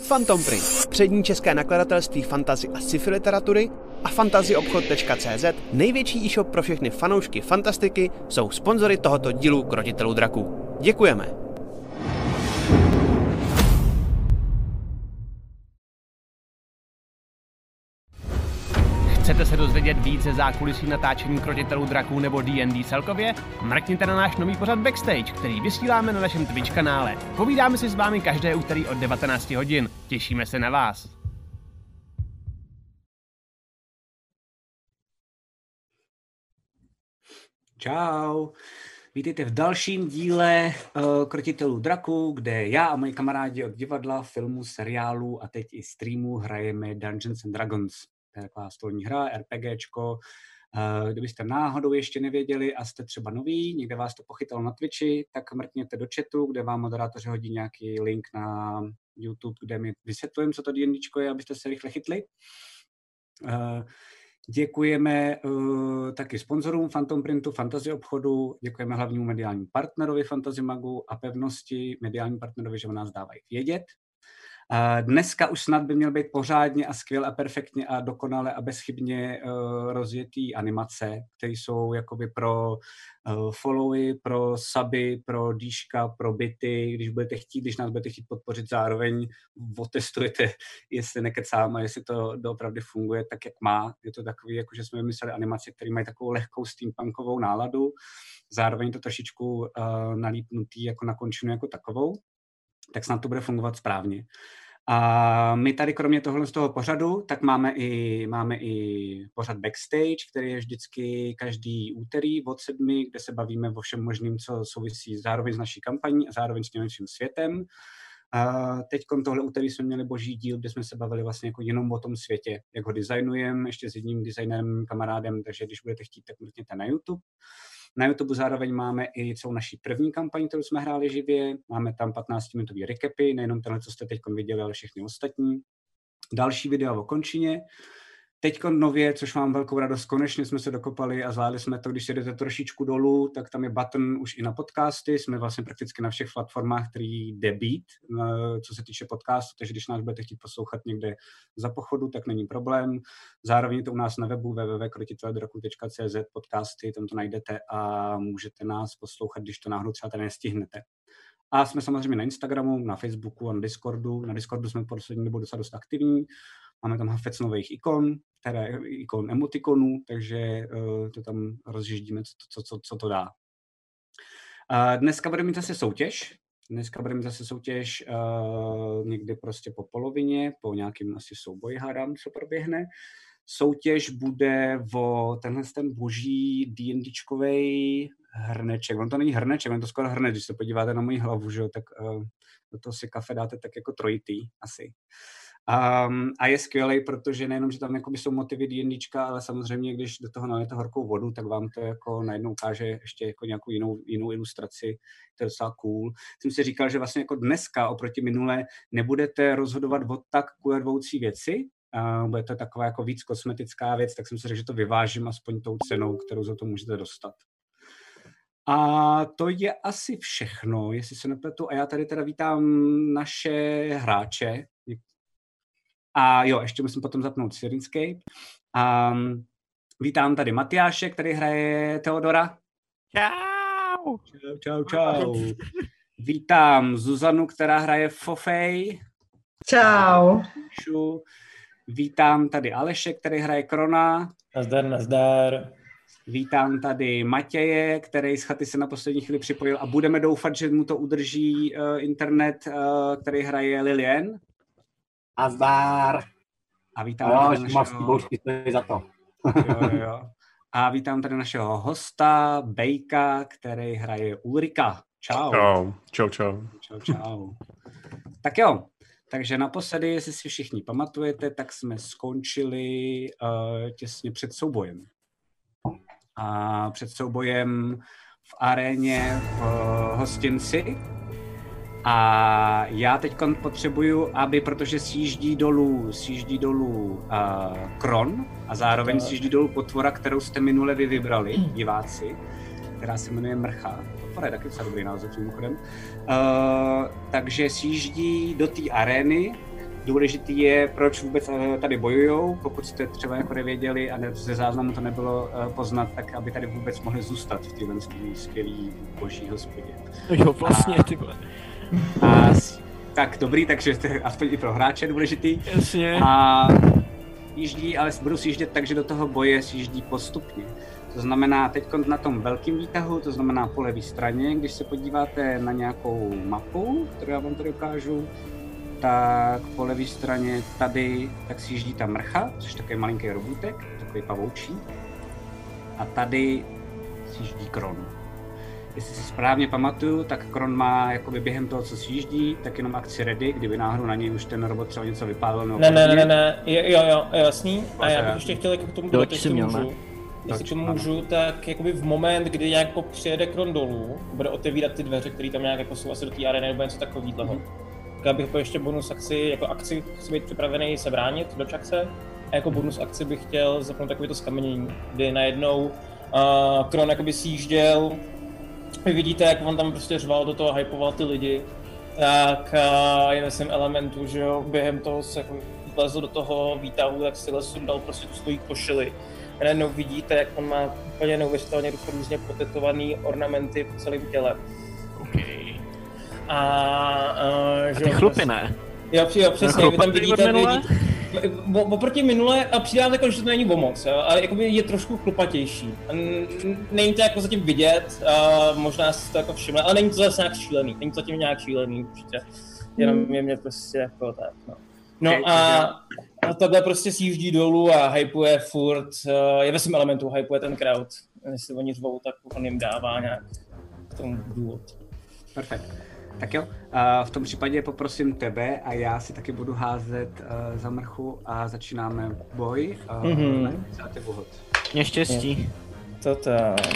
Phantom Print, přední české nakladatelství fantasy a sci-fi literatury, a fantazyobchod.cz, největší e-shop pro všechny fanoušky fantastiky, jsou sponzory tohoto dílu Krotitelů draků. Děkujeme! Chcete se dozvědět víc ze zákulisí natáčení Krotitelů draků nebo D&D celkově? Mrkněte na náš nový pořad Backstage, který vysíláme na našem Twitch kanále. Povídáme si s vámi každé úterý od 19 hodin. Těšíme se na vás. Čau. Vítejte v dalším díle Krotitelů draků, kde já a moji kamarádi od divadla, filmu, seriálu a teď i streamu hrajeme Dungeons and Dragons. To je taková stolní hra, RPGčko. Kdybyste náhodou ještě nevěděli a jste třeba noví, někde vás to pochytalo na Twitchi, tak mrkněte do chatu, kde vám moderátoři hodí nějaký link na YouTube, kde mi vysvětlím, co to D&Dčko je, abyste se rychle chytli. Děkujeme taky sponzorům Phantom Printu, Fantasy obchodu, děkujeme hlavnímu mediálnímu partnerovi Fantasy Magu a pevnosti mediální partnerovi, že o nás dávají vědět. Dneska už snad by měl být pořádně a skvěle a perfektně a dokonale a bezchybně rozjetý animace, které jsou jakoby pro followy, pro suby, pro díška, pro bity. Když nás budete chtít podpořit, zároveň otestujete, jestli nekecám a jestli to doopravdy funguje tak, jak má. Je to takový, jako že jsme vymysleli animace, které mají takovou lehkou steampunkovou náladu, zároveň to trošičku nalípnutý jako na končinu jako takovou, tak snad to bude fungovat správně. A my tady kromě tohle z toho pořadu, tak máme i pořad Backstage, který je vždycky každý úterý od 7, kde se bavíme o všem možným, co souvisí zároveň s naší kampaní a zároveň s německým světem. Teď tohle úterý jsme měli boží díl, kde jsme se bavili vlastně jako jenom o tom světě, jak ho designujeme, ještě s jedním designerem, kamarádem, takže když budete chtít, tak mrkněte na YouTube. Na YouTube zároveň máme i celou naší první kampaň, kterou jsme hráli živě. Máme tam 15-minutový recapy, nejenom tenhle, co jste teď viděli, ale všechny ostatní. Další videa o končině. Teď nově, což mám velkou radost, konečně jsme se dokopali a zvládli jsme to, když si jdete trošičku dolů, tak tam je button už i na podcasty. Jsme vlastně prakticky na všech platformách, který jde být, co se týče podcastu, takže když nás budete chtít poslouchat někde za pochodu, tak není problém. Zároveň je to u nás na webu www.krotiteledraků.cz podcasty, tam to najdete a můžete nás poslouchat, když to náhodou třeba tady nestihnete. A jsme samozřejmě na Instagramu, na Facebooku a na Discordu. Na Discordu jsme poslední dobou docela dost aktivní. Máme tam hafec nových ikon, ikon emotikonů, takže to tam rozjíždíme, co to dá. Dneska budeme mít zase soutěž. Někdy prostě po polovině, po nějakým asi souboji hádám, co proběhne. Soutěž bude o tenhle ten boží D&Dčkovej hrneček. On to není hrneček, on to skoro hrneč, když se podíváte na moji hlavu, že? Tak do toho si kafe dáte tak jako trojitý asi. A je skvělej, protože nejenom, že tam jsou motivy D&Dčka, ale samozřejmě, když do toho nalijete horkou vodu, tak vám to jako najednou ukáže ještě jako nějakou jinou ilustraci. To je docela cool. Jsem si říkal, že vlastně jako dneska oproti minule nebudete rozhodovat o tak kulervoucí věci, bude to taková jako víc kosmetická věc, tak jsem si řekl, že to vyvážím aspoň tou cenou, kterou za to můžete dostat. A to je asi všechno, jestli se nepletu. A já tady teda vítám naše hráče. A jo, ještě musím potom zapnout Syrinscape. Vítám tady Matyáše, který hraje Teodora. Čau! Čau. Vítám Zuzanu, která hraje Fofej. Čau. Vítám tady Aleše, který hraje Krona. Nazdar. Vítám tady Matěje, který z chaty se na poslední chvíli připojil a budeme doufat, že mu to udrží internet, který hraje Lilien. Nazdar. A vítám za to. Jo. A vítám tady našeho hosta, Bejka, který hraje Ulrika. Čau. Čau. Tak jo, takže naposledy, jestli si všichni pamatujete, tak jsme skončili těsně před soubojem. A před soubojem v aréně v hostinci. A já teď potřebuju, protože sjíždí dolů Kron a zároveň sjíždí dolů potvora, kterou jste minule vybrali, diváci, která se jmenuje Mrcha. Potvora je taky dobrý název mimochodem. Takže sjíždí do té arény důležitý je, proč vůbec tady bojujou, pokud jste třeba jako nevěděli a ze záznamu to nebylo poznat, tak aby tady vůbec mohli zůstat v téhle skvělý boží hospodě. Jo, vlastně, ty vole. Tak dobrý, takže to je aspoň i pro hráče důležitý. Jasně. A jíždí, ale budu sjíždět tak, že do toho boje sjíždí postupně. To znamená teď na tom velkém výtahu, to znamená po levé straně, když se podíváte na nějakou mapu, kterou já vám tady ukážu, tak po levé straně tady tak sjíždí ta mrcha, což je takový malinký robůtek, takový pavoučí. A tady sjíždí Kron. Jestli si správně pamatuju, tak Kron má jakoby během toho, co sjíždí, tak jenom akci ready, kdyby náhodou na něj už ten robot třeba něco vypálil. Ne, jo, jasný. A já bych ještě chtěl jako k tomu dodat, jestli to můžu, tak jakoby v moment, kdy nějak přijede Kron dolů, bude otevírat ty dveře, které tam nějak jako jsou asi do té areny nebo něco takového. Tak já bych ještě bonus akci, jako akci chci být připravený se bránit do čakce. A jako bonus akci bych chtěl zapnout takový to skamenění, kdy najednou Kron jakoby sjížděl. Vy vidíte, jak on tam prostě řval do toho, hypoval ty lidi, tak je myslím elementu, že jo, během toho se jako vlezl do toho výtahu, tak si sundal prostě tu svoji košili. A najednou vidíte, jak on má úplně neuvěřitelně různě potetovaný ornamenty po celém těle. Okay. A ty chlupy ne? Jo, přesně, vy tam vidíte, oproti minule a přidám jako, že to není o moc, jo, ale jakoby je trošku chlupatější. Není to jako zatím vidět, možná jste to jako všimli, ale není to zase nějak šílený, není to zatím nějak šílený určitě, jenom je mě prostě jako tak, no. No a tohle prostě sjíždí dolů a hypuje furt, je ve svém elementu, hypuje ten crowd, jestli oni řvou, tak on jim dává nějak k tomu důvod. Perfekt. Tak jo, v tom případě poprosím tebe a já si taky budu házet za mrchu a začínáme boj. Za ty hod. Mě štěstí. Toto.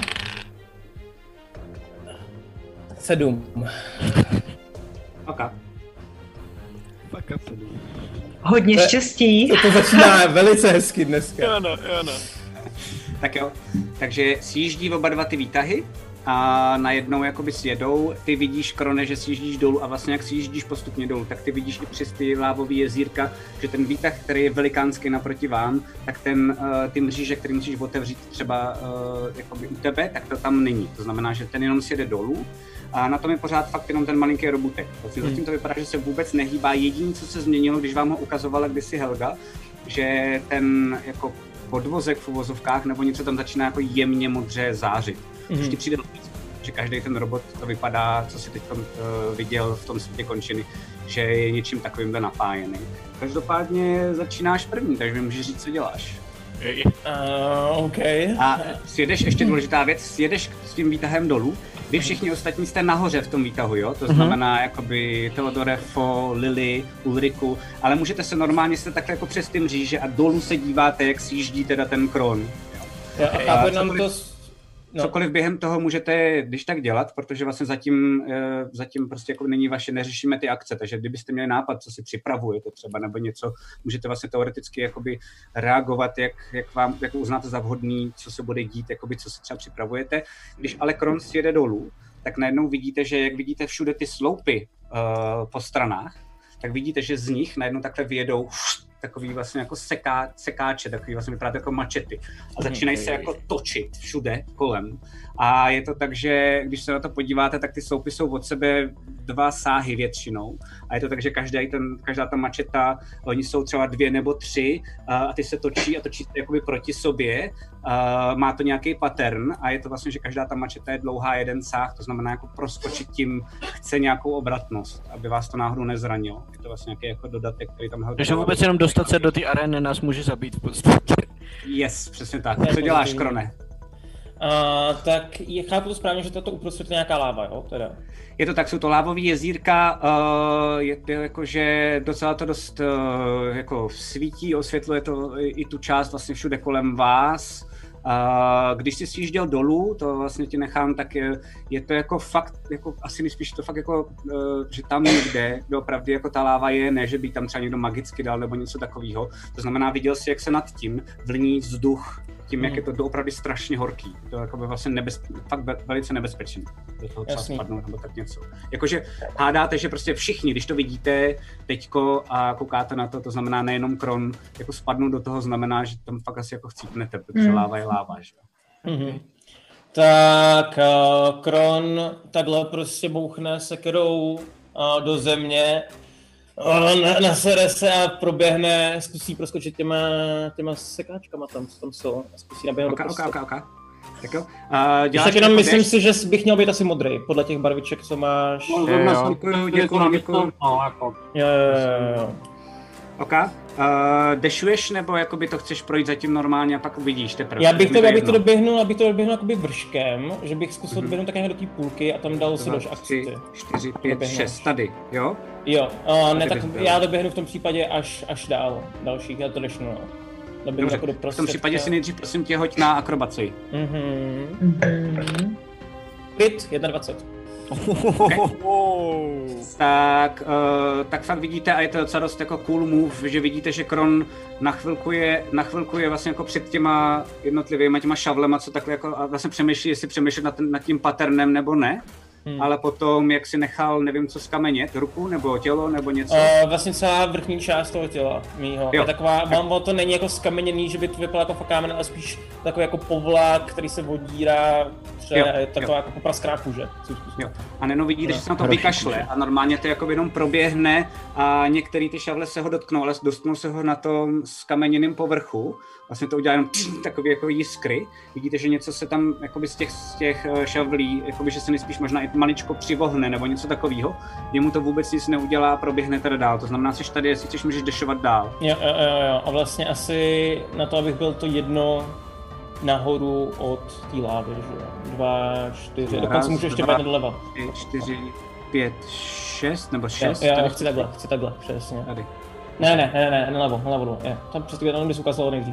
7. Ok. Fuck up. Hodně štěstí. To začíná velice hezky dneska. Jo no. Tak jo, takže sjíždí oba dva ty výtahy. A najednou jakoby sjedou, ty vidíš, Krone, že sjíždíš dolů a vlastně jak sjíždíš postupně dolů, tak ty vidíš i přes ty lávový jezírka, že ten výtah, který je velikánský naproti vám, tak ty mříže, který musíš otevřít třeba jakoby u tebe, tak to tam není. To znamená, že ten jenom sjede dolů a na tom je pořád fakt jenom ten malinký robutek. Zatím to vypadá, že se vůbec nehýbá. Jediné, co se změnilo, když vám ho ukazovala kdysi Helga, že ten jako podvozek v uvozovkách nebo něco tam začíná jako jemně modře zářit. Už ti přijde logicky, že každý ten robot to vypadá, co si teď viděl v tom světě končiny, že je něčím takovýmhle napájený. Každopádně začínáš první, takže mi můžeš říct, co děláš. OK. A sjedeš, ještě důležitá věc, sjedeš s tím výtahem dolů. Vy všichni ostatní jste nahoře v tom výtahu, jo? To znamená jakoby Theodore, Fo, Lily, Ulriku, ale můžete se normálně jste takhle jako přes ty mříže a dolů se díváte, jak sjíždí teda ten Kron. Cokoliv během toho můžete když tak dělat, protože vlastně zatím prostě jako není vaše, neřešíme ty akce, takže kdybyste měli nápad, co si připravujete třeba nebo něco, můžete vlastně teoreticky jakoby reagovat, jak uznáte za vhodný, co se bude dít, jakoby, co si třeba připravujete. Když ale Kron sjede dolů, tak najednou vidíte, že jak vidíte všude ty sloupy po stranách, tak vidíte, že z nich najednou takhle vyjedou takový vlastně jako sekáče, takový vlastně vypadá jako mačety a začínají se jako točit všude kolem. A je to tak, že když se na to podíváte, tak ty sloupy jsou od sebe 2 sáhy většinou. A je to tak, že každá ta mačeta, oni jsou třeba 2 nebo 3 a ty se točí a točí se jakoby proti sobě. Má to nějaký pattern a je to vlastně, že každá ta mačeta je dlouhá 1 sáh, to znamená jako proskočit tím chce nějakou obratnost, aby vás to náhodou nezranilo. Je to vlastně nějaký jako dodatek, který tam Takže vůbec jenom dostat se do té arény nás může zabít v podstatě. Yes, přesně tak. Co děláš, Krone? Tak chápu to správně, že toto uprostřed nějaká láva, jo? Teda. Je to tak, jsou to lávový jezírka, je to jakože docela to dost jako svítí, osvětluje to i tu část vlastně všude kolem vás. Když jsi sjížděl dolů, to vlastně ti nechám, tak je to jako fakt, jako asi nejspíš to fakt jako, že tam někde doopravdy jako ta láva je, ne, že by tam třeba někdo magicky dal nebo něco takového. To znamená, viděl jsi, jak se nad tím vlní vzduch tím, jak je to doopravdy strašně horký. To je jako vlastně fakt velice nebezpečné. Do toho třeba spadnout nebo tak něco. Jakože hádáte, že prostě všichni, když to vidíte teďko a koukáte na to, to znamená nejenom Kron, jako spadnout do toho znamená, že tam fakt asi jako chcípnete, protože láva je láva, že? Tak Kron takhle prostě bouchne sekerou do země, nasere se a proběhne, zkusí proskočit těma sekáčkama tam, co tam jsou, a zkusí naběhnout do prostě. Ok. Tak jo. Tak jenom myslím si, že bych měl být asi modrý, podle těch barviček, co máš. Děkuju. Jo. Ok. Dešuješ, nebo jakoby to chceš projít zatím normálně a pak uvidíš teprve? Já bych to doběhnul jakoby vrškem, že bych zkusil doběhnout tak nějak do té půlky a tam dal si dož akci. 4, 5, 6, tady, jo? Jo, ne, tak já doběhnu v tom případě až dál, dalších, já to dešnu. Dobře, jako v tom případě si nejdřív prosím tě hoď na akrobaci. Pit, 21. Okay. Tak fakt vidíte, a je to docela dost jako cool move, že vidíte, že Kron na chvilku je vlastně jako před těma jednotlivýma těma šavlema, co takhle jako a vlastně přemýšlí, jestli přemýšlet nad tím patternem nebo ne. Ale potom, jak si nechal, nevím co skamenět, ruku nebo tělo nebo něco? Vlastně celá vrchní část toho těla mýho. Je taková, to není jako skameněný, že by to vypadalo jako fakt kámen, ale spíš takový jako povlak, který se vodírá, taková jako popraskrá kůže. Jo. A Neno vidíte, že se na to vykašle a normálně to jako jenom proběhne a některé ty šavle se ho dotknou, ale dotknou se ho na tom skameněném povrchu. Vlastně to udělá jenom takový jako jiskry. Vidíte, že něco se tam jakoby z těch šavlí, jakoby, že se nejspíš možná i maličko přivohne nebo něco takového. Jemu to vůbec nic neudělá a proběhne teda dál. To znamená, že tady, jestli chceš, můžeš dešovat dál. Jo. A vlastně asi na to, abych byl to jedno nahoru od té lávy, že jo? 2, 4, dokonce můžu ještě být doleva. 4, 5, 6 nebo 6? Jo, chci takhle, přesně. Tady. Ne, nalevo, je. Tam přes tu jednou bys ukázal nejdřív.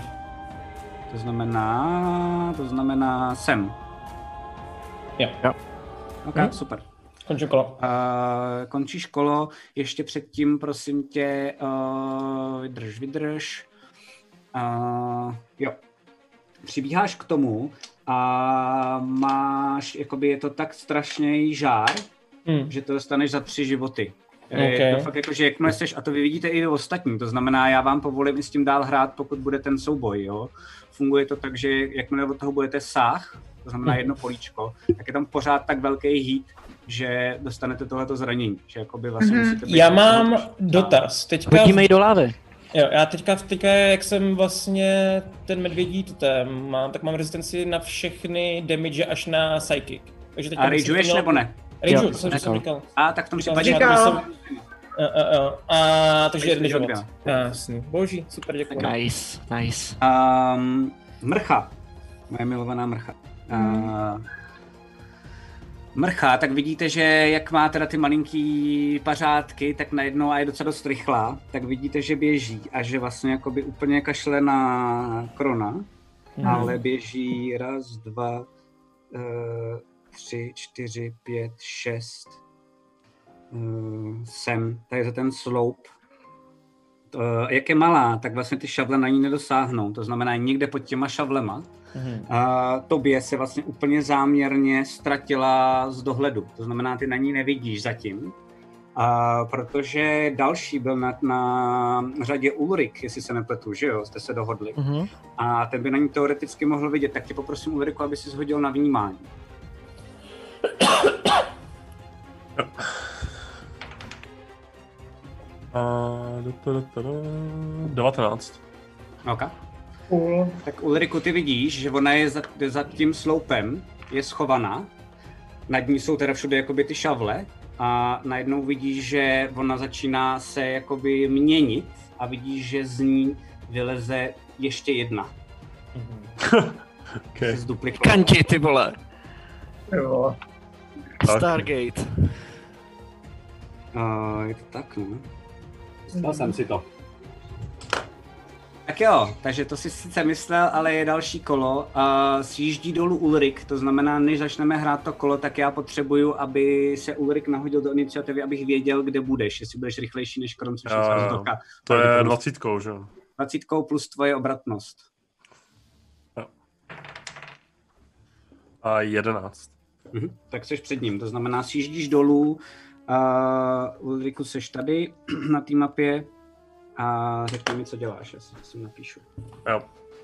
To znamená sem. Jo. Ok, super. Končím kolo. Končíš kolo, ještě předtím, prosím tě, vydrž. Jo. Přibíháš k tomu a máš, jakoby je to tak strašný žár, že to dostaneš za 3 životy. Je to fakt jako, že jakmile seš, a to vy vidíte i vy ostatní, to znamená, já vám povolím i s tím dál hrát, pokud bude ten souboj, jo. Funguje to tak, že jakmile od toho budete sách, to znamená jedno políčko, tak je tam pořád tak velký hit, že dostanete tohleto zranění, že jakoby vlastně musíte být... Já mám dotaz, teďka... Hodíme ji do lávy. Jo, já teďka, jak jsem vlastně ten medvědí totem mám, tak mám rezistenci na všechny damage až na psychic. Takže teďka a rageuješ nebo ne? Rageu, to jsem říkal. A tak v tom případě... Takže jeden život. Jasný. Boží, super, děkuji. Nice. Mrcha. Moje milovaná mrcha. Mrcha, tak vidíte, že jak má teda ty malinký pařádky, tak najednou a je docela dost rychlá, tak vidíte, že běží a že vlastně jakoby úplně kašle na Krona, ale běží 1, 2, 3, 4, 5, 6 sem, tady za ten sloup. Jak je malá, tak vlastně ty šavle na ní nedosáhnou, to znamená někde pod těma šavlema. Tobě se vlastně úplně záměrně ztratila z dohledu, to znamená, ty na ní nevidíš zatím, protože další byl na řadě Ulrik, jestli se nepletu, že jo, jste se dohodli, a ten by na ní teoreticky mohl vidět, tak tě poprosím Ulriku, aby si shodil na vnímání. A 19. Ok. Tak Ulriku, ty vidíš, že ona je za tím sloupem, je schovaná, nad ní jsou teda všude jakoby ty šavle a najednou vidíš, že ona začíná se jakoby měnit a vidíš, že z ní vyleze ještě jedna. Okay. Kanti, ty vole. Jo. Stargate. Je to tak, no. Stal jsem si to. Tak jo, takže to si sice myslel, ale je další kolo. Sjíždí dolů Ulrik, to znamená, než začneme hrát to kolo, tak já potřebuju, aby se Ulrik nahodil do iniciativy, abych věděl, kde budeš, jestli budeš rychlejší než Kron, což je to je 20, že jo? 20 plus tvoje obratnost. Jo. A 11. Tak jsi před ním, to znamená, sjíždíš dolů, Ulriku, seš tady na té mapě a řekni mi, co děláš, já si napíšu. Jo.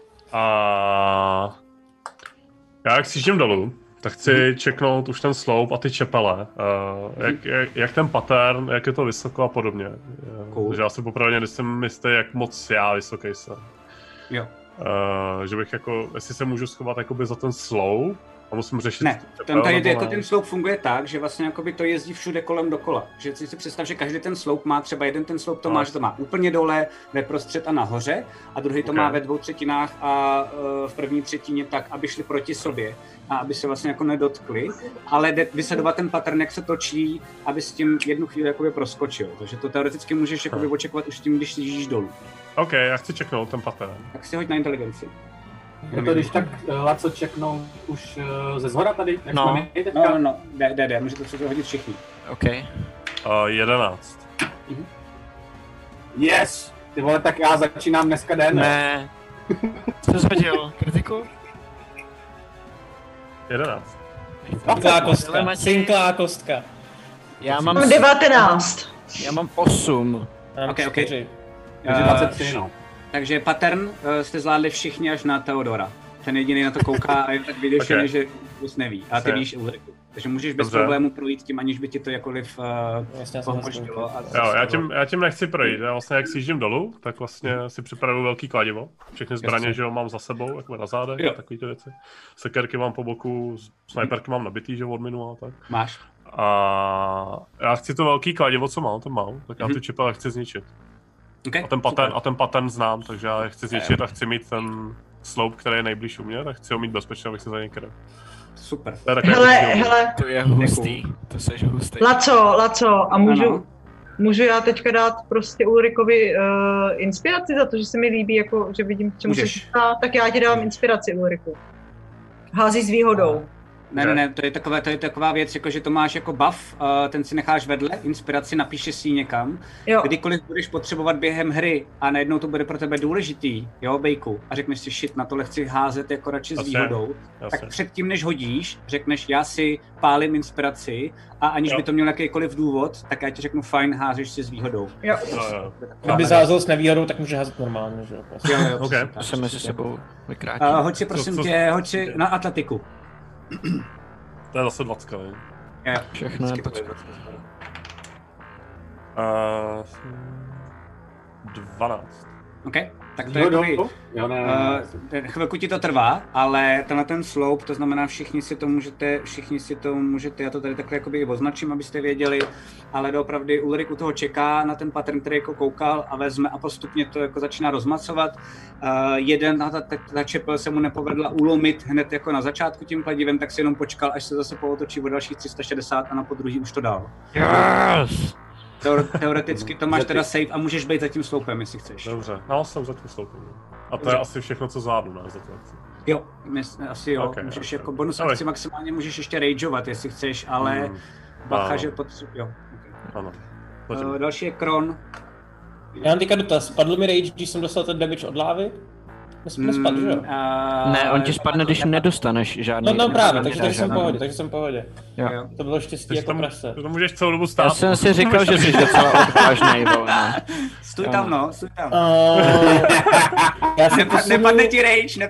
A já jak sjíždím dolů, tak chci čeknout už ten sloup a ty čepele. Jak ten pattern, jak je to vysoko a podobně. Cool. Takže já si popravdě nejsem jistý, jak moc já vysoký jsem. Jo. Že bych jako, jestli se můžu schovat jakoby za ten sloup a musím řešit... Ne, ten sloup funguje tak, že vlastně jakoby to jezdí všude kolem dokola. Že si představ, že každý ten sloup má, třeba jeden ten sloup to má, že to má úplně dole, ve prostřed a nahoře, a druhý to má ve 2/3 a v první třetině tak, aby šli proti sobě a aby se vlastně jako nedotkli, ale vysledovat ten pattern, jak se točí, aby s tím jednu chvíli jakoby proskočil. Takže to teoreticky můžeš jakoby očekovat už tím, když jíždíš dolů. OK, já chci čeknout ten pattern. Tak si hoď na inteligenci. Je to když tak Laco čeknou už ze zhora tady, jak jsme my teďka? No, jde, můžete se to hodit všichni. OK. 11. Yes! Ty vole, tak já začínám dneska den. Ne. Co jsi hodil? Kritiku? 11. Cinklá kostka. Já mám 19. Já mám 8. OK. 4. Takže 23, no. Takže pattern jste zvládli všichni až na Teodora. Ten jediný na to kouká a je tak vyděšený, že vůbec neví. A ty víš Ulriku. Takže můžeš bez problému projít tím, aniž by ti to jakkoliv pomožilo. Jo, já tím nechci projít. Já vlastně jak sjíždím dolů, tak vlastně si připravuju velký kladivo. Všechny zbraně, že jo, mám za sebou, jako na zádech, takový ty věci. Sekerky mám po boku, snajperky mám nabitý, že od minu a tak. Máš. A já chci to velký kladivo, co mám, tak já ty čepele chci zničit. Okay, a ten pattern znám, takže já chci zničit a chci mít ten sloup, který je nejblíž u mě, tak chci ho mít bezpečně, abych se za něj kryl. Super. Hele, to je hustý, to seš hustý. Laco, a můžu já teďka dát prostě Ulrikovi inspiraci za to, že se mi líbí, jako, že vidím, k čemu se říká, tak já ti dávám inspiraci, Ulriku. Hází s výhodou. Ne, to je taková věc, jako že to máš jako buff, ten si necháš vedle, inspiraci, napíšeš si ji někam, kdykoliv budeš potřebovat během hry a najednou to bude pro tebe důležitý, jo, bejku, a řekneš si shit, na tohle chci házet jako radši s výhodou, tak předtím, než hodíš, řekneš, já si pálím inspiraci a aniž by to měl jakýkoliv důvod, tak já ti řeknu fajn, házíš si s výhodou. Jo. Kdyby házel s nevýhodou, tak může házet normálně, že jo? Jo, okay. To se mezi sebou vykrátí. Hoď si prosím tě, hoď si na atletiku. To je zase 20, ne? Všechno je počkat. 12. OK, tak to je dobrý. Chvilku ti to trvá, ale tenhle ten sloup, to znamená všichni si to můžete, já to tady takhle jakoby označím, abyste věděli, ale doopravdy Ulrik u toho čeká na ten pattern, který jako koukal a vezme a postupně to jako začíná rozmacovat. Ta čepel se mu nepovedla ulomit hned jako na začátku tím kladivem, tak si jenom počkal, až se zase pootočí o dalších 360 a na podruhý už to dal. Yes! Teoreticky to máš teda save a můžeš být za tím sloupem, jestli chceš. Dobře, jsem za tím sloupem. A to je asi všechno, co zvládnu, ne? Za to akci. Jo, asi jo. Okay, můžeš jako bonus akci maximálně můžeš ještě rageovat, jestli chceš, ale bacha, že potřebuje. Jo. Okay. Ano. Další je Kron. Já mám teďka dotaz. Padl mi rage, když jsem dostal ten damage od lávy? Nespadl, že jo? Ne, on ti spadne, když nedostaneš žádný. No právě, takže jsem v pohodě. Jo. To bylo štěstí jako prase. To můžeš celou dobu stát. Já jsem si říkal, že jsi docela odvážnej, volně. Stůj tam. Nepadne ti rage.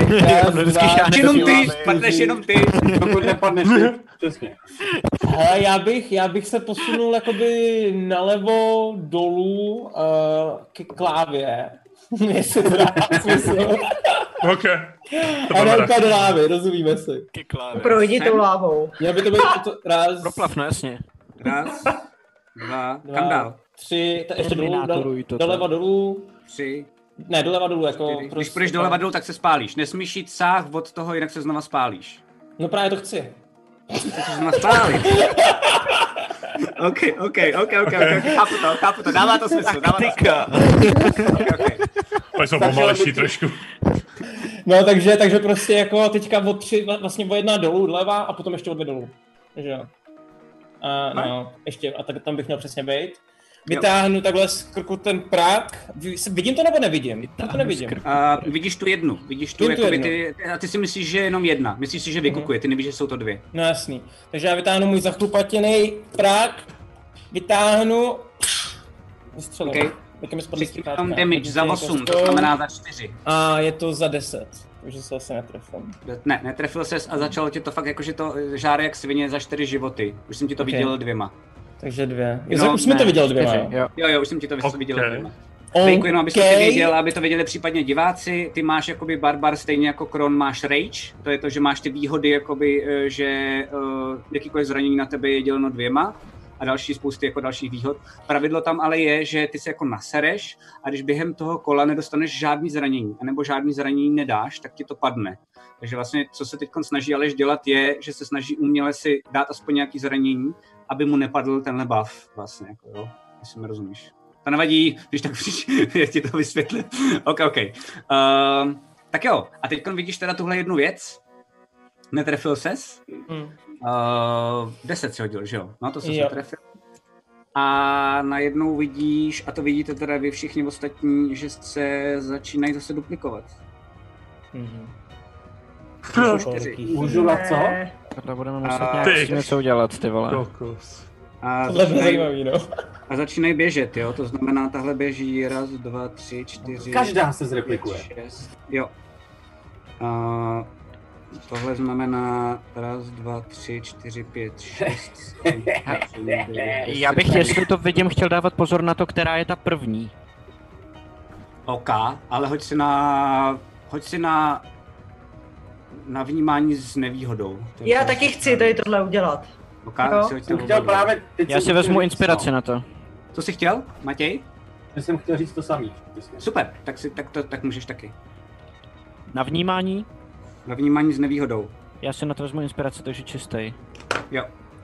Padneš jenom ty. Pokud nepadneš ty, přesně. Hele, já bych se posunul jakoby nalevo dolů ke klávě. Jestli to dá smysl. OK. A ne do lávy, rozumíme si. Projdi tou lávou. Měl by to být raz. Proplav, no jasně. Raz, dva, kam dál? 3, ještě doleva dolů. 3. Ne, doleva dolů, jako... Když půjdeš doleva dolů, tak se spálíš. Nesmíš jít sáh od toho, jinak se znova spálíš. No právě to chci. Chceš se znova spálit. OK. Chápu to, dává to smysl. Okay. To jsou pomalejší trošku. No takže prostě jako teďka od 3, vlastně o 1 dolů doleva a potom ještě o 2 dolů. Takže jo. No, ještě, a tak tam bych měl přesně být. vytáhnu takhle z krku ten prák. Vidím to nebo nevidím? To nevidím. Vidíš tu jednu. Vidíš tu, jakoby ty si myslíš, že je jenom jedna. Myslíš si, že vykukuje, ty nevíš, že jsou to dvě. No jasný. Takže já vytáhnu můj zachlupatěný prák, vytáhnu, vystřelím. Okay. Mám damage za 8, to znamená za 4. A je to za 10, takže se asi netrefím. Ne, netrefil ses a začalo tě to fakt jako, že to žáre jak svině za 4 životy. Už jsem ti to viděl 2. Takže 2. Už jsme to viděl 2. Jo, už jsem ti to viděl 2. Vejku, jenom abys to věděl, aby to věděli případně diváci, ty máš jakoby barbar stejně jako Kron máš rage, to je to, že máš ty výhody jakoby, že jakýkoliv zranění na tebe je děleno 2 a další spousty jako dalších výhod. Pravidlo tam ale je, že ty se jako nasereš a když během toho kola nedostaneš žádný zranění, anebo žádný zranění nedáš, tak ti to padne. Takže vlastně, co se teď snaží Aleš dělat je, že se snaží uměle si dát aspoň nějaký zranění, aby mu nepadl tenhle buff vlastně, jako jo, jestli mi rozumíš. To nevadí, když tak já ti to vysvětlím. OK. Tak jo, a teď vidíš teda tuhle jednu věc. Netrefil ses? 10 si hodil, že jo? No to se netrefil. A najednou vidíš, a to vidíte teda vy všichni ostatní, že se začínají zase duplikovat. Můžu na co? Tohle budeme muset nějak něco udělat, ty vole. A začínají běžet, jo? To znamená, tahle běží 1, 2, 3, 4... Každá se zreplikuje. 6, jo. Tohle znamená 1, 2, 3, 4, 5, 6, 7, 8, 9, Já bych, jestli to vidím, chtěl dávat pozor na to, která je ta první. OK, ale hoď si na vnímání s nevýhodou. Já taky chci tady tohle udělat. OK, já si vezmu inspiraci na to. Co jsi chtěl, Matěj? Já jsem chtěl říct to samý. Super, tak můžeš taky. Na vnímání? Na vnímání s nevýhodou. Já si na to vezmu inspiraci, takže čistý. Jo.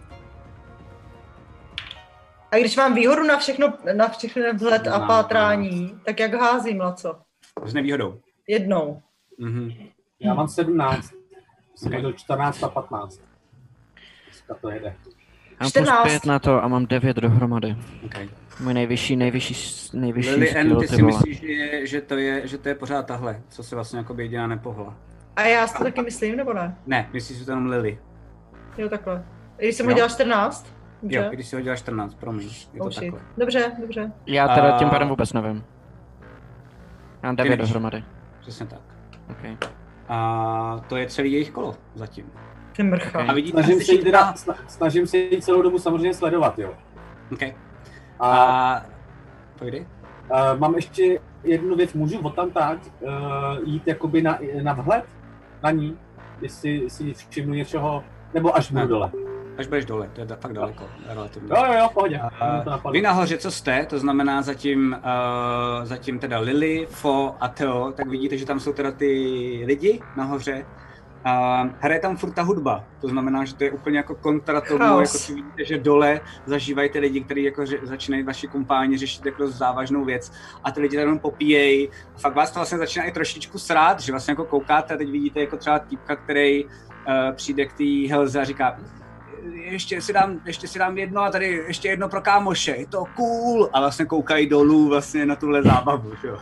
A když mám výhodu na všechny vzhled a pátrání, tak jak házím, Laco? S nevýhodou. Jednou. Já mám 17. Jsem hodil 14 a 15. Dneska to jede. Já mám plus 5 na to a mám 9 dohromady. Okay. Můj nejvyšší Lily skill, ty si myslíš, že to je pořád tahle, co se vlastně jako jediná nepohla. A já si to taky myslím, nebo ne? Ne, myslíš si to jenom Lily. Jo, takhle. Když jsem hodila 14? Dobře. Jo, když jsi hodila 14, promiň, je to takhle. Dobře. Já teda tím pádem vůbec nevím. Já mám 9 dohromady. Přesně tak. Okay. A to je celý jejich kolo zatím. Ty mrcha. Okay. A vidíte, snažím se jí celou dobu samozřejmě sledovat, jo. Okay. A pojď. Mám ještě jednu věc, můžu odtamtať jít jakoby na vhled na ní, jestli si všimnu něčeho, nebo až budu dole. Až budeš dole, to je fakt daleko, relativně. Jo, pohodě. Vy nahoře, co jste, to znamená zatím teda Lily, Fo a Theo, tak vidíte, že tam jsou teda ty lidi nahoře. Hraje tam furt ta hudba, to znamená, že to je úplně jako kontra tomu, jako si vidíte, že dole zažívají ty lidi, kteří jako začínají vaši kompáni řešit jako závažnou věc a ty lidi jenom popíjejí. A fakt vás to vlastně začíná i trošičku srát, že vlastně jako koukáte a teď vidíte jako třeba týpka, který přijde k té Helze a říká ještě si dám jedno a tady ještě jedno pro kámoše, je to cool! A vlastně koukají dolů vlastně na tuhle zábavu, jo.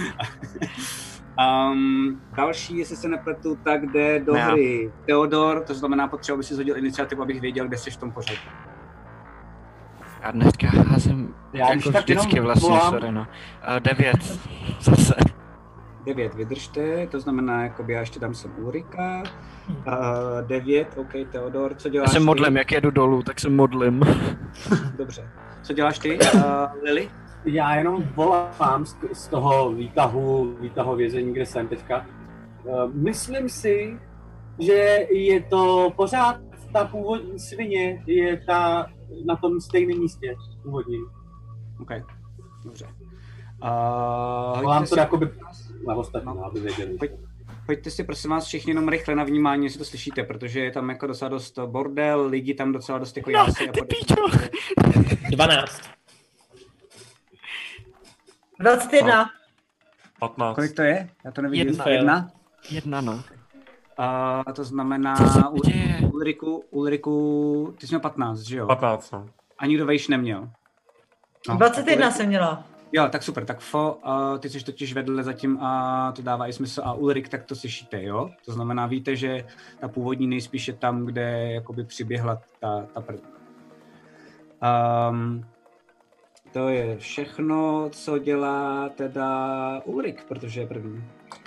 Další, jestli se nepletu, tak jde do hry Theodor, to znamená potřeba, aby si zhodil iniciativu, abych věděl, kde jsi v tom pořadí. Já dneska házím jako vždycky vlastně, sorry no. 9 zase. 9 vydržte, to znamená, jakoby já ještě dám sem Ulrika. 9, OK, Theodor, co děláš? Já se modlím, jak jedu dolů, tak se modlím. Dobře. Co děláš ty, Lily? Já jenom volám z toho výtahu vězení, kde jsem teďka. Myslím si, že je to pořád ta původní svině, je ta na tom stejném místě původním. OK, dobře. Volám to jakoby na ostatní, aby věděli. Pojďte si prosím vás všichni jenom rychle na vnímání, jestli to slyšíte, protože je tam jako docela dost bordel, lidi tam docela dost jako jásy a podobně. 12. 21. 15. Kolik to je? Já to nevidím. 1, no. A to znamená Ulriku, ty jsi měl 15, že jo? 15, no. A nikdo vejš neměl. No, 21 jsem měla. Jo, tak super, tak ty jsi totiž vedle zatím a to dává i smysl a Ulrik, tak to slyšíte, jo? To znamená, víte, že ta původní nejspíš je tam, kde jakoby přiběhla ta první. To je všechno, co dělá teda Ulrik, protože je první.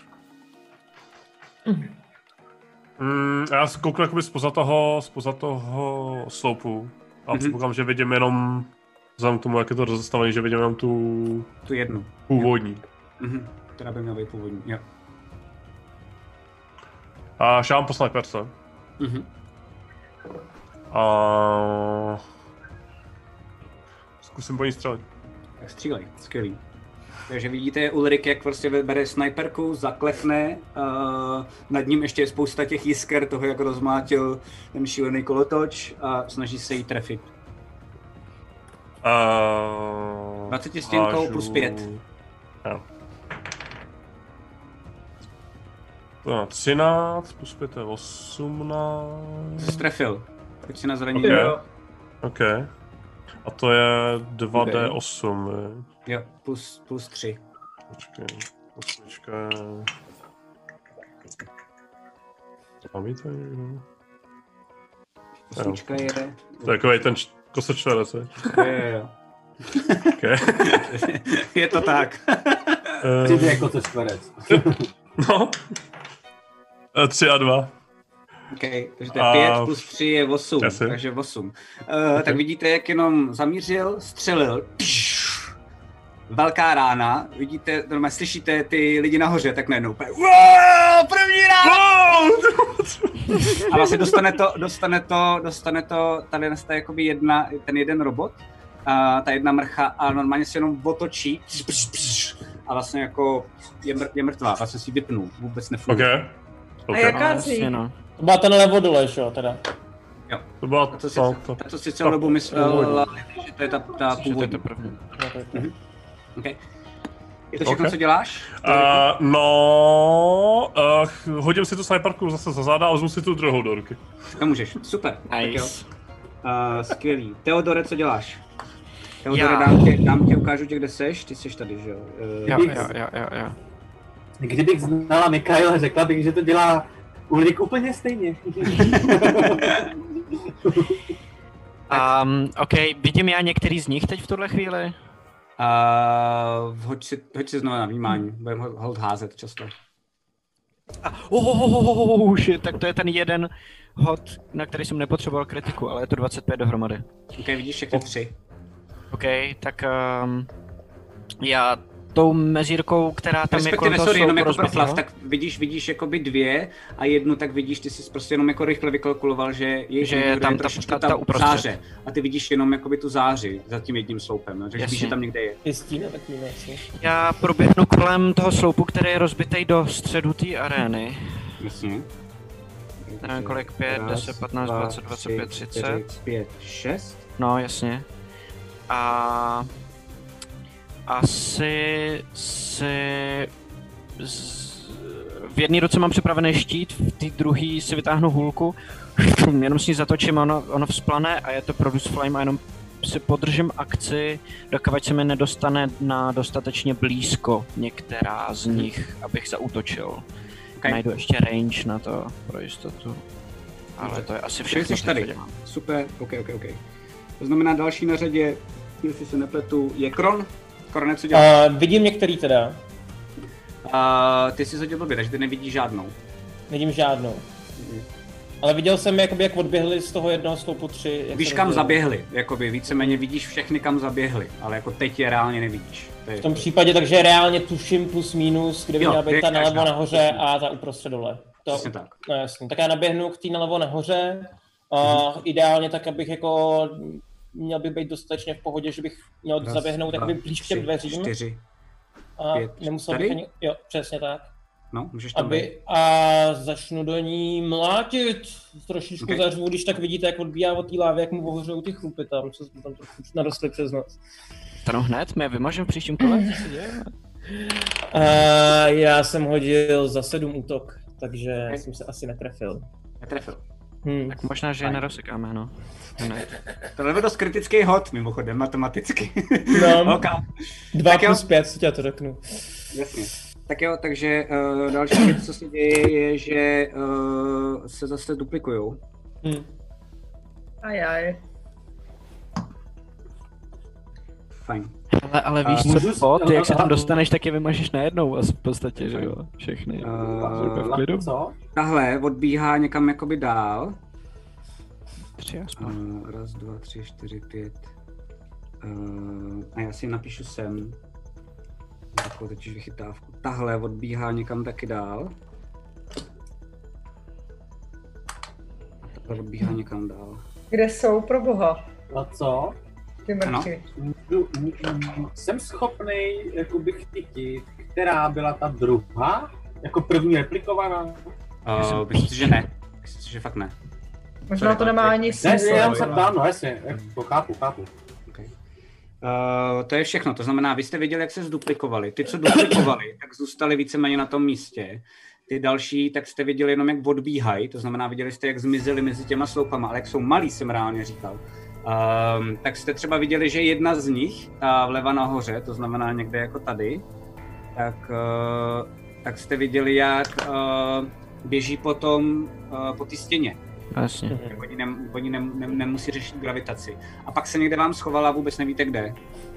Já kouknu jakoby spoza toho sloupu a předpokládám, že vidím jenom, vzhledem k tomu, jak je to rozestavený, že vidím jenom tu jednu. Původní. Která by měla být původní, jo. A šám po sniperce. A zkusím po ní střelit. Tak střílej, skvělý. Takže vidíte Ulrik, jak prostě bere sniperku, zaklefne, nad ním ještě je spousta těch jisker toho, jak rozmátil ten šílený kolotoč a snaží se jí trefit. 20 stěnkou plus 5. Jo. To je 13, plus 5 je 18. Jsi trefil. Teď si na zranění. OK. A to je 2D8, jo, plus 3. Počkej, osmička je... Mám jí to někdo? Osmička je... To je takovej ten kosočtverec, je? Jo. Okay. Je to tak. 3 jako kosočtverec. No. 3 a 2. OK, takže to je 5 plus 3 je 8, takže 8. Tak vidíte, jak jenom zamířil, střelil. Velká rána, vidíte, normálně slyšíte ty lidi nahoře, tak najednou úplně první rána! A vlastně dostane to tady jakoby ten jeden robot, ta jedna mrcha a normálně se jenom otočí a vlastně jako je mrtvá, vlastně si vypnul, vůbec nefunguje. Okay. A jaká si? To byla ten levo dole, jo, teda. Jo. To byla ta, co si celou dobu myslel, že to je ta původní. Okay. Je to všechno, co děláš? Hodím si tu sniperku zase za záda a vezmu si tu druhou do ruky. To můžeš, super. Nice. Skvělý. Teodore, co děláš? Teodore, dám tě, ukážu tě, kde seš, ty seš tady, že jo? Jo. Kdybych znala Mikaela, řekla bych, že to dělá Ulrik úplně stejně. OK, vidím já některý z nich teď v tuhle chvíli? Hoď si znovu na vnímání, budeme hold házet často. Shit, tak to je ten jeden hod, na který jsem nepotřeboval kritiku, ale je to 25 dohromady. OK, vidíš všechny 3. OK, tak já tou mezírkou, která tam je kolem toho sloupu jenom jako pro flav, tak vidíš jakoby 2 a jednu, tak vidíš, ty jsi prostě jenom jako rychle vykalkuloval, že je tam trošičku ta záře a ty vidíš jenom jakoby tu záři za tím jedním sloupem, no? Takže víš, že tam někde je. Já proběhnu kolem toho sloupu, který je rozbitej do středu té arény. Jasně. Nevím kolik, 5, 10, 15, 20, 25, 30. 4, 5, 6. No, jasně. A asi v jedné ruce mám připravený štít, v té druhé si vytáhnu hůlku, jenom s ní zatočím, ono vzplane a je to Produce Flame a jenom si podržím akci, dokud se mi nedostane na dostatečně blízko některá z nich, abych zaútočil. Okay. Najdu ještě range na to pro jistotu, ale to je asi všechno, co tady. Super, OK. To znamená další na řadě, jestli se nepletu, je Kron. Korone, co děláš? Vidím některý teda. Ty jsi hodil blbě, takže ty nevidíš žádnou. Vidím žádnou. Ale viděl jsem, jakoby, jak odběhli z toho jednoho sloupu 3. Víš, kam zaběhli, jakoby víceméně vidíš všechny, kam zaběhli, ale jako teď je reálně nevidíš. V tom případě, takže reálně tuším plus minus, kde by měla být ta nalevo nahoře a ta uprostřed dole. Přesně tak. No jasně, tak já naběhnu k té nalevo nahoře. Ideálně tak, abych jako měl bych být dostatečně v pohodě, že bych měl zaběhnout takový blíž k těm dveřím. 4, a 5, nemusel bych ani... Jo, přesně tak. No, můžeš tam být. A začnu do ní mlátit. Trošičku zařvu, když tak vidíte, jak odbíjá od té lávy, jak mu ohořují ty chlupy tam, co jsme tam trochu narostli přes noc. To hned, my je vymažeme v příštím kole, co se děje? Já jsem hodil za 7 útok, takže jsem se asi netrefil. Tak možná, že je nerozsekáme, no. Tohle byl dost kritický hod, mimochodem, matematicky. No, Okay. 2+5, co tě to řeknu. Jasně. Tak jo, takže další věc, co se děje, je, že se zase duplikujou. Ajaj. Fajn. Ale víš co, ty jak se tam dostaneš, tak je vymažeš najednou v podstatě, že jo, všechny. Tahle odbíhá někam jakoby dál. 3 aspoň. 1, 2, 3, 4, 5. A já si ji napíšu sem. Takovou totiž vychytávku. Tahle odbíhá někam taky dál. A tahle odbíhá někam dál. Kde jsou, pro boha? A co? Ty mrtví. Jsem schopný jakoby chytit, která byla ta druhá? Jako první replikovaná? Myslím si, že ne. Myslím si, že fakt ne. Možná to nemá ani smysl. Ne, já se ptám, no jasně, to chápu. Okay. To je všechno, to znamená, vy jste viděli, jak se zduplikovali. Ty, co duplikovali, tak zůstali víceméně na tom místě. Ty další, tak jste viděli jenom, jak odbíhají, to znamená, viděli jste, jak zmizeli mezi těma sloupama, ale jak jsou malí, jsem reálně říkal. Tak jste třeba viděli, že jedna z nich, ta vleva nahoře, to znamená někde jako tady, tak jste viděli, jak běží potom po té stěně. Jasně. Oni nemusí řešit gravitaci. A pak se někde vám schovala a vůbec nevíte kde.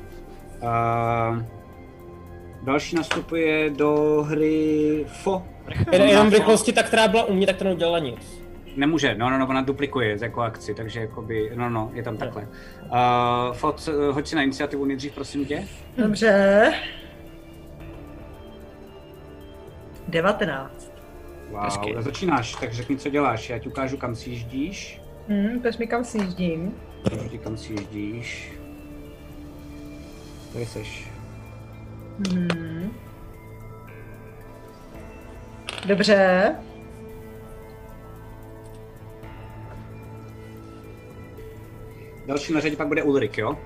Další nastupuje do hry Fo. Jenom v rychlosti, ta, která byla u mě, tak to neudělala nic. Nemůže, no, ona duplikuje jako akci, takže jakoby, je tam takhle. Fo, hoď si na iniciativu nejdřív, prosím tě. Dobře. 19. Wow, začínáš, tak řekni, co děláš, já ti ukážu, kam sjíždíš. Ukaž mi, kam sjíždím. Ukážu, kam sjíždíš. Tady seš. Dobře. Další na řadě pak bude Ulrik, jo?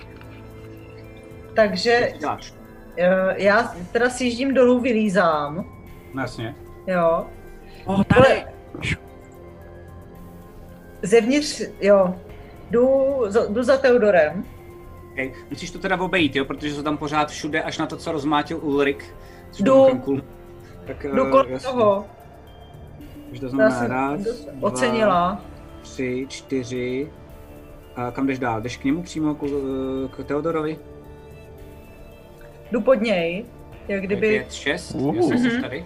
Takže já teda sjíždím dolů, vylízám. No jasně. Jo. Tady! Zevnitř, jo. Jdu za Theodorem. Okay. Musíš to teda obejít, jo? Protože jsou tam pořád všude, až na to, co rozmátil Ulrik. Jdu kolem toho. Takže to znamená ocenila. 2, 3, 4. A kam jdeš dál? Jdeš k němu přímo k Theodorovi? Jdu pod něj, jak kdyby... 5, 6, jestli jsi tady.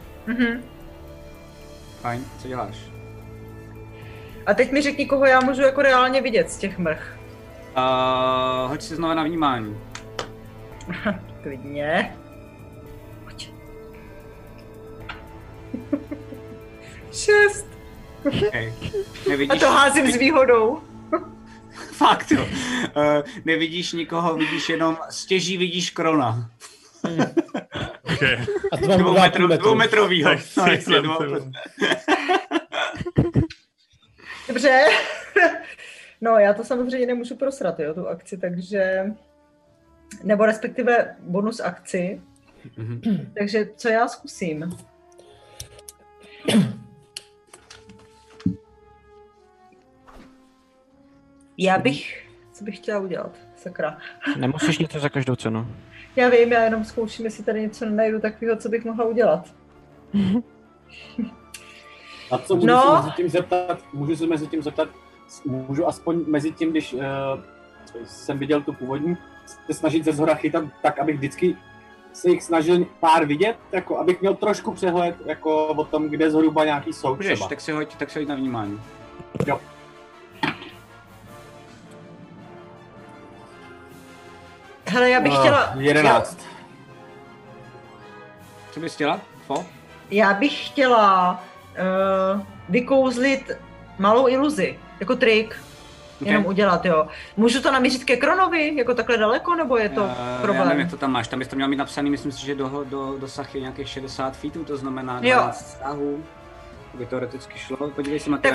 Fajn, co děláš? A teď mi řekni, koho já můžu jako reálně vidět z těch mrch. Hoď si znova na vnímání. Klidně. Pojď. 6. Okay. Nevidíš... A to házím s výhodou. Fakt jo. Nevidíš nikoho, vidíš jenom stěží vidíš Krona. Okay. A to mám 2 metrovýho. Dobře. No, já to samozřejmě nemůžu prosrat, jo, tu akci, takže... Nebo respektive bonus akci. Takže co já zkusím? Co bych chtěla udělat? Sakra. Nemusíš něco za každou cenu. Já vím, já jenom zkouším, jestli tady něco najdu takového, co bych mohla udělat. A co můžu se mezi tím zeptat, můžu aspoň mezi tím, když jsem viděl tu původní, se snažit ze zhora chytat tak, abych vždycky se jich snažil pár vidět, jako abych měl trošku přehled jako o tom, kde zhruba nějaký jsou třeba. Můžeš, tak si hoď na vnímání. Jo. Hele, já bych chtěla... 11. Co bys chtěla? Já bych chtěla vykouzlit malou iluzi, jako trik. Jenom udělat, jo. Můžu to namířit ke Kronovi, jako takhle daleko, nebo je to problém? Já nevím, jak to tam máš, tam bys to měl mít napsaný, myslím si, že dosah je nějakých 60 feetů, to znamená 12 stahů. By teoreticky šlo, podívej se, Matyáš. Tak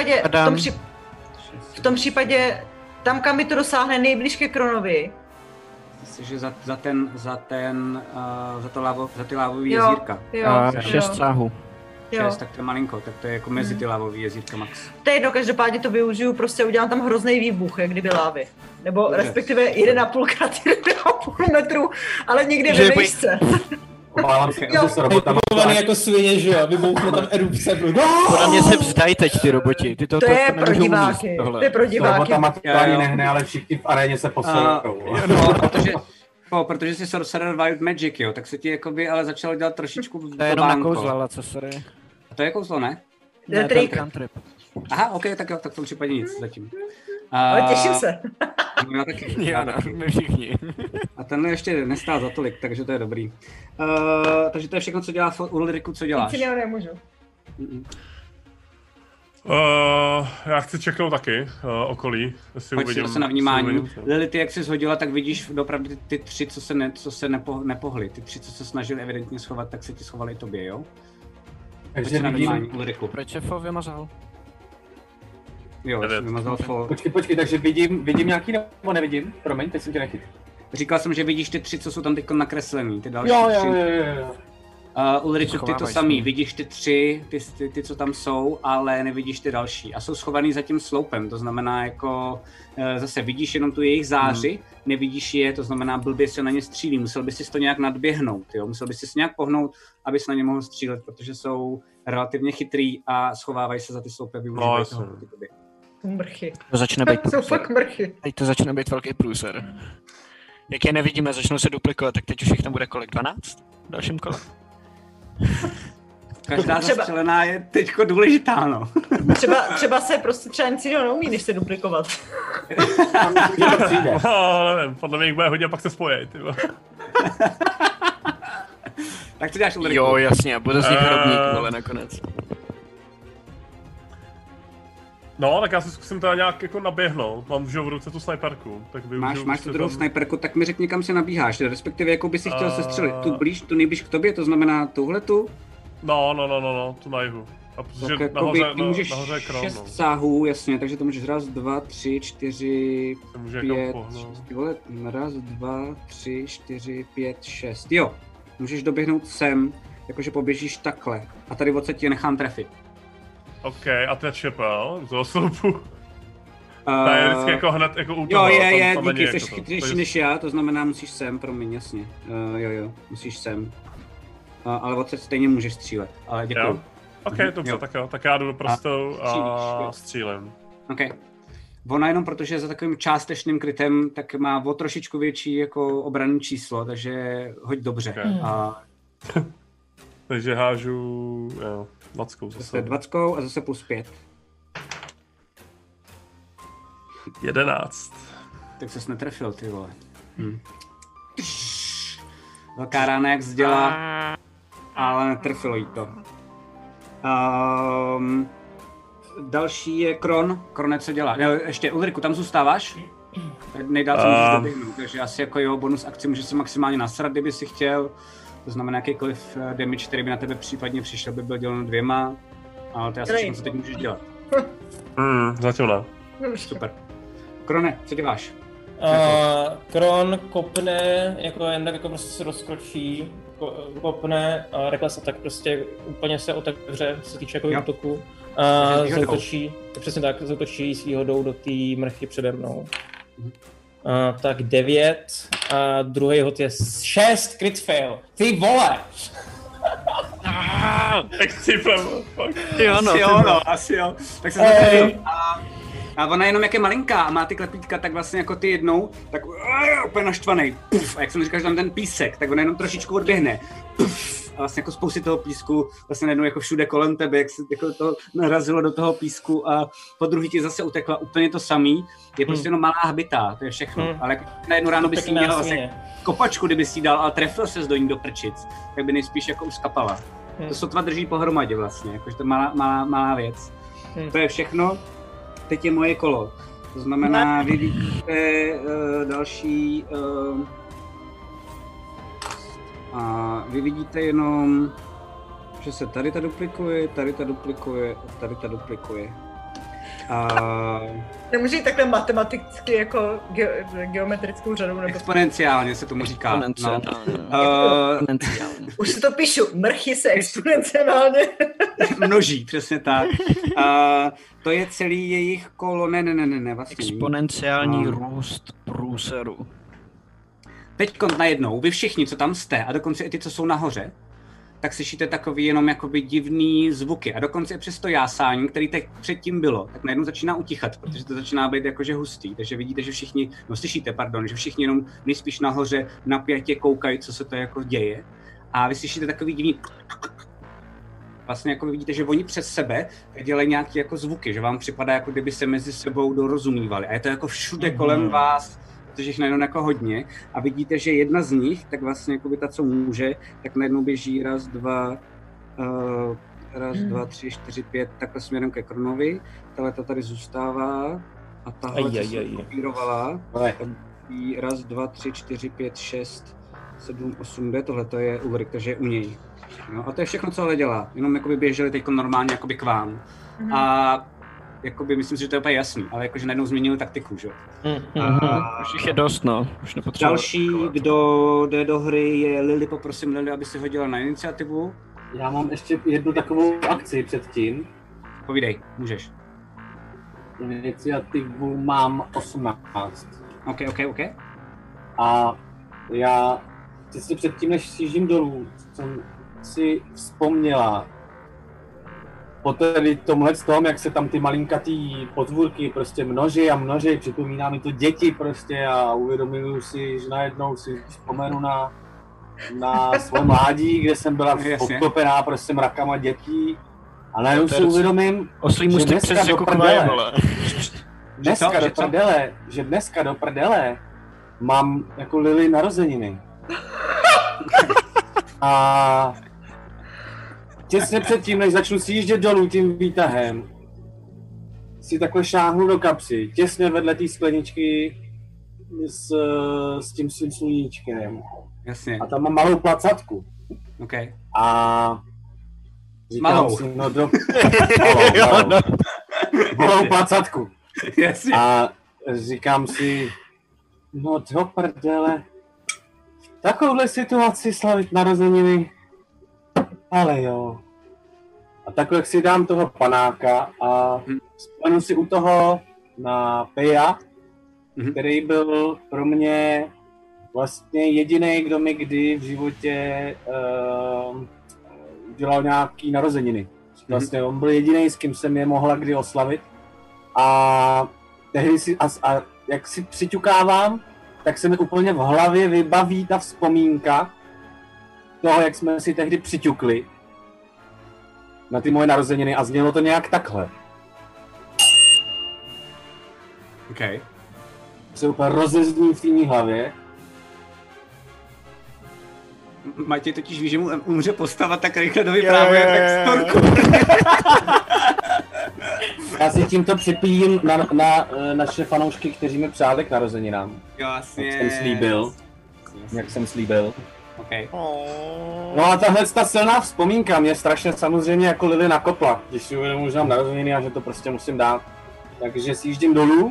v tom případě, tam, kam mi to dosáhne nejblíž ke Kronovi. Myslím, že za ty lávový jezírka. Jo. 6 sáhů. tak to je malinko, tak to je jako mezi ty lávový jezírka max. To je jedno, každopádně to využiju, prostě udělám tam hrozný výbuch, jak kdyby lávy. Nebo respektive 1,5 krát 1,5 metru, ale někde ve výšce. Obávám se, že se robotama... jako svině, že jo, vybouchne tam erupce. Podle mě se vzdají teď ty roboti. Ty to je pro diváky, to je pro diváky. Robotama to ani nehne, ale všichni v aréně se posadou. Protože jsi Sorcerer Wild Magic, jo, tak se ti jakoby ale začalo dělat trošičku to je jenom nakouzlala, co sorry. To je kouzlo, ne? To je trik. Aha, ok, tak jo, tak v tom případě nic zatím. Ale těším se. Já taky. Já my všichni. A tenhle ještě nestál za tolik, takže to je dobrý. Takže to je všechno, co dělá Ulriku, co děláš? Nic jiného nemůžu. Já chci čeknout taky okolí, jestli Pojď uvidím. se na vnímání. Lily, ty jak jsi shodila, tak vidíš opravdu ty 3, co se nepohly. Ty 3, co se snažili evidentně schovat, tak se ti schovali i tobě, jo? Takže na vnímání, Ulriku. Proč šéfo vymazal? Jo, jsem vymazal fall. Počkej, takže vidím nějaký nebo nevidím? Promiň, teď jsem tě nechytil. Říkal jsem, že vidíš ty 3, co jsou tam teď nakreslený, ty další 3. Jo. Ulriku, ty to samý, vidíš ty 3, ty, co tam jsou, ale nevidíš ty další. A jsou schovaný za tím sloupem, to znamená jako, zase vidíš jenom tu jejich záři, nevidíš je, to znamená blbě se na ně střílí, musel bys si to nějak nadběhnout, jo? Musel bys si nějak pohnout, abys na ně mohl střílet, protože jsou relativně chytrý a schovávají se za ty sloupy, využívají toho proti tobě. Mrchy. To začne být jsou fakt mrchy. Teď to začne být velký průser. Jak je nevidíme, začnou se duplikovat, tak teď už jich tam bude kolik? 12? V dalším kole. Každá zastřelená je teďko důležitá, no. Třeba se prostě třeba nic jiného neumí, než se duplikovat. No, nevím, podle mě jich bude hodně, pak se spojí, ty. Tak co děláš, Ulriku? Jo, jasně, bude z nich hrobník, vole, nakonec. No, tak já si zkusím teda nějak jako naběhnout, mám v ruce tu snajperku, tak využiju... Máš tu druhou snajperku, tak mi řekni, kam se nabíháš, respektive jako by si chtěl sestřelit. Tu nejblíž k tobě, to znamená touhletu? No, tu na jihu. A protože tak nahoře je kron, 6 sáhů, jasně, takže to můžeš 1, 2, 3, 4, 5, 6, vole, 1, 2, 3, 4, 5, 6, jo. Můžeš doběhnout sem, jakože poběžíš takhle a tady odsaď tě nechám trefit. OK, a teď šepel, z toho sloupu. To je vždycky jako hned jako u toho. Jo, díky, jsi chytřejší než já, to znamená musíš sem, promiň, jasně. Jo, musíš sem. Ale odsaď stejně můžeš střílet, ale děkuju. Jo? OK, dobře, tak jo, tak já jdu do prostou a střílím. OK. Ona jenom protože za takovým částečným krytem, tak má o trošičku větší jako obranné číslo, takže hoď dobře. Okay. Takže hážu, jo, 20 zase. 20 a zase plus 5. 11. Tak ses netrefil, ty vole. Velká rána jak zděla, ale netrefilo jí to. Další je Kron. Krone, co dělá? No, ještě Ulriku, tam zůstáváš? Nejdál se můžeš doběhnout, takže asi jako jo, bonus akci můžeš se maximálně nasrat, kdyby si chtěl. To znamená, jakýkoliv damage, který by na tebe případně přišel, by byl dělen 2, ale to je asi všechno, co teď můžeš dělat. Zatím ne. Super. Krone, co děláš? Kron kopne, jako jen tak jako prostě se rozkročí, kopne a Reckless tak prostě úplně se otevře, co se týče jako útoku. Zautočí, přesně tak, zautočí s výhodou do té mrchy přede mnou. Tak 9 a druhý hod je 6, crit fail. Ty vole! Asi jo. Tak se zatevřu. A ona jenom jak je malinká a má ty klepítka, tak vlastně jako ty jednou, tak úplně naštvanej. Puf, a jak jsem říkal, že tam ten písek, tak ona jenom trošičku odběhne. Puf, a vlastně jako spousty toho písku, vlastně najednou jako všude kolem tebe, jak se jako to narazilo do toho písku a po druhý ti zase utekla úplně to samý. Je prostě jenom malá habita, to je všechno. Ale na jednu ráno bys jí měl vlastně kopačku, kdyby si dal, ale trefil ses do ní do prčic, tak by nejspíš jako uskapala. To sotva drží pohromadě vlastně, jakože to je malá věc. To je všechno. Teď je moje kolo. To znamená, vy vidíte další... a vy vidíte jenom, že se tady ta duplikuje, tady ta duplikuje a tady ta duplikuje. Nemůže jít takhle matematicky jako geometrickou řadou nebo... Exponenciálně se tomu říká. Už si to píšu, mrchy se exponenciálně. Množí, přesně tak. To je celý jejich kolo, ne, vlastně. Exponenciální růst průseru. Teď najednou, vy všichni, co tam jste, a dokonce i ty, co jsou nahoře, tak slyšíte takový jenom jakoby divný zvuky. A dokonce i přes to jásání, který teď předtím bylo, tak najednou začíná utichat, protože to začíná být jakože hustý. Takže vidíte, že všichni, slyšíte, že všichni jenom nejspíš nahoře napjatě koukají, co se to jako děje. A vy slyšíte takový divný... Vlastně jako vidíte, že oni přes sebe dělají nějaké jako zvuky, že vám připadá, jako kdyby se mezi sebou dorozumívali. A je to jako všude kolem vás, protože jich najednou jako hodně. A vidíte, že jedna z nich, tak vlastně jako by ta, co může, tak najednou běží raz, dva, 3, 4, 5, takhle směrem ke Kronovi. Tahle ta tady zůstává a tahle, co se kopírovala, raz, 2, 3, 4, 5, 6, 7, 8, D, tohle to je Ulrik, takže je u něj. No, a to je všechno, co ale dělá, jenom jakoby běželi teď normálně jakoby k vám. A jakoby myslím si, že to je úplně jasný, ale jakože najednou změnili taktiku, že? Už jich je dost, no. Už nepotřeba. Další, kdo jde do hry, je Lily. Poprosím Lily, aby si hodila na iniciativu. Já mám ještě jednu takovou akci předtím. Povídej, můžeš. Iniciativu mám 18. OK. A já těsně předtím, než sjíždím dolů, jsem si vzpomněla po tady tomhle tom, jak se tam ty malinkatý potvůrky prostě množí, připomíná mi to děti prostě a uvědomuju si, že najednou si vzpomenu na své mládí, kde jsem byla obklopená prostě mrakama dětí a najednou si uvědomím, že dneska do prdele mám jako Lily narozeniny. A těsně předtím, než začnu sjíždět dolů tím výtahem, si takhle šáhnu do kapsy, těsně vedle té skleničky s tím svým sluníčkem. Jasně. A tam mám malou placatku. Okay. A říkám malou. Si, malou placatku. Jasně. A říkám si, no do prdele, v takovouhle situaci slavit narozeniny, ale jo. A takhle si dám toho panáka a vzpomenu si u toho na Peja, který byl pro mě vlastně jediný, kdo mi kdy v životě udělal nějaký narozeniny. Vlastně on byl jediný, s kým jsem je mohla kdy oslavit. A tehdy si, a jak si přiťukávám, tak se mi úplně v hlavě vybaví ta vzpomínka toho, jak jsme si tehdy přiťukli na ty moje narozeniny a znělo to nějak takhle. OK. Se úplně rozezní v té mý hlavě. Matěj totiž ví, že mu umře postava, tak rychle dovyprávuje tak storku. Já si tímto připijím na naše fanoušky, kteří mi přáli k narozeninám. Jasně. Jak jsem slíbil. Okay. No a tahle ta silná vzpomínka mě strašně samozřejmě jako Lily nakopla, když si uvědomuji, že mám narozeniny a že to prostě musím dát. Takže si jíždím dolů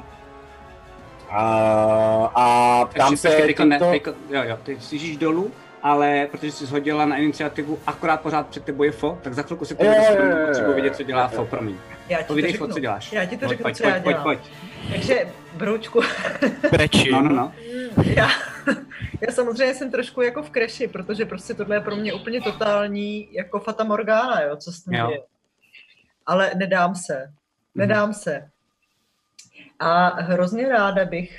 a ptám se ty si jíždíš dolů, ale protože jsi shodila na iniciativu akorát pořád před tebou je Fo, tak za chvilku si potřebuji vidět, co dělá Fo, promiň. Povídej, Fo, co děláš. Já ti to řeknu, co já dělám. Pojď. Takže, broučku. Preči. No. Já samozřejmě jsem trošku jako v kreši, protože prostě tohle je pro mě úplně totální jako Fata Morgana, jo, co s tím děje. Ale nedám se. A hrozně ráda bych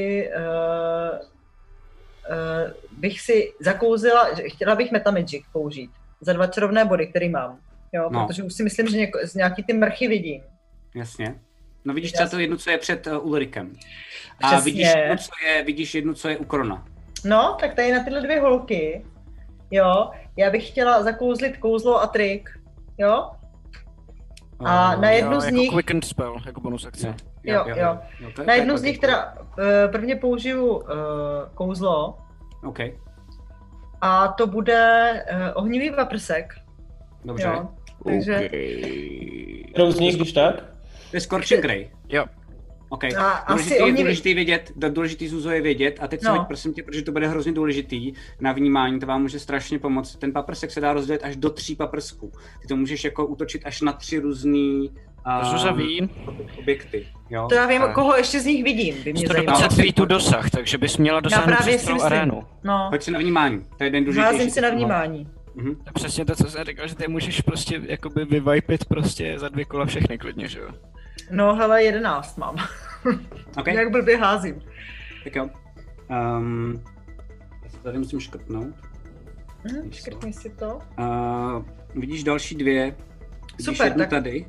si zakouzila, chtěla bych Metamagic použít za 2 čarovné body, který mám, jo, protože už si myslím, že z nějaký ty mrchy vidím. Jasně. No vidíš třeba to jednu, co je před Ulrikem. A vidíš jednu, co je u Krona. No, tak tady na tyhle 2 holky, jo, já bych chtěla zakouzlit kouzlo a trik, jo. A na jednu z nich... Jako quickened spell, jako bonus akce. Jo. Na jednu z nich teda prvně použiju kouzlo. OK. A to bude ohnivý vaprsek. Dobře. Jo, takže... Kterou z nich, když tak? To je Scorching Ray. Jo. OK. Důležitý Zuzo je vědět a teď si hoď, prosím tě, protože to bude hrozně důležitý na vnímání, to vám může strašně pomoct. Ten paprsek se dá rozdělit až do 3 paprsků. Ty to můžeš jako útočit až na 3 různý objekty. Jo? To já vím, koho ještě z nich vidím. 120 feetů dosah, takže bys měla dosáhnout přes celou arénu. No. Hoď si na vnímání, to je jeden důležitější. Házím si na vnímání. To přesně to, co jsem říkal, že ty můžeš prostě jakoby vyvipit prostě za 2 kola všechny klidně, že jo? No hele, 11 mám. Okay. Jak blbě házím. Tak jo. Já se tady musím škrtnout. Škrtni si to. Vidíš další 2. Super, tak tady.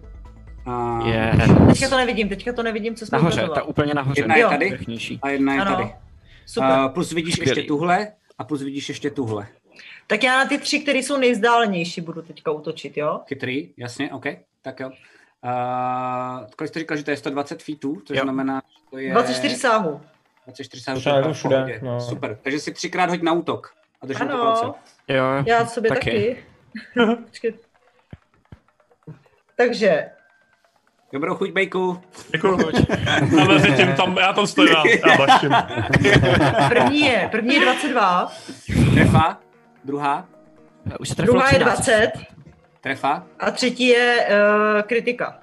Teďka to nevidím, co jsme nahoře, ta úplně nahoře. Jedna je tady a jedna je tady. Super. Plus vidíš ještě tuhle a plus vidíš ještě tuhle. Tak já na ty 3, které jsou nejvzdálenější, budu teďka útočit, jo? Chytrý, jasně, OK, tak jo. Kolik jsi říkal, že to je 120 feetů, což znamená, že to je... 24 sáhů. 24 sáhů, to je všude, no. Super, takže si 3krát hoď na útok a držím to palce. Jo, já sobě taky. Takže... Dobrou chuť, Bejku. Děkuju. A mezi tím já tam stojím, já baštím. První je 22. Trefa, druhá. Druhá je 20. Trefa. A třetí je kritika.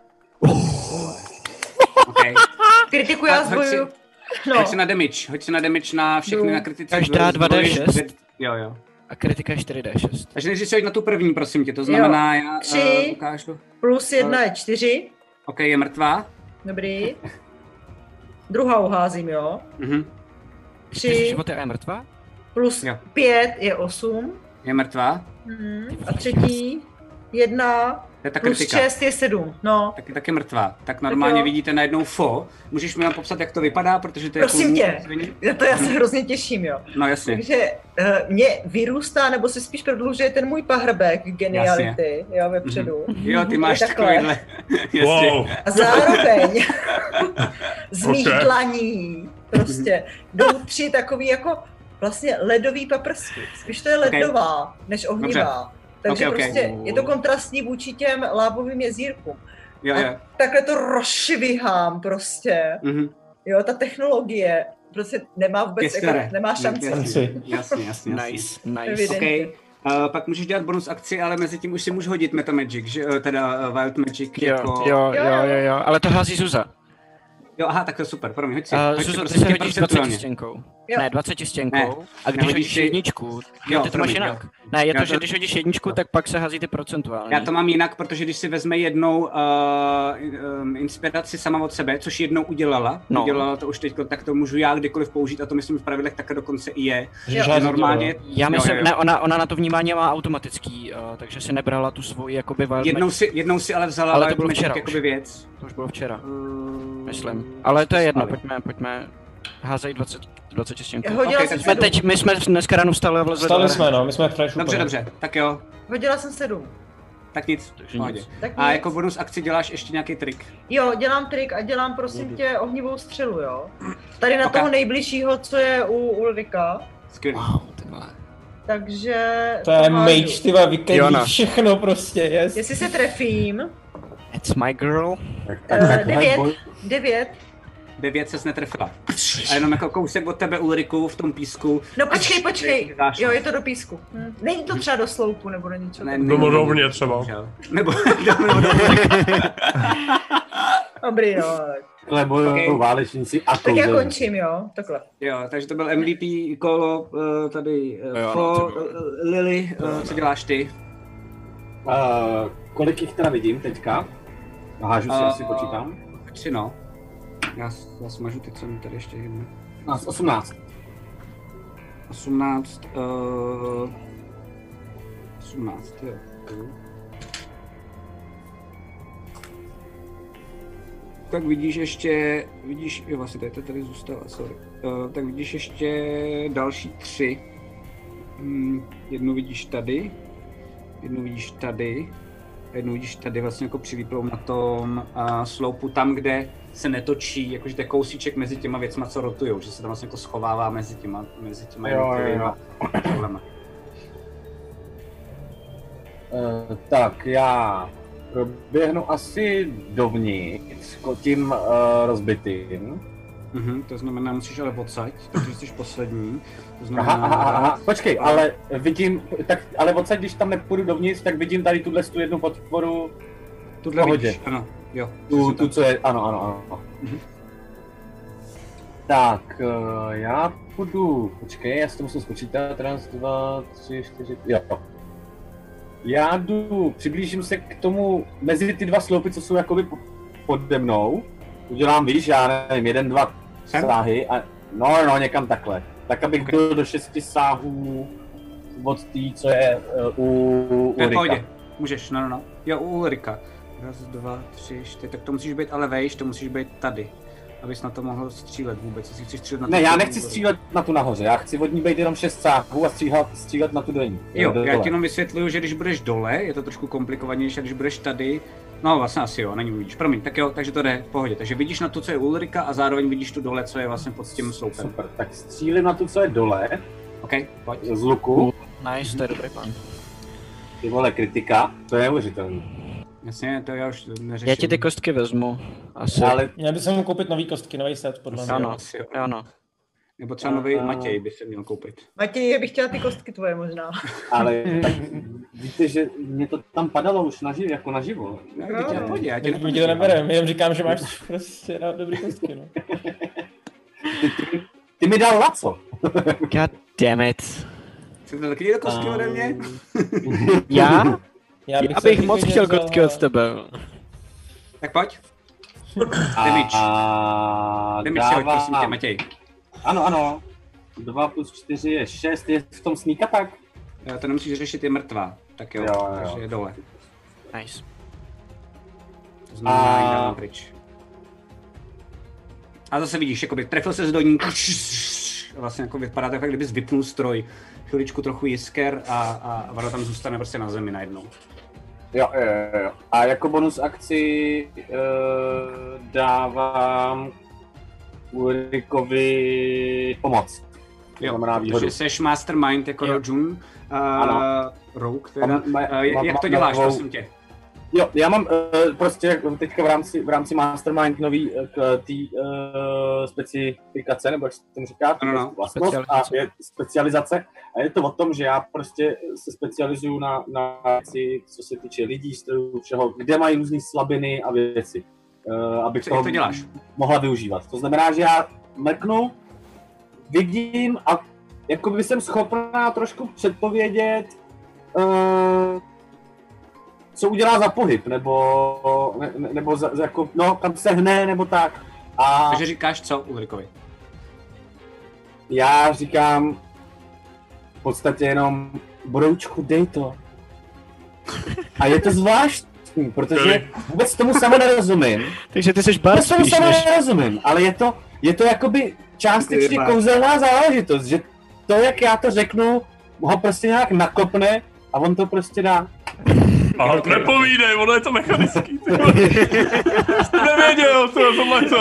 Okay. Kritiku já zbojuju. Hoď si na damage na všechny na kritice. Každá 2d6. Jo. A kritika je 4d6. Takže než si hoď na tu první, prosím tě, to znamená, já 3 ukážu. Plus 1 je 4. OK, je mrtvá. Dobrý. Druhou házím, jo. 3 životy a je mrtvá? Plus 5 je 8. Je mrtvá. A třetí 1 plus 6 je 7. No. Taky mrtvá. Tak normálně vidíte najednou Můžeš mi nám popsat, jak to vypadá, protože to je prosím tě, já se hrozně těším, jo. No jasně. Takže mě vyrůstá, nebo se spíš prodlužuje ten můj pahrbek geniality, jo, vepředu. Jo, ty máš takovýhle. Wow. A zároveň z mých dlaní prostě jdou 3 takový jako vlastně ledový paprsky. Spíš to je ledová, než ohnivá. Takže prostě je to kontrastní vůči těm lávovým jezírkům. Jo. Takhle to rozšvihám prostě. Jo, ta technologie prostě nemá vůbec, nemá šanci. Jasně. Nice. Okay. Pak můžeš dělat bonus akci, ale mezi tím už si můžu hodit Metamagic, že? Teda Wild Magic. Jo, ale to hází Zuza. Jo, aha, tak to je super, promiň, hoď si. Zuzo, ty se hodíš 20 stěnkou. Ne, 20 stěnkou. A když hodíš jedničku, ty to máš jinak. Ne, je to, že když hodíš jedničku, tak pak se hází ty procentuálně. Já to mám jinak, protože když si vezme jednou inspiraci sama od sebe, což jednou udělala to už teď, tak to můžu já kdykoliv použít a to myslím v pravidlech také dokonce i je. Normálně. Já myslím, ne, ona na to vnímání má automatický, takže si nebrala tu svoji jakoby jednou si ale vzala ale to bylo včera jakoby věc. To už bylo včera. Myslím. Ale to je jedno, pojďme házej 20 stěnkou. My jsme dneska ráno vstali a vlezli. Vstali jsme, my jsme fresh. Dobře, tak jo. Hodila jsem 7. Tak nic. A jako bonus akci děláš ještě nějaký trik? Jo, dělám trik a dělám prosím tě ohnivou střelu, jo. Tady na toho nejbližšího, co je u Ulrika. Skvělý. Takže... To je mage, tyva, vykedí všechno prostě, yes. Jestli se trefím... It's my girl. 9. 9 ses netrefila. A jenom jako kousek od tebe, Ulriku, v tom písku. No počkej. Jo, je to do písku. Není to třeba do sloupu nebo do něčeho? Domorovně třeba. Nebo Dobrý, no. Takhle bojují válečníci a tak já končím, jo, takhle. Jo, takže to byl MVP kolo, tady Lily, co děláš ty? Kolik jich teda vidím teďka? Hážu si, asi počítám. 3, no. Já smažu teď jsem tady ještě jedno. 18. 18, jo. Tak vidíš, jo vlastně tady zůstala, sorry. Tak vidíš ještě další 3. Jednu vidíš tady, jednu vidíš tady vlastně jako přilíplou na tom sloupu, tam, kde se netočí, jakože to je kousíček mezi těma věcma, co rotujou, že se tam vlastně jako schovává mezi těma jednotlivýma problema. Tak já proběhnu asi dovnitř tím rozbitým. To znamená, musíš ale odsaď, protože jsi poslední. To znamená... Aha, počkej, ale vidím, ale odsaď, když tam nepůjdu dovnitř, tak vidím tady tu jednu podporu. Tuhle vidíš, ano, jo. Tu, co je, ano. Tak, já půjdu, počkej, já si to musím spočítat, 1, 2, 3, 4, jo. Já přiblížím se k tomu, mezi ty dva sloupy, co jsou jakoby pode mnou. Udělám, víš, já nevím, 1, 2 sáhy a no, někam takhle. Tak, abych byl do 6 sáhů od té, co je u Ulrika. Můžeš, no. Jo, u Ulrika. 1, 2, 3, 4, tak to musíš být ale vejš, to musíš být tady. Abys na to mohl střílet vůbec, jestli chceš střílet na tu. Ne, já nechci střílet na tu nahoře, já chci od ní být jenom 6 sáhů a střílet na tu dolní. Jo, já ti jenom vysvětluju, že když budeš dole, je to trošku komplikovanější, a když budeš tady, no vlastně asi jo, není uvidíš, promiň, tak jo, takže to jde v pohodě. Takže vidíš na tu, co je Ulrika a zároveň vidíš tu dole, co je vlastně pod tím sloupem. Super, tak střílím na tu, co je dole. OK, pojď. Z luku. Nice, to je dobrý plán. Ty vole, kritika, to je neuvěřitelný. Jasně, to já už neřeším. Já ti ty kostky vezmu, asi. Ale... Měl bych mu koupit nový kostky, nový set, podle mě. Ano. Nebo třeba nový Matěj by se měl koupit. Matěj, já bych chtěla ty kostky tvoje možná. Ale tak, víte, že mě to tam padalo už jako naživo. No, já tě to neberem, jenom říkám, že máš prostě dobrý kostky, no. Ty mi dal Laco. God damn it. Chcete taky dělat kostky ode mě? Já? Já bych moc chtěl kostky od tebe. Tak pojď. Damage. Damage si hoď, prosím tě, Matěj. Ano. 2 plus 4 je 6, je v tom sneak attack? To nemusíš řešit, je mrtvá. Tak jo. Takže je dole. Nice. To znamená, jí dávám pryč. A zase vidíš, jakoby trefil se z dolní. Vlastně jako vypadá tak, kdybys vypnul stroj. Chviličku trochu jisker a Varo tam zůstane prostě na zemi najednou. Jo. A jako bonus akci dávám Ulrikovi pomoc. Jo, znamená výhodu. Protože jsi mastermind jako Rojun, Rogue teda. Jak to děláš, prosím tě? Jo, já mám prostě teďka v rámci mastermind nový k té specifikace, nebo jak se tomu říká, vlastnost a je specializace. A je to o tom, že já prostě se specializuju na věci, co se týče lidí, strojů, všeho, kde mají různé slabiny a věci. Abych to mohla využívat. To znamená, že já mrknu, vidím a jakoby jsem schopná trošku předpovědět, co udělá za pohyb, nebo jako, no, kam se hne, nebo tak. Takže říkáš co Ulrikovi? Já říkám v podstatě jenom broučku, dej to. A je to zvláštní, protože vůbec tomu sama nerozumím. Takže ty seš bar spíš, tomu nerozumím, ale je to jakoby částečně kouzelná záležitost, že to, jak já to řeknu, ho prostě nějak nakopne a on to prostě dá. Aha, nepovídej, ono je to mechanický. Jste nevěděl, tohle to.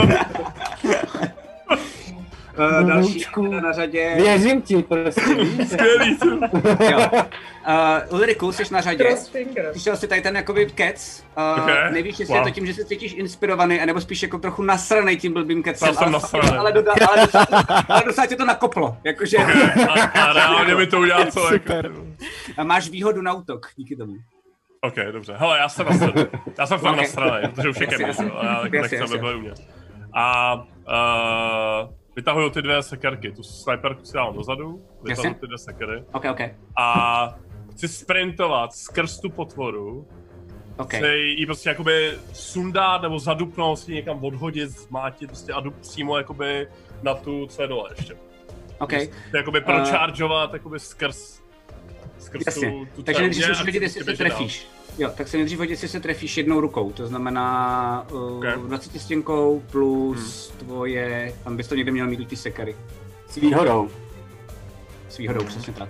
Další na řadě. Věřím ti, prostě. Skvělý, co? Ulriku, jsi na řadě. Slyšel jsi tady ten jakoby kec. Nevíš, jestli je to tím, že se cítíš inspirovaný, anebo spíš jako trochu nasranej tím blbým kecem. Ale docela tě to nakoplo. Jakože... A reálně mi to udělá co? Super. A máš výhodu na útok díky tomu. OK, dobře. Hele, já jsem fakt nasranej, protože už je kemis, já nechci, aby byli u mě. A vytahuju ty 2 sekerky, tu sniperku si dám dozadu, vytahuju ty 2 sekery. OK. A chci sprintovat skrz tu potvoru, chci jí prostě jakoby sundat nebo zadupnout, si někam odhodit, zmátit prostě a jdu přímo jakoby na tu, co je dole ještě. Prostě jakoby prochargeovat jakoby skrz tu takže nejdřív musíš hodit, jestli se trefíš. Jo, tak se nejdřív hodit, jestli se trefíš jednou rukou, to znamená 20 stěnkou plus tvoje, tam bys to někde měl mít ty sekery. S výhodou. S výhodou, přesně tak.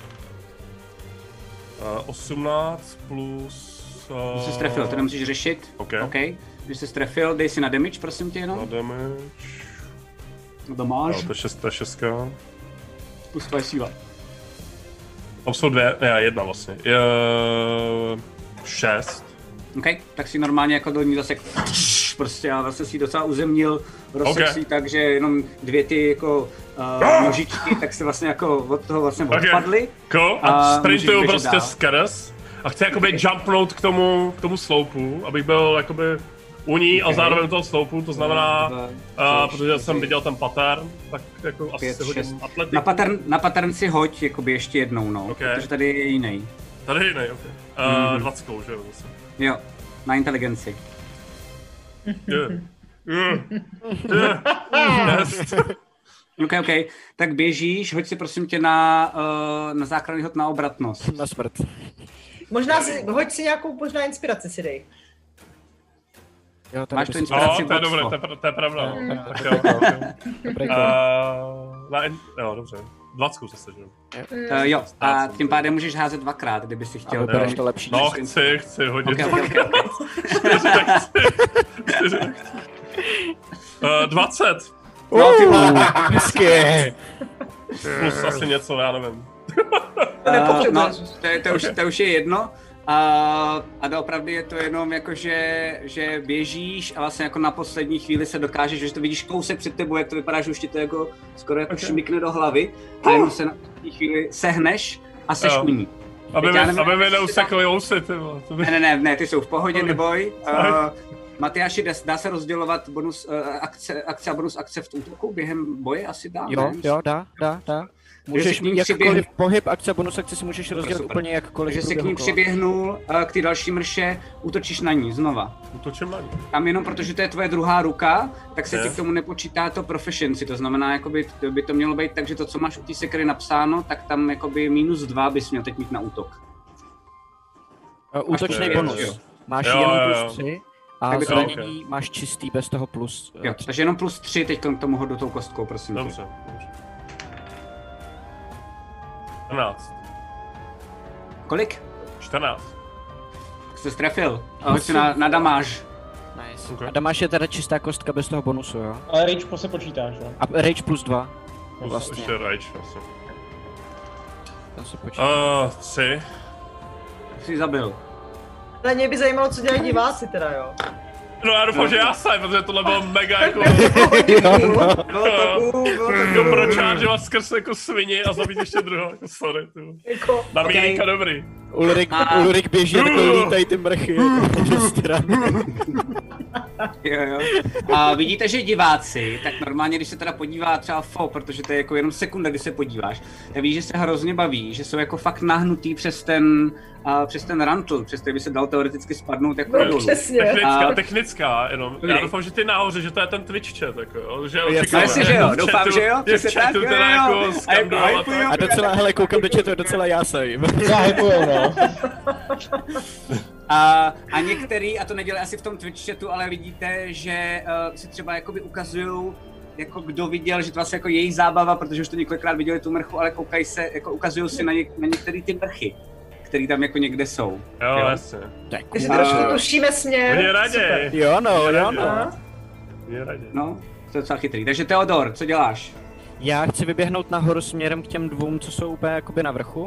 18 plus... Když jsi trefil, to nemusíš řešit. OK. Když jsi trefil, dej si na damage, prosím tě jenom. Na damage... No to máš. To je 6. Plus tvoje síla. Tam jsou 2, ne, 1 vlastně. 6. OK, tak si normálně jako do ní zase prostě a vlastně si docela uzemnil rozsek takže jenom 2 ty jako nožičky, tak se vlastně jako od toho vlastně odpadly. Cool. A sprintuju prostě skrz a chci jakoby jumpnout k tomu sloupu, abych byl jakoby u ní a zároveň u toho sloupu, to znamená, protože jsem viděl ten pattern, tak jako 5, asi si hodím atletiku. Na pattern si hoď jakoby ještě jednou, no, protože tady je jiný. Tady je jiný, 20, že jo, zase. Jo, na inteligenci. OK. Tak běžíš, hoď si prosím tě na záchranný hod na obratnost. Na smrt. Možná hoď si nějakou inspiraci si dej. Jo, máš tu inspiraci. To je dobré, to je pravda. Tak jo, dobře. 20 zase, že jo? Jo, a tím pádem můžeš házet 2krát, kdyby si chtěl. Vybereš to lepší. No, chci hodit. Okay. 20. No, ty hezky. Plus asi něco, já nevím. To už je jedno. A doopravdy je to jenom jako, že běžíš a vlastně jako na poslední chvíli se dokážeš, že to vidíš kousek před tebou, jak to vypadá, že už ti to jako skoro jako šmikne do hlavy a jenom se na poslední chvíli sehneš a seš u ní. Aby mi neusekli ousy, ty vole. Ne, ty jsou v pohodě, neboj. Matyáši, dá se rozdělovat bonus akce a bonus akce v útoku během boje? Asi dá, Jo, dá. Můžeš jakkoliv pohyb, akce a bonus akce si můžeš rozdělit úplně jakkoliv. Takže si k ní přiběhnul, k ty další mrše, útočíš na ní znova. Útočím na ní. Tam jenom protože to je tvoje druhá ruka, tak se ti k tomu nepočítá to proficiency, to znamená, jakoby, by to mělo být tak, že to, co máš u té sekery napsáno, tak tam jakoby -2 bys měl teď mít na útok. Útočný bonus. Máš jenom +3 a zranění máš čistý bez toho plus. Jo, takže jenom +3 teď k tomu hodu tou kostkou, prosím. Dobře. 14. Kolik? 14. Tak jsi strefil. Hoď si na damáž. Nice. Okay. A damáž je teda čistá kostka bez toho bonusu, jo? Ale rage se počítáš, jo? A rage +2. Vlastně. Ještě rage, vlastně. Tam se počítá. 3. Jsi zabil. Ale mě by zajímalo, co dělají diváci teda, jo? No já doufám, že já jsem, protože tohle bylo mega jako... Jako prochargeovat skrz jako svini a zabít ještě druhou, jako sorry. Na mílíka dobrý. Ulrik běží, jako lítají ty mrchy. Jo. A vidíte, že diváci, tak normálně, když se teda podívá třeba Fo, protože to je jako jenom sekunda, kdy se podíváš, tak víš, že se hrozně baví, že jsou jako fakt nahnutý přes ten rantul, přes který by se dal teoreticky spadnout jako dolů. Technická, jenom. Já doufám, že ty nahoře, že to je ten Twitch chat, jako, že očekávám. Že jo, doufám, že jo, přesně tak, a docela, hele, koukám do chatu, docela já jsem. Já hypuju, no. A některý, a to nedělají asi v tom Twitch chatu, ale vidíte, že si třeba jakoby ukazujou, jako kdo viděl, že to vlastně jako jejich zábava, protože už to několikrát viděli tu mrchu, ale koukají se, jako ukazují si na některé ty mrchy, které tam jako někde jsou. Jo, jasně. Takže trošku tušíme směr. Mě raději. Jo no. Mě raději. No, to je docela chytrý. Takže Theodor, co děláš? Já chci vyběhnout nahoru směrem k těm dvou, co jsou úplně jakoby na vrchu.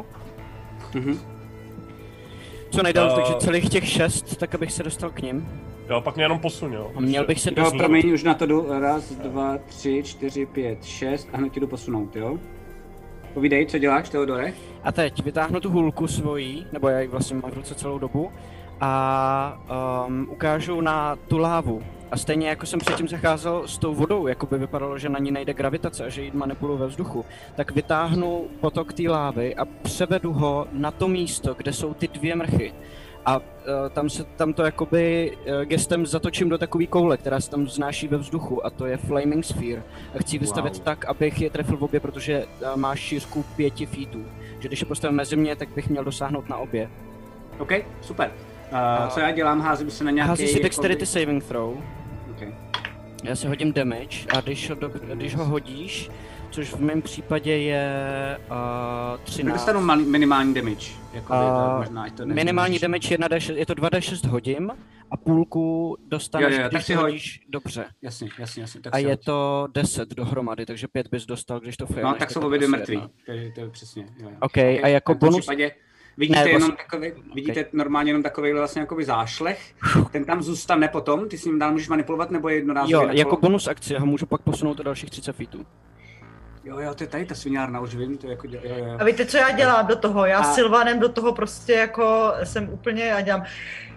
Co nejdál, takže celých těch 6, tak abych se dostal k ním. Jo, pak mě jenom posun, jo. A měl bych se dostat. Jo, promiň, už na to jdu. 1, 2, 3, 4, 5, 6 a hned ti jdu posunout, jo? Povídej, co děláš, Theodore? A teď vytáhnu tu hůlku svojí, nebo já ji vlastně mám v ruce celou dobu, a ukážu na tu lávu. A stejně jako jsem předtím zacházel s tou vodou, jako by vypadalo, že na ní nejde gravitace a že ji manipuluji ve vzduchu, tak vytáhnu potok té lávy a převedu ho na to místo, kde jsou ty 2 mrchy. A tam to jakoby gestem zatočím do takové koule, která se tam vznáší ve vzduchu, a to je Flaming Sphere. A chci ji vystavit tak, abych je trefil v obě, protože má šířku 5 feetů. Že když je postavím mezi mě, tak bych měl dosáhnout na obě. OK, super. Co já dělám? Házím se na nějaký... Hází si dexterity saving throw. Okay. Já si hodím damage a když ho hodíš, což v mém případě je 13. Dostanu minimální damage. Možná, to minimální damage 1d6, je to 2d6 hodím a půlku dostaneš, jo, když to hodíš dobře. Jasně. Tak a je to 10 dohromady, takže 5 bys dostal, když to failneš. No, tak jsou obě 2 mrtví, to je přesně. Jo. OK, a jako bonus... V případě Vidíte ne, jenom takový, vidíte normálně jenom takový vlastně jakoby zášlech, ten tam zůstane potom, ty s ním dál můžeš manipulovat nebo jednorázově? Jo, jako bonus akci ho můžu pak posunout o dalších 30 feetů. Jo, to je tady ta sviňárna, už vím, to je jako jo. A víte, co já dělám do toho? Já s Sylvanem do toho prostě jako jsem úplně a dělám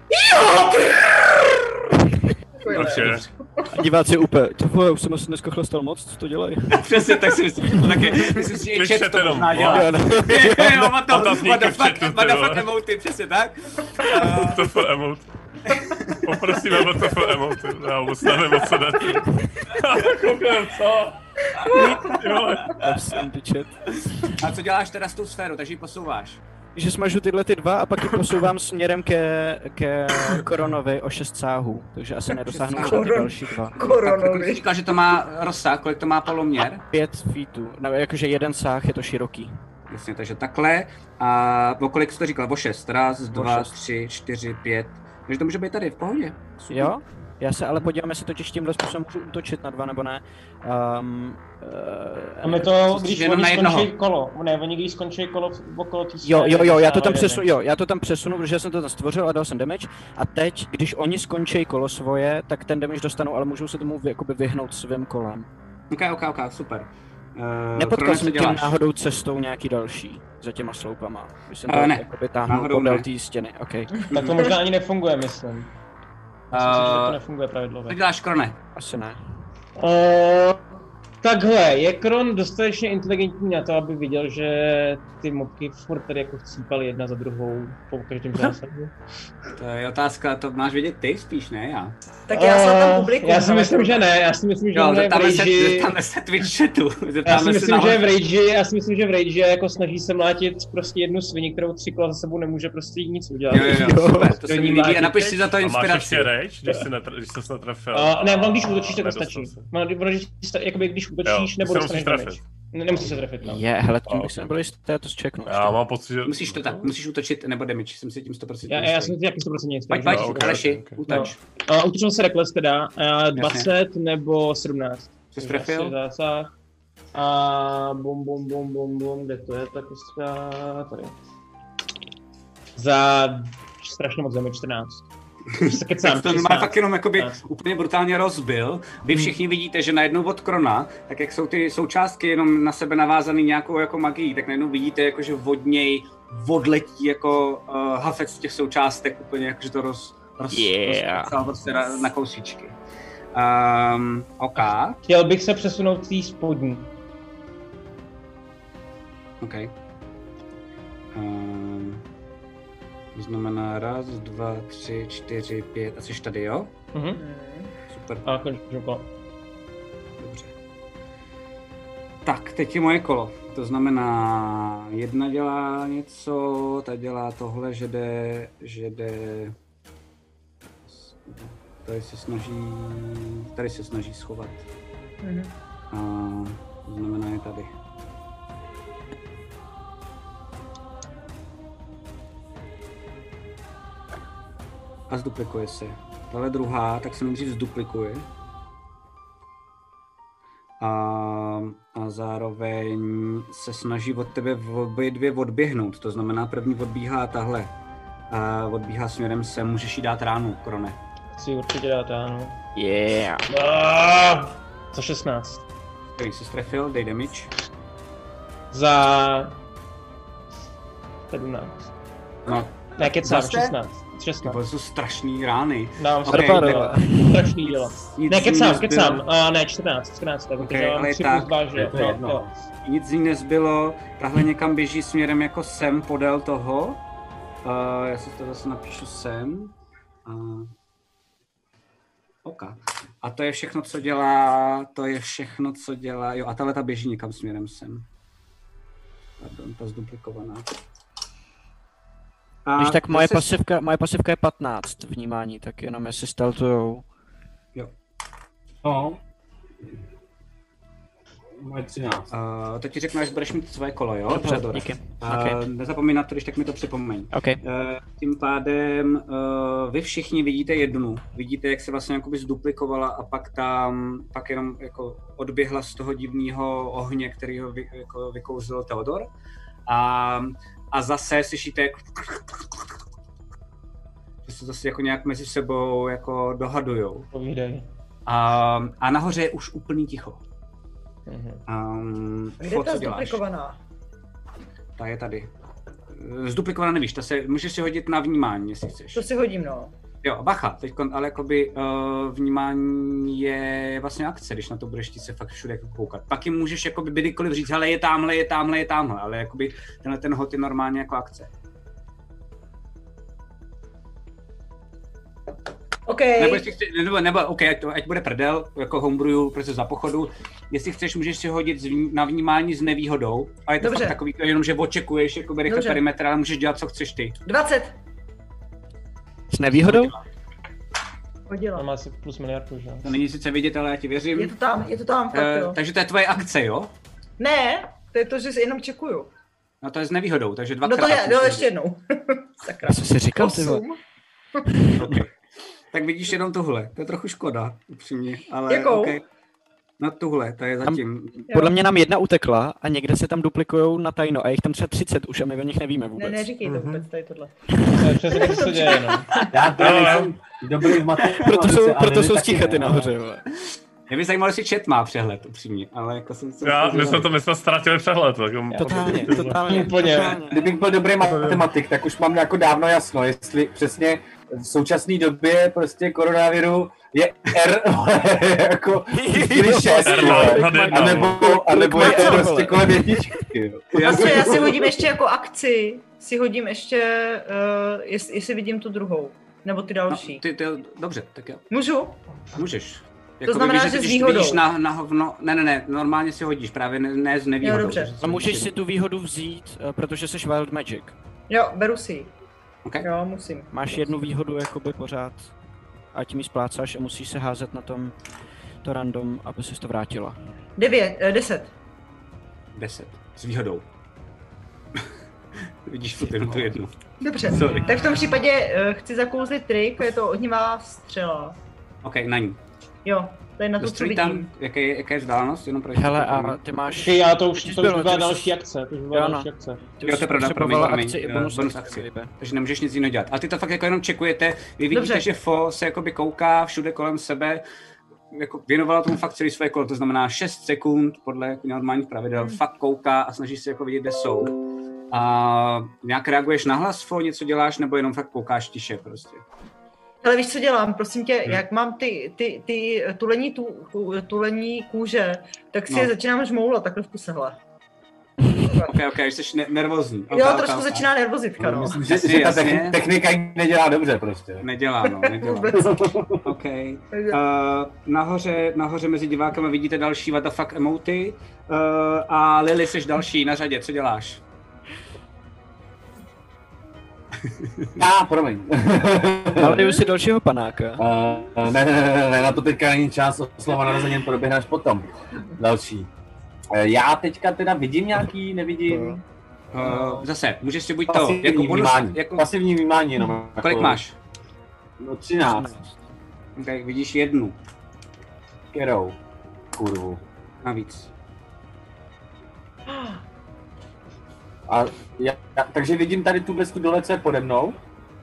A diváci úplně, já už jsem asi dneska chlastal moc, co to dělají? Přesně, tak si myslím, myslím si, že chat to možná dělá. Jo, what the fuck emoty, přesně tak. To for emote. Poprosíme o to for emote, já vůbec nevím, o co jde. Koukám, co? A co děláš teda s tou sférou, takže ji posouváš? Že smažu tyhle ty dva a pak ji posouvám směrem ke Koronovi o 6 sáhů, takže asi nedosáhnu ty další dva. Koronovi. Říkal, že to má rozsah, kolik to má poloměr? 5 feetů, no, jakože jeden sáh je to široký. Jasně, takže takhle. A o kolik jsi to říkal? O 6. Raz, 2, 3, 4, 5. Takže to může být tady v pohodě. Super. Jo? Já se ale podívám, jestli totiž tímhle způsobem můžu útočit na 2 nebo ne. A my to, když oni skončí kolo, oni když skončí kolo okolo té sféry. Jo, já to tam přesunu, protože jsem to tam stvořil a dal jsem damage. A teď, když oni skončí kolo svoje, tak ten damage dostanou, ale můžou se tomu jakoby vyhnout svým kolem. Ok, super. Nepotkal jsem tím náhodou cestou nějaký další, za těma sloupama. Když jsem to jakoby táhnul podél té stěny, okay. Tak to možná ani nefunguje, myslím. Myslím si, že to nefunguje pravidlově. Co děláš, Krone? Asi ne. Takhle, je Kron dostatečně inteligentní na to, aby viděl, že ty mobky furt tady jako chcípaly jedna za druhou po každém zásahu? To je otázka, to máš vidět ty spíš, ne já? Tak já jsem tam publikum. Já si myslím, že ne, já si myslím, že jo, on je v rage. Zeptáme se Twitch chatu. Já si myslím, že v rage jako snaží se mlátit prostě jednu svini, kterou 3 kola za sebou nemůže prostě nic udělat. Jo, super, to se mi líbí a napiš si za to inspiraci. A máš ještě rage, když jsi netrefil? Ne, když útočíš, tak to stačí. Když útočíš, nebo dostaneš damage. Nemusíš se trefit, no. Hele, tím bych se nebyl jistý, to zčeknu. Já mám pocit, že... Musíš útočit nebo damage, jsem si tím 100% Já jsem si taky 100% jistý. Pojď, Aleši, útoč. Útočil se Reckless teda, 20 nebo 17. Jsi trefil? Zásah. A bum, kde to je ta kostka? Tady. Za strašně moc damage, 14. Tak to má fakt jenom jakoby úplně brutálně rozbil. Vy všichni vidíte, že najednou od Krona, tak jak jsou ty součástky jenom na sebe navázané nějakou jako magií, tak najednou vidíte, jako, že od něj odletí jako hafec těch součástek úplně, jakože to rozpácal prostě na kousíčky. OK. Chtěl bych se přesunout tý spodní. OK. To znamená 1, 2, 3, 4, 5, a jsi tady, jo? Super. A končím kolo. Dobře. Tak, teď je moje kolo. To znamená, jedna dělá něco, ta dělá tohle, že jde... Tady se snaží schovat. A to znamená, je tady. A zduplikuje se. Tahle druhá, tak se nejdřív zduplikuje. A zároveň se snaží od tebe obě dvě odběhnout. To znamená, první odbíhá tahle. A odbíhá směrem sem, můžeš jí dát ránu, Krone. Chci určitě dát ránu. Yeah. Za 16. Který jsi strefil, dej damage. Za 17. No. Ne, kecám, 16. To jsou strašný rány. Dávám se strašný dílo. Ne, kecám. Ne, 14, protože mám 3 plus 2, že jo. Nic z ní nezbylo, tahle někam běží směrem jako sem, podél toho. Já si to zase napíšu sem. OK. A to je všechno, co dělá, jo, a tahle ta běží někam směrem sem. Pardon, ta zduplikovaná. Když tak moje pasivka je 15 vnímání, tak jenom jestli steltujou. Jo. No. Moje 13. Teď ti řeknu, až budeš mít svoje kolo, jo? Dobře, díky. Okay. Nezapomeň na to, když tak mi to připomeň. Okay. Tím pádem vy všichni vidíte jednu. Vidíte, jak se vlastně jakoby zduplikovala a pak jenom jako odběhla z toho divného ohně, který ho vykouzl Theodor. A a zase slyšíte, že se zase jako nějak mezi sebou jako dohadujou. Povídej. A nahoře je už úplný ticho. Kde je ta zduplikovaná? Ta je tady. Zduplikovaná nevíš, můžeš si hodit na vnímání, jestli chceš. To si hodím, no. Jo, bacha, teďkon, ale jakoby vnímání je vlastně akce, když na to budeš se fakt všude jako koukat. Pak jim můžeš jakoby kdykoliv říct, hele, je tamhle, ale jakoby ten hod je normálně jako akce. Okay. Nebo jestli chceš, nebo OK, ať bude prdel, jako homebrew, prostě za pochodu. Jestli chceš, můžeš si hodit na vnímání s nevýhodou, ale je to fakt takový, jenom že očekuješ jakoby rychle perimetr, ale můžeš dělat, co chceš ty. 20. S nevýhodou? Hodila. To má asi plus miliardu, že? To není sice vidět, ale já ti věřím. Je to tam, fakt jo. Takže to je tvoje akce, jo? Ne, to je to, že si jenom čekuju. No to je s nevýhodou, takže dvakrát. No to je, ještě jednou. Sakra. Co jsi říkal, ty vole? Okay. Tak vidíš jenom tohle, to je trochu škoda, upřímně, ale jakou? Okay. No tuhle, to je zatím. Podle mě nám jedna utekla a někde se tam duplikujou na tajno a jich tam třeba 30 už a my o nich nevíme vůbec. Ne, neříkej to vůbec tady tohle. To je přesně to, co se děje, no. Já to nejsem dobrý v matematice. Proto jsou sticha ty nahoře, jo. Mě by zajímalo, jestli chat má přehled, upřímně, ale jako jsem se... My jsme ztratili přehled. Totálně. Úplně. Kdybych byl dobrý matematik, tak už mám jako dávno jasno, jestli přesně v současné době prostě koronaviru je R jako 6, anebo je to prostě kolem jedničky. Já si hodím ještě jako akci, jestli vidím tu druhou, nebo ty další. No, dobře, tak jo. Můžu? Můžeš. To znamená, že s výhodou. Ne, normálně si hodíš, právě ne s nevýhodou. Jo, dobře. A můžeš si tu výhodu vzít, protože jsi Wild Magic. Jo, beru si ji. Okay. Jo, musím. Máš jednu výhodu jakoby pořád, ať mi splácáš a musíš se házet na tom to random, aby ses to vrátila. 10. 10. S výhodou. Vidíš tu jednu. Dobře, sorry. Tak v tom případě chci zakouzlit trik, je to ohnivá střela. OK, na ní. Jo, to je na to, co vidím. Tam, jaká je vzdálenost? Jenom pro hele, a ty máš... Já to už byla další akce. Jo, to je pravda, bonus akci. Takže nemůžeš nic jiného dělat. A ty to fakt jako jenom čekujete, vy vidíte, že Fo se jakoby kouká všude kolem sebe, jako věnovala tomu fakt celý své kolo, to znamená 6 sekund podle normálních pravidel, fakt kouká a snaží se jako vidět, kde jsou. A nějak reaguješ na hlas, Fo, něco děláš, nebo jenom fakt koukáš tiše prostě? Ale víš, co dělám, prosím tě, jak mám ty tulení kůže, tak si je začínám žmoulat takhle v kuse, hele. Ok, jsi nervózní. Jo, trošku začíná nervozitka, no. Myslím, že ta technika nedělá dobře prostě. Nedělá. Ok. Nahoře mezi divákama vidíte další what the fuck emoty. A Lily, jsi další na řadě, co děláš? Promiň. Naleju si dalšího panáka. Ne, na to teďka není čas, oslava narozenin proběhne až potom. Další. Já teďka teda vidím nějaký, nevidím? Zase, můžeš si buď pasivní to, jako bonus, jako... Pasivní vnímání jenom. Kolik máš? No 13. Ok, vidíš jednu. Kterou? Kurvu. Navíc. Takže vidím tady tuhle dole, co je pode mnou.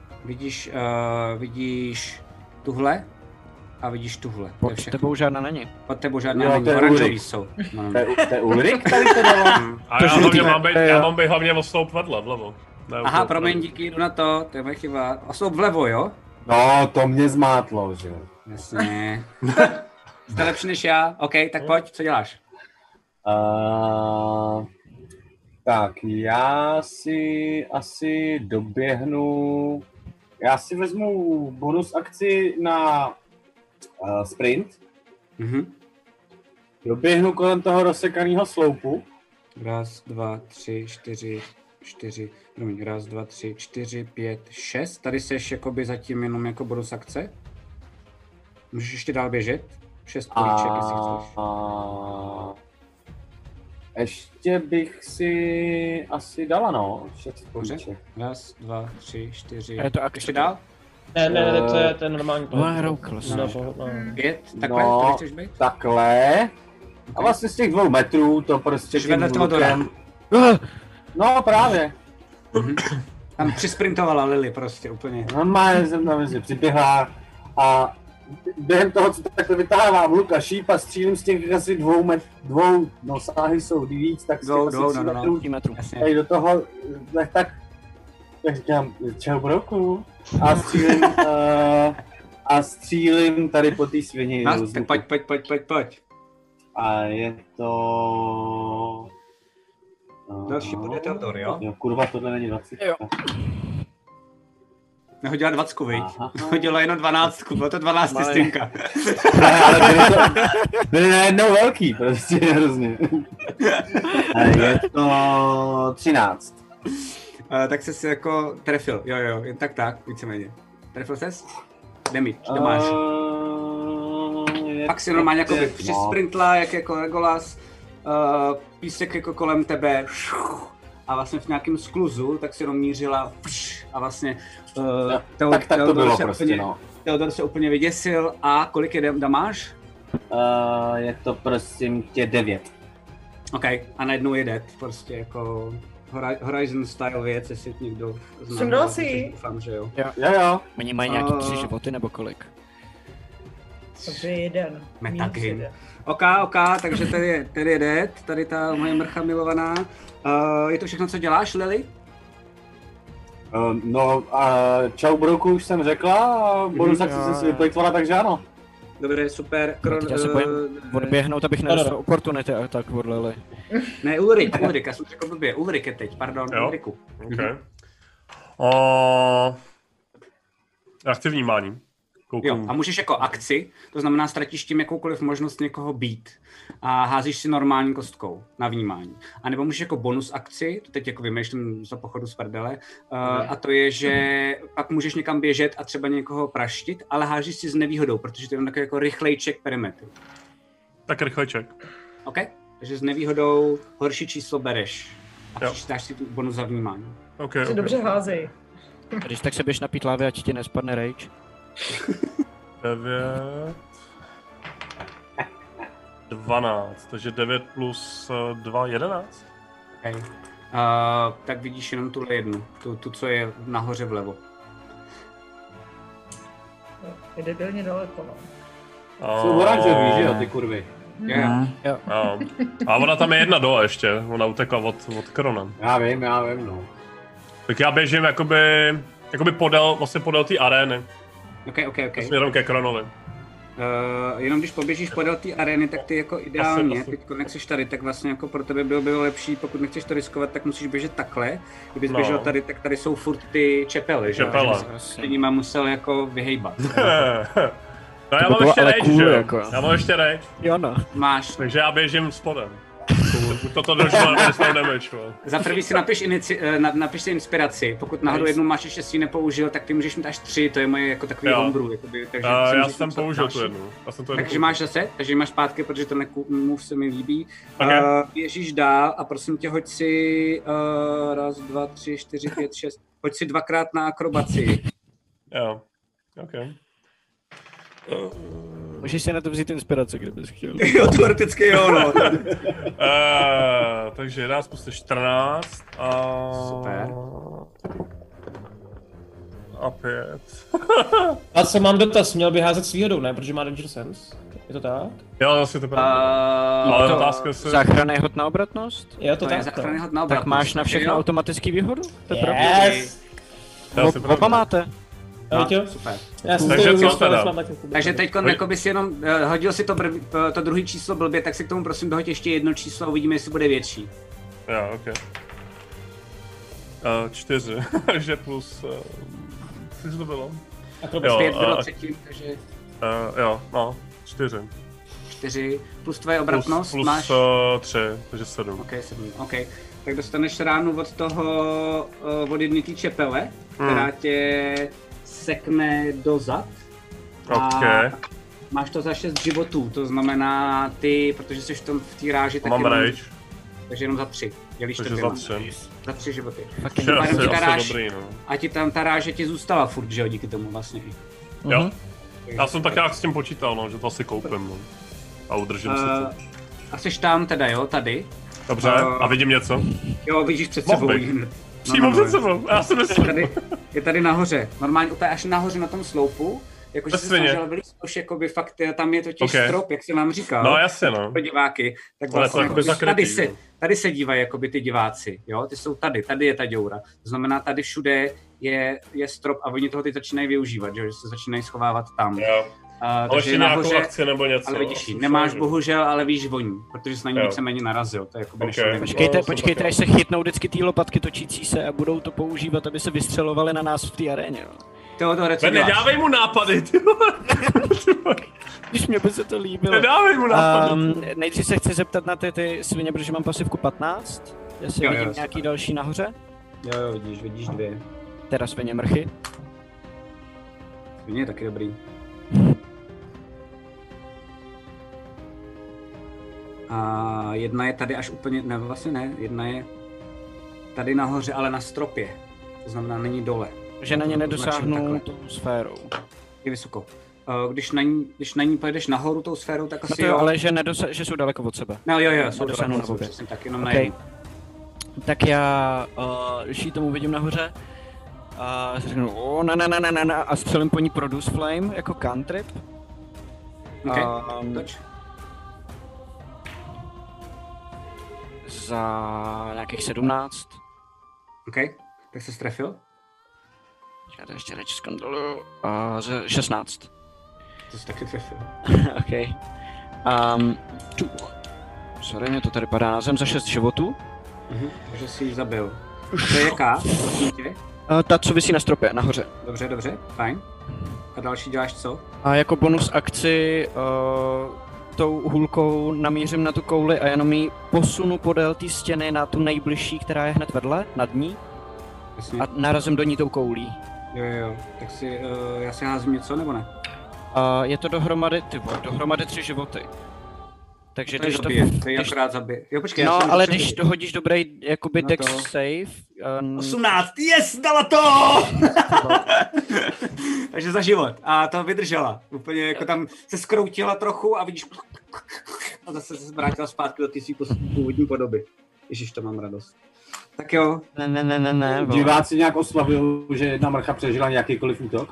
Vidíš tuhle a vidíš tuhle. Pod tebou žádná není. Pod tebou žádná není, oranžový jsou. To je Ulrik tady to dalo. A já mám být hlavně osloup vedle, vlevo. Aha, promiň, díky, jdu na to je moje chyba. Osloup vlevo, jo? No, to mě zmátlo, že jo. Jasně. Jste lepší než já? OK, tak pojď, co děláš? Tak, já si asi doběhnu, já si vezmu bonus akci na sprint. Doběhnu kolem toho rozsekaného sloupu. 1, 2, 3, 4, promiň, 1, 2, 3, 4, 5, 6. Tady seš jakoby zatím jenom jako bonus akce. Můžeš ještě dál běžet? 6 políček, jestli chceš. Ještě bych si asi dala, no. 6 políček. 1, 2, 3, 4. Je to ještě dál? Ne, to je normální. 5, takhle, tady chceš být? Takhle. A vlastně z těch 2 metrů to prostě... Jsi vedle toho Dora. No právě. Tam přisprintovala Lily prostě úplně. Normálně jsem tam mezi přiběhla a během toho, co takhle vytáhávám luk a šíp a střílím z těch asi dvou, no sáhy jsou víc, tak z těch asi 3 metrů. Tady do toho, tak říkám, čau broku a střílím tady po té svině. Tak pojď. A je to... Další bude Teodor, jo? Jo, kurva, tohle není 20. Jo. Nehodila 20, viď? Hodila jenom 12, bylo to 12 stínka. Ale byly najednou velký, prostě hrozně. Je to 13. Tak ses jako trefil, jo, jen tak, víceméně. Trefil ses? Damage. Pak si normálně jako přisprintla, jak jako Legolas, písek jako kolem tebe a vlastně v nějakém skluzu, tak si jenom mířila a vlastně Teodor se úplně vyděsil. A kolik je damáž? Je to prosím tě 9. OK, a najednou je dead, prostě jako Horizon style věc, jestli někdo zná. Sundal si. Doufám, že jo. Jo. Oni mají nějaký 3 životy nebo kolik? Takže 1. Metagame. OK, takže tady je dead, tady ta moje mrcha milovaná. Je to všechno, co děláš, Lily? Čau broku už jsem řekla a bonus akci jsem si vyplejtvala, takže ano. Dobré, super. Já se bojím odběhnout, abych nedostal opportunity a tak od Lily. Ne, Ulrik, já jsem řekl blbě. Ulrik je teď, pardon, Ulriku. Okay. Já chci vnímání. Jo, a můžeš jako akci, to znamená ztratíš tím jakoukoliv možnost někoho být a házíš si normální kostkou na vnímání. A nebo můžeš jako bonus akci, to teď jako vymýšlím za pochodu z prdele, a to je, že pak můžeš někam běžet a třeba někoho praštit, ale hážíš si s nevýhodou, protože to je takový jako rychlejček perimetru. Tak rychlejček. OK, takže s nevýhodou horší číslo bereš a přičítáš si tu bonus za vnímání. Okay. Dobře házej. A když tak se běž napít lávy, ať ti nespadne rage. 9, 12, takže 9 plus 2, 11. Okay. Tak vidíš jenom tuhle jednu, tu co je nahoře vlevo. Je debilně daleko, no. Jsou oranžový, že jo, ty kurvy. Jo. A ona tam je jedna dole ještě, ona utekla od Kronan. Já vím, no. Tak já běžím jakoby podél té arény. OK. Směrem ke Kronovi. Jenom když poběžíš podél té arény, tak ty jako ideálně, teď nechceš tady, tak vlastně jako pro tebe bylo lepší, pokud nechceš to riskovat, tak musíš běžet takhle. Kdybys běžel tady, tak tady jsou furt ty čepely, že? Ty nima musel jako vyhejbat. No já mám ještě rage, že jo? Jako. Já mám ještě rage. Jo no. Máš. Takže já běžím spodem. Toto došlo na dostal damage. Za prvý si napiš si inspiraci, pokud náhodou jednu máš ještě si nepoužil, tak ty můžeš mít až 3, to je moje jako takový homebrew. Takže já jsem použil tu jednu. Takže máš zase, takže máš zpátky, protože to move se mi líbí. Běžíš dál a prosím tě, hoď si 1, 2, 3, 4, 5, 6, hoď si 2krát na akrobaci. Jo, OK. Můžeš si na to vzít inspiraci, kdybys chtěl. Jo, teoreticky jo, no. Takže 11 plus 14 a... Super. A 5. A co mám dotaz, měl by házet s výhodou, ne? Protože má Danger Sense. Je to tak? Jo, asi to pravda. Ale otázka se... Záchranný hod na obratnost? Je to tak? Záchranný hod na obratnost. Tak máš na všechno automatický výhodu? To je pravda. Oba máte. No, super. Takže co teda? Takže teď jako bys jenom hodil si to druhé číslo blbě, tak si k tomu prosím dohoď ještě jedno číslo a uvidíme, jestli bude větší. Jo, OK. 4, takže plus... Co to bylo? Jo, 5 bylo třetím, takže... Jo, no, 4. 4 plus tvoje obratnost plus máš... 3, takže 7. OK, 7, OK. Tak dostaneš ránu od jedné té čepele, která tě sekne dozad. Okay. Máš to za 6 životů, to znamená ty, protože jsi v té ráži, tak mám jenom, rage. Takže jenom za 3. Dělíš takže to za 3 životy. A ti tam ta ráže ti zůstala furt, že jo, díky tomu vlastně. Jo. Já jsem tak nějak s tím počítal, no, že to asi koupím, no. A udržím si to. A jsi tam teda, jo, tady. Dobře, a vidím něco? Jo, vidíš před sebou. Přímo před sebou, já jsem myslím. Je tady nahoře, normálně úplně až nahoře na tom sloupu, jakože se snažil vylít už jakoby fakt, tam je totiž strop, jak jsem vám říkal. No jasně no. Pro diváky, tak vlastně tady se dívají jakoby ty diváci, jo, ty jsou tady je ta děura. To znamená, tady všude je strop a oni toho teď začínají využívat, že se začínají schovávat tam. Jo. Takže nějakou akci nebo něco. Ale vidíš, nemáš bohužel, ale víš voní, protože jsi na ní víceméně narazil. To je jako Počkejte, až se chytnou vždycky ty lopatky točící se a budou to používat, aby se vystřelovali na nás v té aréně. Teodore, co děláš? Nedávej mu nápady, ty vole. Když mě by se to líbilo. Nedávej mu nápady. Nejdřív se chci zeptat na ty svině, protože mám pasivku 15. Jestli vidím nějaký další nahoře. Jo, vidíš 2. Teda svině mrchy. Svině je taky dobrý. A jedna je tady až úplně, ne, vlastně ne, jedna je tady nahoře, ale na stropě. To znamená, není dole. Že na ně nedosáhnou tou sférou. Je vysoko. Když na ní pojedeš nahoru tou sférou, tak asi jo. Ale že jsou daleko od sebe. No jo, jsou daleko od sebe, přesně tak, jenom na jednu. Tak já, když ji tomu vidím nahoře, řeknu ne, a střelím po ní Produce Flame jako cantrip. Za nějakých 17. OK, tak se strefil. Já to ještě radši zkontroluju. Za 16. To jsi taky trefil. OK. Sorry, mě to tady padá na zem za 6 životů. Takže jsi ji zabil. To je jaká? Ta, co visí na stropě, nahoře. Dobře, fajn. A další děláš co? A jako bonus akci tou hůlkou namířím na tu kouli a jenom ji posunu podél té stěny na tu nejbližší, která je hned vedle, nad ní. Jasně. A narazím do ní tou koulí. Jo, tak já si házím něco, nebo ne? Je to dohromady 3 životy. Takže to když to je akorát zabije. Jo, počkej, no, ale když to hodíš dobrý, jakoby dex save... 18, yes, dala to! Takže za život. A to vydržela. Úplně jako tam se skroutila trochu a vidíš... A zase se vrátila zpátky do té svý původní podoby. Ježiš, to mám radost. Tak jo. Ne. Diváci nějak oslavují, že jedna mrcha přežila nějakýkoliv útok?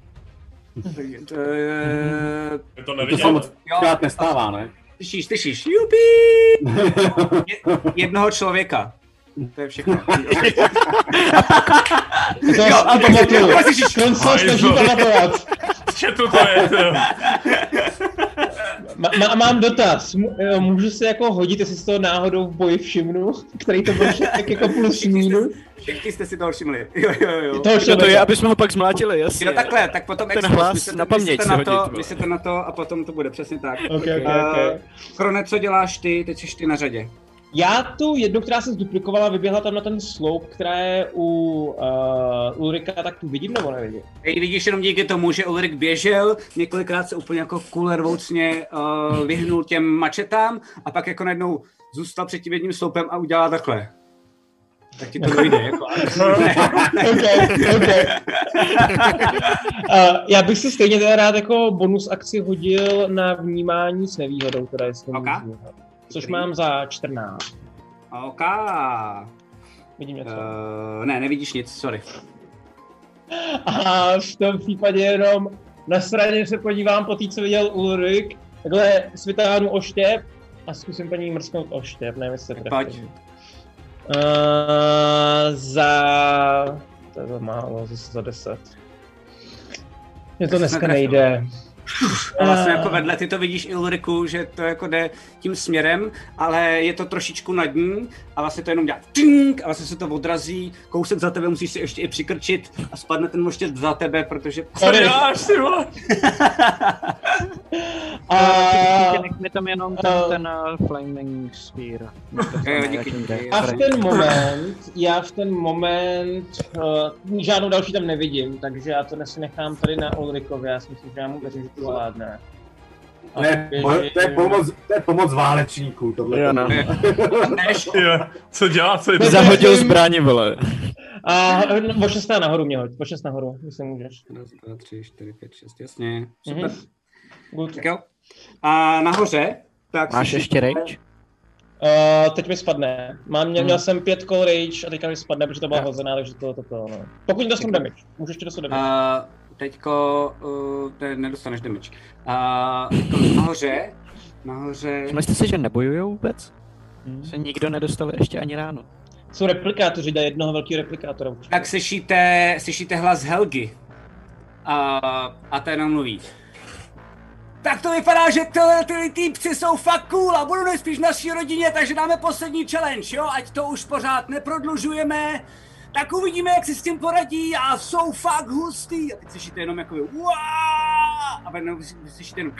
To neviděl. To se nestává, ne? Slyšíš, jupi! Jednoho člověka. To je všechno. A pamatuju. Ten se snaží pamatovat. Četu to je, Mám dotaz. Můžu se jako hodit, jestli si toho náhodou v boji všimnu, který to byl tak jako plus minus? Všichni jste si toho všimli. Jo. To je, aby jsme ho pak zmlátili, jasně. Jo, takhle, tak potom ten hlas na paměť si hodit. Myslíte na to a potom to bude, přesně tak. Okay. Krone, co děláš ty? Teď jsi ty na řadě. Já tu jednu, která se zduplikovala, vyběhla tam na ten sloup, která je u Ulrika, tak tu vidím nebo nevidím? Vidíš jenom díky tomu, že Ulrik běžel, několikrát se úplně jako kulervoucně vyhnul těm mačetám a pak jako najednou zůstal před tím jedním sloupem a udělal takhle. Tak ti to dojde, jako. Okay. Já bych si stejně teda rád jako bonus akci hodil na vnímání s nevýhodou, teda jestli můžu. Což mám za 14. OK. Vidím něco? Ne, nevidíš nic, sorry. A v tom případě jenom na straně se podívám po té, co viděl Ulrik. Takhle si vytáhnu oštěp a zkusím po ní mrsknout oštěp, nevím, jestli se trefím. To je málo, za 10. Mně to dneska nejde. A vlastně jako vedle ty to vidíš i Ulriku, že to jako jde tím směrem, ale je to trošičku nad ní a vlastně to jenom dělá tink a vlastně se to odrazí, kousek za tebe musíš si ještě i přikrčit a spadne ten moštět za tebe, protože... Co děláš, ty vole? Nechme tam jenom ten Flaming Spear. Já v ten moment žádnou další tam nevidím, takže já to nechám tady na Ulrikovi, já si myslím, že já mu věřím, že to zvládne. To je pomoc válečníků, tohle. Jo, no. Co dělá, co je to? Zahodil zbraně, vole. O 6 nahoru mě hoď, o 6 nahoru, jestli můžeš. 1, 2, 3, 4, 5, 6, jasně, super. Tak jo. A nahoře, tak... Máš ještě range? Teď mi spadne. Měl jsem 5 call rage a teďka mi spadne, protože to byla hozená, takže to no. Pokud dostanu damage, můžu ještě dostat damage. Teďko nedostaneš damage. Nahoře... Myslíte si, že nebojujou vůbec? Se nikdo nedostal ještě ani ráno. Jsou replikátoři, dají jednoho velkého replikátora určitě. Tak slyšíte hlas Helgy. A ten jenom mluví. Tak to vypadá, že ty týpci jsou fakt cool a budou nejspíš naší rodině, takže dáme poslední challenge, jo? Ať to už pořád neprodlužujeme. Tak uvidíme, jak si s tím poradí a jsou fakt hustý. A teď slyšíte jenom jako a vy slyšíte jenom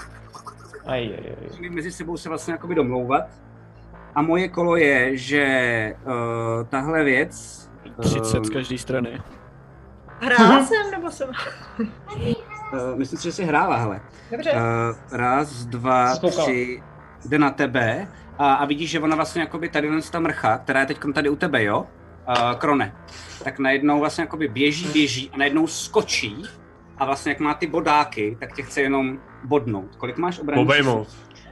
mezi sebou se vlastně jakoby domlouvat. A moje kolo je, že tahle věc... 30 z každé strany. Hrála jsem, nebo jsem? Myslím si, že jsi hrála, hele. Dobře. Raz, dva, tři, jde na tebe a vidíš, že ona vlastně jakoby tady ta mrcha, která je teď tady u tebe, jo? Krone. Tak najednou vlastně jakoby běží a najednou skočí a vlastně jak má ty bodáky, tak tě chce jenom bodnout. Kolik máš obraný číslo?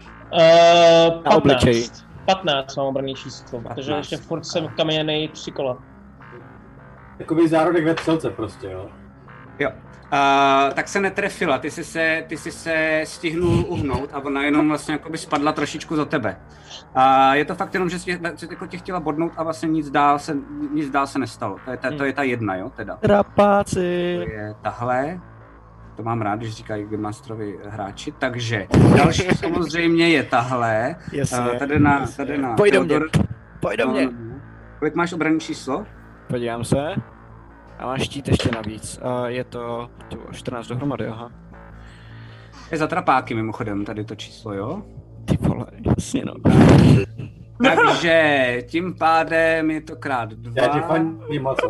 15 mám obraný číslo, protože ještě furt jsem kameněnej 3 kola. Takový zárodek ve střelce prostě, jo? Jo. Tak se netrefila, ty jsi se stihnul uhnout a ona jenom vlastně jakoby spadla trošičku za tebe. Je to fakt jenom, že tě chtěla bodnout a vlastně nic dál se nestalo. To je ta jedna, jo, teda. Trapáci. To je tahle. To mám rád, když říkají Game Masterovi hráči, takže další samozřejmě je tahle. Tady na Pojď do mě. Kolik máš obranné číslo? Podívám se. A máš štít ještě navíc. Je to 14 dohromady, aha. Je za trapáky mimochodem tady to číslo, jo? Ty vole, jasně no. Takže tím pádem je to krát 2. Já tě fandím moc.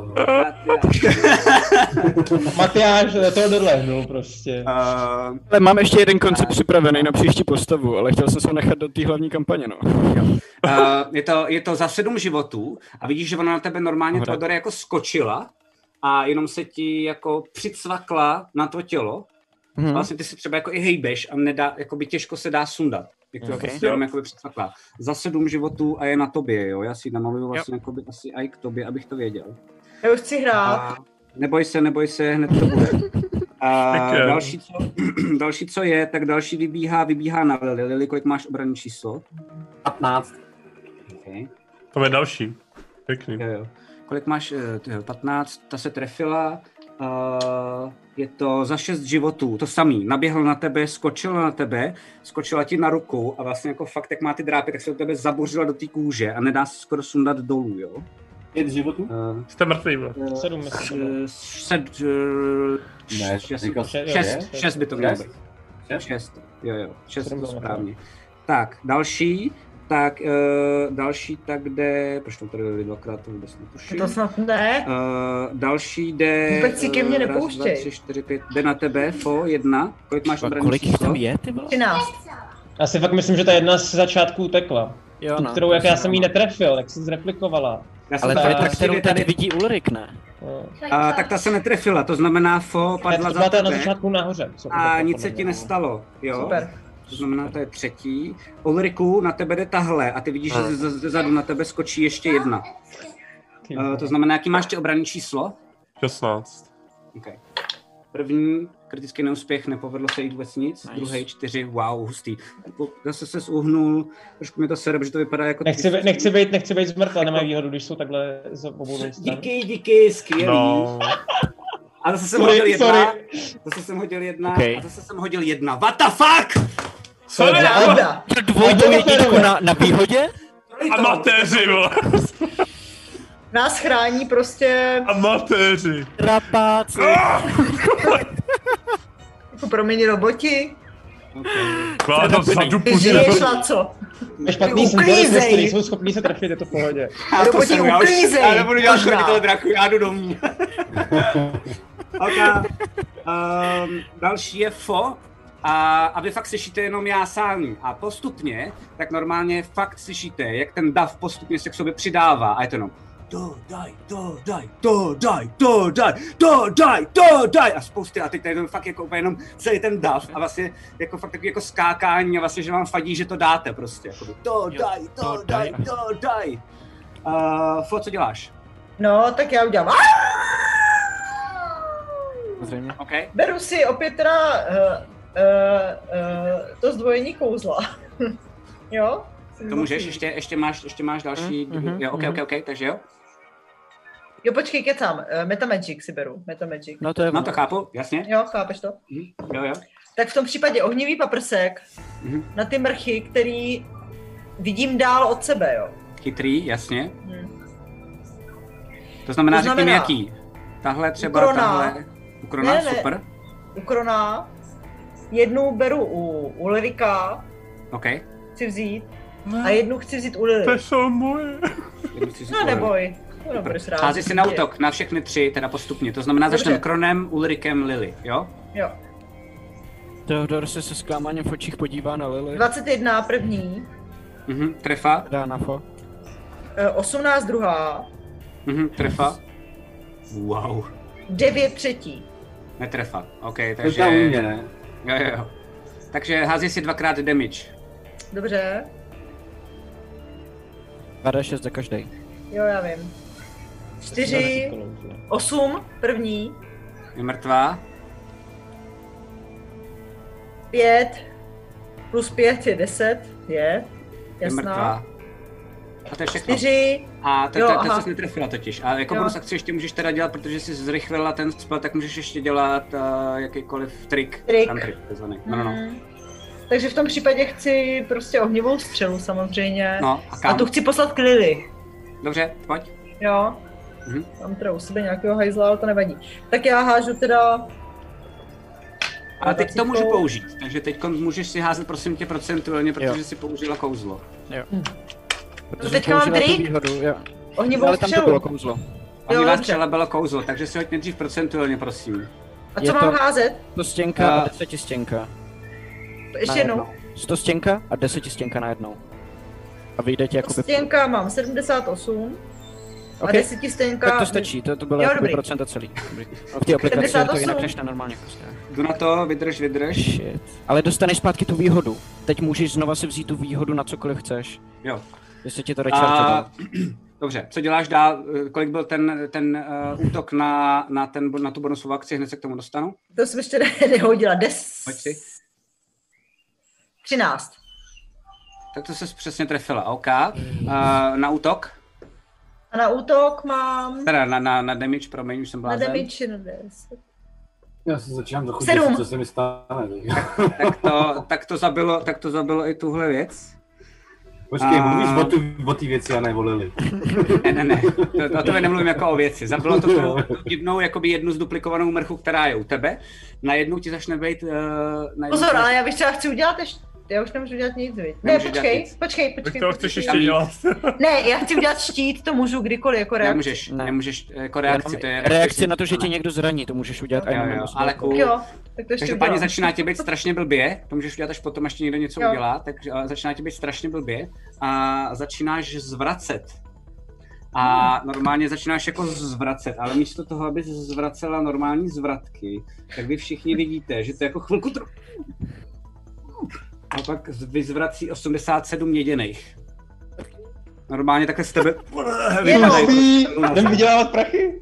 Matyáš, to dodlehnul prostě. Ale mám ještě jeden koncept připravený na příští postavu, ale chtěl jsem se ho nechat do té hlavní kampaně, no. Je to za 7 životů a vidíš, že ona na tebe normálně Teodore jako skočila a jenom se ti jako přicvakla na to tělo. Vlastně ty si třeba jako i hejbeš a jakoby těžko se dá sundat. Jak to jenom jakoby přicvakla. Za 7 životů a je na tobě, jo? Já si ji namaluju vlastně jakoby asi i k tobě, abych to věděl. Já už chci hrát. Neboj se, hned to bude. Další, co je, tak další vybíhá na Lily. Lily, kolik máš obranné číslo? 15. Okay. To je další. Pěkný. Jo. Kolik máš? 15, ta se trefila. Je to za 6 životů, to samý. Naběhla na tebe, skočila ti na ruku a vlastně jako fakt, jak má ty drápy, tak se do tebe zabořila do té kůže a nedá se skoro sundat dolů, jo? 5 životů? Jste mrtvý, bro. 7 myslím. 6 by to mělo být. 6, jo, 6 to správně. Tak, další, tak jde, proč tam tady jde dvakrát, to vůbec netuším. To snad ne. Další jde, vůbec si ke mně nepouštěj. 2, 3, 4, 5, jde na tebe, Fo, 1. Kolik máš obranné číslo? Kolik tam je, ty vole? 13. Já si fakt myslím, že ta jedna z začátku utekla. Jo, tu, kterou jak já jsem jí netrefil, tak se zreplikovala. Ale to je ta, kterou tady vidí Ulrik, ne? Tak ta se netrefila, to znamená Fo padla za tebe. Na začátku nahoře. A nic se ti nestalo, jo? Super. To znamená, to je třetí. Ulriku, na tebe jde tahle a ty vidíš, že zezadu na tebe skočí ještě jedna. To znamená, jaký máš ty obranné číslo? 16. Okay. První, kritický neúspěch, nepovedlo se jít vůbec nic. Nice. Druhý 4, wow, hustý. Zase ses uhnul, trošku mi to sere, protože to vypadá jako... Nechci být zmrtvá, nemají výhodu, když jsou takhle z obou stran. Díky, skvělý. No. A zase jsem hodil jedna, okay. A zase jsem hodil jedna. What the fuck? Co je pravda? Dvojtou jedničku na výhodě? Amatéři, vole. Nás chrání prostě... Amatéři. Trapáci. Jako promiň, roboti. Kláda vzadu puši. Žiješ, Laco. Špatný symboly, prostě nejsou schopný se trefit, je to v pohodě. Roboti uklízej. Já nebudu dělat škody toho draku, já jdu domů. Ok. Další je Fo. A vy fakt slyšíte jenom jásání. A postupně, tak normálně fakt slyšíte, jak ten dav postupně se k sobě přidává. A je to jenom daj a spousty a teď tady fakt jako úplně celý ten dav a vlastně jako fakt takový jako skákání a vlastně, že vám fadí, že to dáte prostě, jako to daj. Fo, co děláš? No, tak já udělám. Zřejmě. Okay. Beru si opět teda to zdvojení kouzla. Jo? To můžeš, ještě máš další, jo, ok, takže jo. Jo, počkej, kecám, Metamagic si beru, Metamagic. No to je to chápu, jasně. Jo, chápeš to? Jo. Tak v tom případě ohnivý paprsek na ty mrchy, který vidím dál od sebe, jo. Chytrý, jasně. To znamená řekni jaký. Tahle třeba, tahle. Ukrona, ne, super. Ukrona. Jednu beru u Ulrika. OK. Chci vzít. A jednu chci vzít u Lily. To jsou moje. No neboj. Hází si na útok, na všechny 3, teda postupně. To znamená začneme Kronem, Ulrikem, Lily, jo? Jo. Teodor se zklamáním v očích podívá na Lily. 21 první. Trefa. Dá na fo. 18 druhá. Trefa. Wow. 9 třetí. Netrefa, OK, takže... To mě, ne? Jo. Takže hází si 2x damage. Dobře. 2d6 za každý. Jo, já vím. 4, 8, první. Je mrtvá. 5, plus 5 je 10, je. Je Jasná. mrtvá. A to je všechno. 4. A to jsi netrefila totiž. A jako bonus akci ještě můžeš teda dělat, protože jsi zrychlila ten spell, tak můžeš ještě dělat jakýkoliv trik. No. Takže v tom případě chci prostě ohnivou střelu samozřejmě. No, a tu chci poslat k Lily. Dobře, pojď. Jo. Mám teda u sebe nějakého hajzla, ale to nevadí. Tak já hážu teda... Ale teď to můžu použít, takže teď můžeš si házet prosím tě procentuálně, protože si použila kouzlo. Jo. Teďka mám trik? Ohnivou střelu. Tam to bylo kouzlo. Ohnivá střela bylo kouzlo, takže si hoď nejdřív procentuálně, prosím. A co mám házet? 100 stěnka a 10 stěnka. Ještě jednou. 100 stěnka a 10 stěnka najednou. A vyjde ti jakoby... Stěnka mám 78. A 10 stěnka... Tak to stačí, to bylo jakoby procenta celý. V té aplikaci je to jinak než na normálně prostě. Jdu na to, vydrž. Shit. Ale dostaneš zpátky tu výhodu. Teď můžeš znova si vzít tu výhodu na cokoliv chceš. Jo. Jestli ti to rechargeoval. Dobře, co děláš dál? Kolik byl ten útok na tu bonusovou akci? Hned se k tomu dostanu. To jsem ještě nehodila. 10. Pojď si. 13. Tak to se přesně trefila, OK. Na útok? A na útok mám... Teda na damage, promiň, už jsem blázen. Na damage na 10. Já se začínám dochodit, co se mi stane. tak to zabilo i tuhle věc. Počkej, mluvíš o té věci a ne o Lily. Ne, o tebe nemluvím jako o věci. Zabilo to jednu zduplikovanou mrchu, která je u tebe. Na jednu ti začne být... Pozor, ale já bych třeba chci udělat ještě... Já už nemůžu dělat nic, viď? Ne, počkej. Tak to chceš ještě dělat. Ne, já chci udělat štít, to můžu kdykoliv jako reakci. Nemůžeš jako reakci, to je... Reakci na to, že tě někdo zraní, to můžeš udělat jo, ale cool. Jo, tak to ještě každopádně začíná tě být strašně blbě, to můžeš udělat až potom, až ti někdo něco udělá, tak začíná tě být strašně blbě a začínáš zvracet. A normálně začínáš jako zvracet, ale místo toho, abys zvracela normální zvratky, tak vy všichni vidíte, že to jako chvilku a pak vyzvrací 87 měděných. Normálně takhle z tebe... Jdem vydělávat prachy?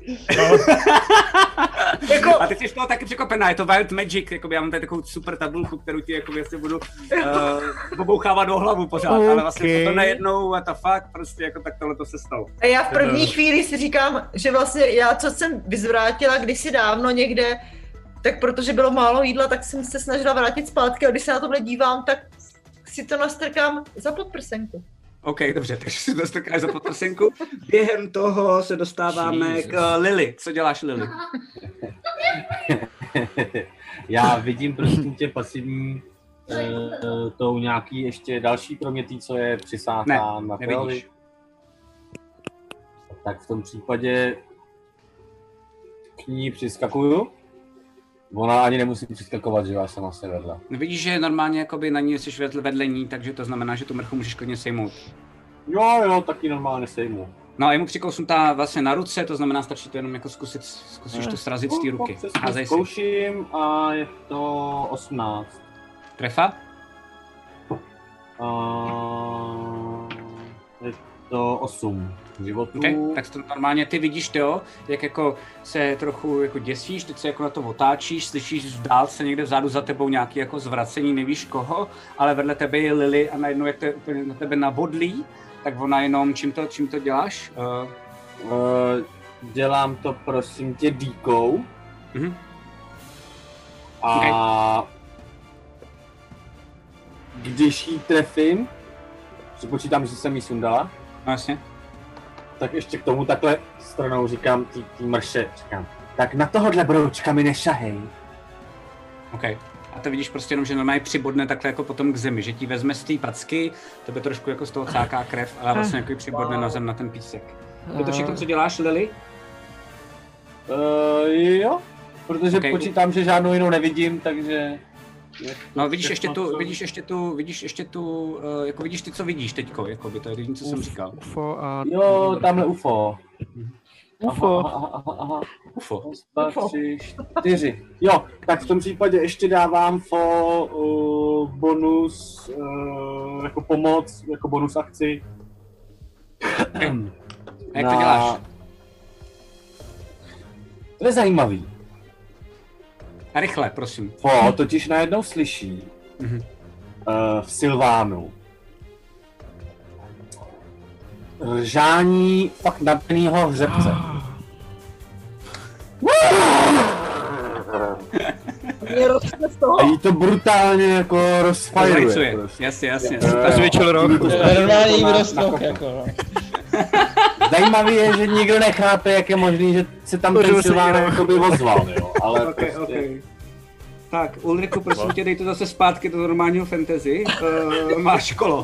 A teď jsi toho taky překvapená, je to Wild Magic, jakoby já mám tady takovou super tabulku, kterou ti jako vlastně budu pobouchávat do hlavu pořád, ale vlastně to najednou a ta fakt prostě jako tak tohle to se stalo. A já v první chvíli si říkám, že vlastně já co jsem vyzvrátila kdysi dávno někde, tak protože bylo málo jídla, tak jsem se snažila vrátit zpátky a když se na tohle dívám, tak si to nastrkám za podprsenku. OK, dobře, takže si to nastrkáš za podprsenku. Během toho se dostáváme k Lily. Co děláš, Lily? Já vidím prosím tě pasivní tou nějaký ještě další kromě tý, co je přisátá na Teovi. Tak v tom případě k ní přiskakuju. Ona ani nemusí přiskakovat, že já jsem vlastně vedle. Vidíš, že normálně jakoby na ní jsi vedle ní, takže to znamená, že tu mrchu můžeš klidně sejmout. Jo, taky normálně sejmu. No a jemu přikousnu ta vlastně na ruce, to znamená stačí to jenom jako zkusíš to srazit z té ruky. Házej si. Zkouším a je to 18. Trefa? Je to 8 životů. Okay, tak to normálně ty vidíš to, jak jako se trochu jako děsíš, teď se jako na to otáčíš, slyšíš v dálce někde vzadu za tebou nějaký jako zvracení, nevíš koho, ale vedle tebe je Lily a najednou jak to je úplně na tebe nabodlí, tak ona jenom, čím to děláš? Dělám to prosím tě dýkou. Mhm. A okay. Když jí trefím, připočítám, že jsem jí sundala. No jasně. Tak ještě k tomu takhle stranou říkám tý mrše, říkám, tak na tohohle broučka mi nešahej. OK. A to vidíš prostě jenom, že normálně přibodne takhle jako potom k zemi, že ti vezme z té packy, tebe trošku jako z toho cáká krev, ale vlastně jako přibodne na zem na ten písek. Je to všechno, co děláš, Lily? Jo, protože počítám, že žádnou jinou nevidím, takže... No vidíš ještě tu, jako vidíš ty, co vidíš teďko, jako by to je jediné, co jsem říkal. UFO a... Jo, tamhle UFO. UFO. UFO. 2, 3, 4. Jo, tak v tom případě ještě dávám bonus, jako pomoc, jako bonus akci. A jak to děláš? To je zajímavý. A rychle, prosím. Totiž najednou slyší v Silvánu ržání fakt nadměrného hřebce. A jí to brutálně jako rozfajruje. Jasně. Zvětšil rok. Normálně jí vyrostl jako. Zajímavý je, že nikdo nechápe, jak je možný, že se tam ten Silván jakoby ozval, jo, ale okay. Tak, Ulriku, prosím tě, dej to zase zpátky do normálního fantasy. Máš kolo.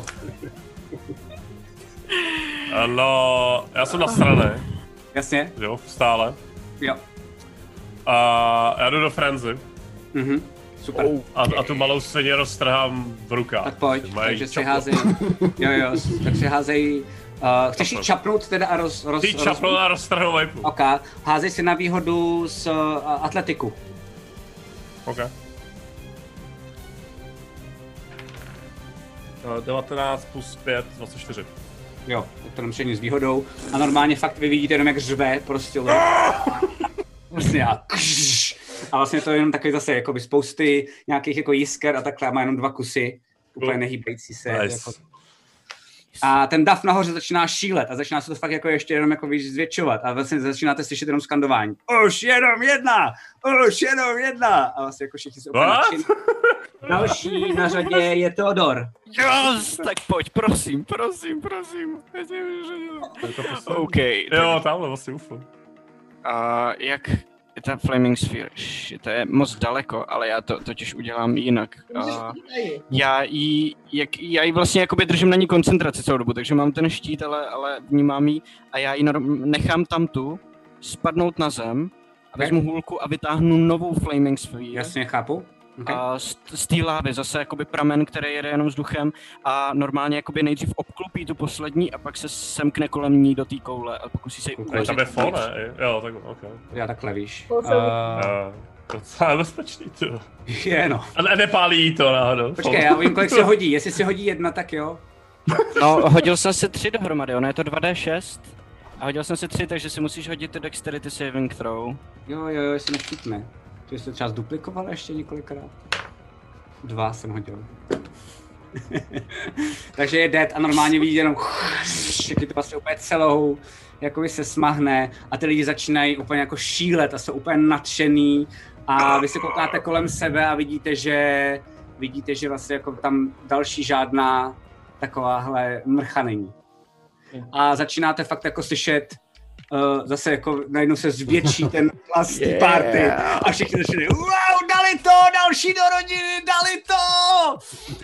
No, já jsem na straně. Jasně. Jo, stále. Jo. A já jdu do frenzy. Super. A tu malou svině roztrhám v rukách. Tak pojď, takže si házej. Jo, tak si házej. Chceš jí čapnout teda a čapnout a roztrhnout vejpu. OK, házej si na výhodu z atletiku. OK. 19 plus 5, 24. Jo, to nemusí s výhodou. A normálně fakt vy vidíte jenom jak řve, prostě vlastně a vlastně to je jenom takový zase jakoby spousty nějakých jako jisker a takhle, má jenom 2 kusy, úplně nehýbající se. Nice. Jako. A ten dav nahoře začíná šílet a začíná se to fakt jako ještě jenom jako zvětšovat a vlastně začínáte slyšet jenom skandování. Už jenom jedna! A vlastně jako všichni se úplně nadšení. Další na řadě je Teodor. Yes, tak pojď, prosím. OK. Jo, tamhle vlastně UFO. Jak je ta Flaming Sphere? To je moc daleko, ale já to totiž udělám jinak. Já ji vlastně jakoby držím na ní koncentraci celou dobu, takže mám ten štít, ale vnímám ji a já ji nechám tamtu spadnout na zem a vezmu hůlku a vytáhnu novou Flaming Sphere. Jasně, chápu. Okay. Z té lávy zase jakoby pramen, který jede jenom vzduchem a normálně jakoby nejdřív obklopí tu poslední a pak se semkne kolem ní do té koule a pokusí se ji urazit. Tam je fo, ne? Jo, tak okay. Já takhle víš. To je bezpečný, to. Je, no. A nepálí to náhodou. Počkej, já vím, kolik se hodí. Jestli se hodí 1, tak jo. No, hodil jsem si 3 dohromady, ono je to 2d6. A hodil jsem si 3, takže si musíš hodit to Dexterity Saving Throw. Jo, jestli nešpítne. To jsi to třeba zduplikoval ještě několikrát. 2 jsem hodil. Takže je dead a normálně vidíte jenom všechny to vlastně úplně celou, jakoby se smahne a ty lidi začínají úplně jako šílet a jsou úplně nadšený a vy se koukáte kolem sebe a vidíte, že vlastně jako tam další žádná takováhle mrcha není. A začínáte fakt jako slyšet zase jako najednou se zvětší ten hlas té party a všichni začali wow, dali to, další do rodiny, dali to!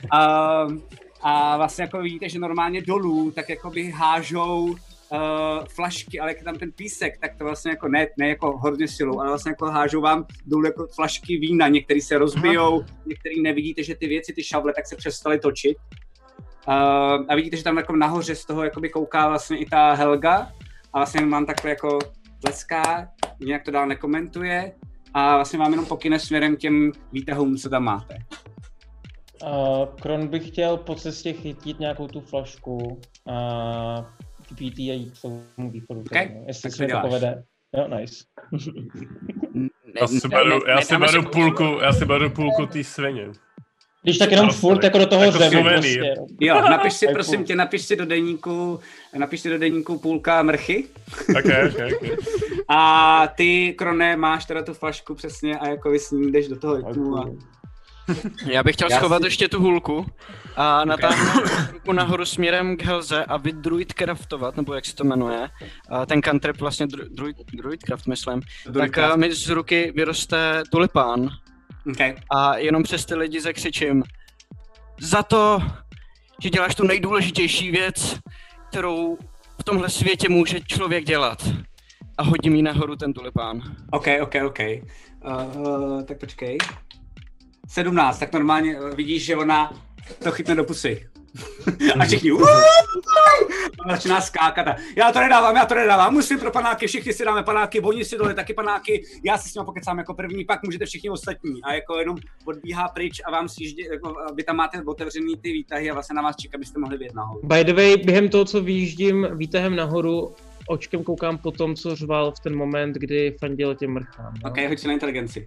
A vlastně jako vidíte, že normálně dolů tak jakoby hážou flašky, ale jak je tam ten písek, tak to vlastně jako ne jako hodně silou, ale vlastně jako hážou vám dolů jako flašky vína, některý se rozbijou, některý nevidíte, že ty věci, ty šavle, tak se přestaly točit. A vidíte, že tam jako nahoře z toho jakoby kouká vlastně i ta Helga a vlastně mám takhle jako tleská, nějak to dál nekomentuje a vlastně vám jenom pokyne směrem k těm výtahům, co tam máte. Kron by chtěl po cestě chytit nějakou tu flašku a vypít ji a jít k tomu východu. Okay. Jestli se to povede. Jo, nice. Já si beru půlku té svině. Když tak jenom furt jako do toho zemi. Prostě. Jo, napiš si do deníku půlka mrchy. Okay. A ty, Krone, máš teda tu flašku přesně a jako s ní jdeš do toho rytmu a... Já bych chtěl schovat ještě tu hůlku a natáhnout hůlku nahoru směrem k Helze a druidcraftovat, nebo jak se to jmenuje, ten cantrip vlastně druidcraft, myslím, tak mi z ruky vyroste tulipán. Okay. A jenom přes ty lidi zakřičím za to, že děláš tu nejdůležitější věc, kterou v tomhle světě může člověk dělat. A hodím jí nahoru ten tulipán. OK. Tak počkej. 17, tak normálně vidíš, že ona to chytne do pusy. A všichni začíná skákat a já to nedávám, musím pro panáky, všichni si dáme panáky, oni si dole taky panáky, já si s ním pokecám jako první, pak můžete všichni ostatní a jako jenom odbíhá pryč a vám sjíždí, jako, vy tam máte otevřený ty výtahy a vlastně na vás čeká, abyste mohli vyjet nahoru. By the way, během toho, co vyjíždím výtahem nahoru, očkem koukám po tom, co řval v ten moment, kdy fandil těm mrchám. No? OK, hoď si na inteligenci.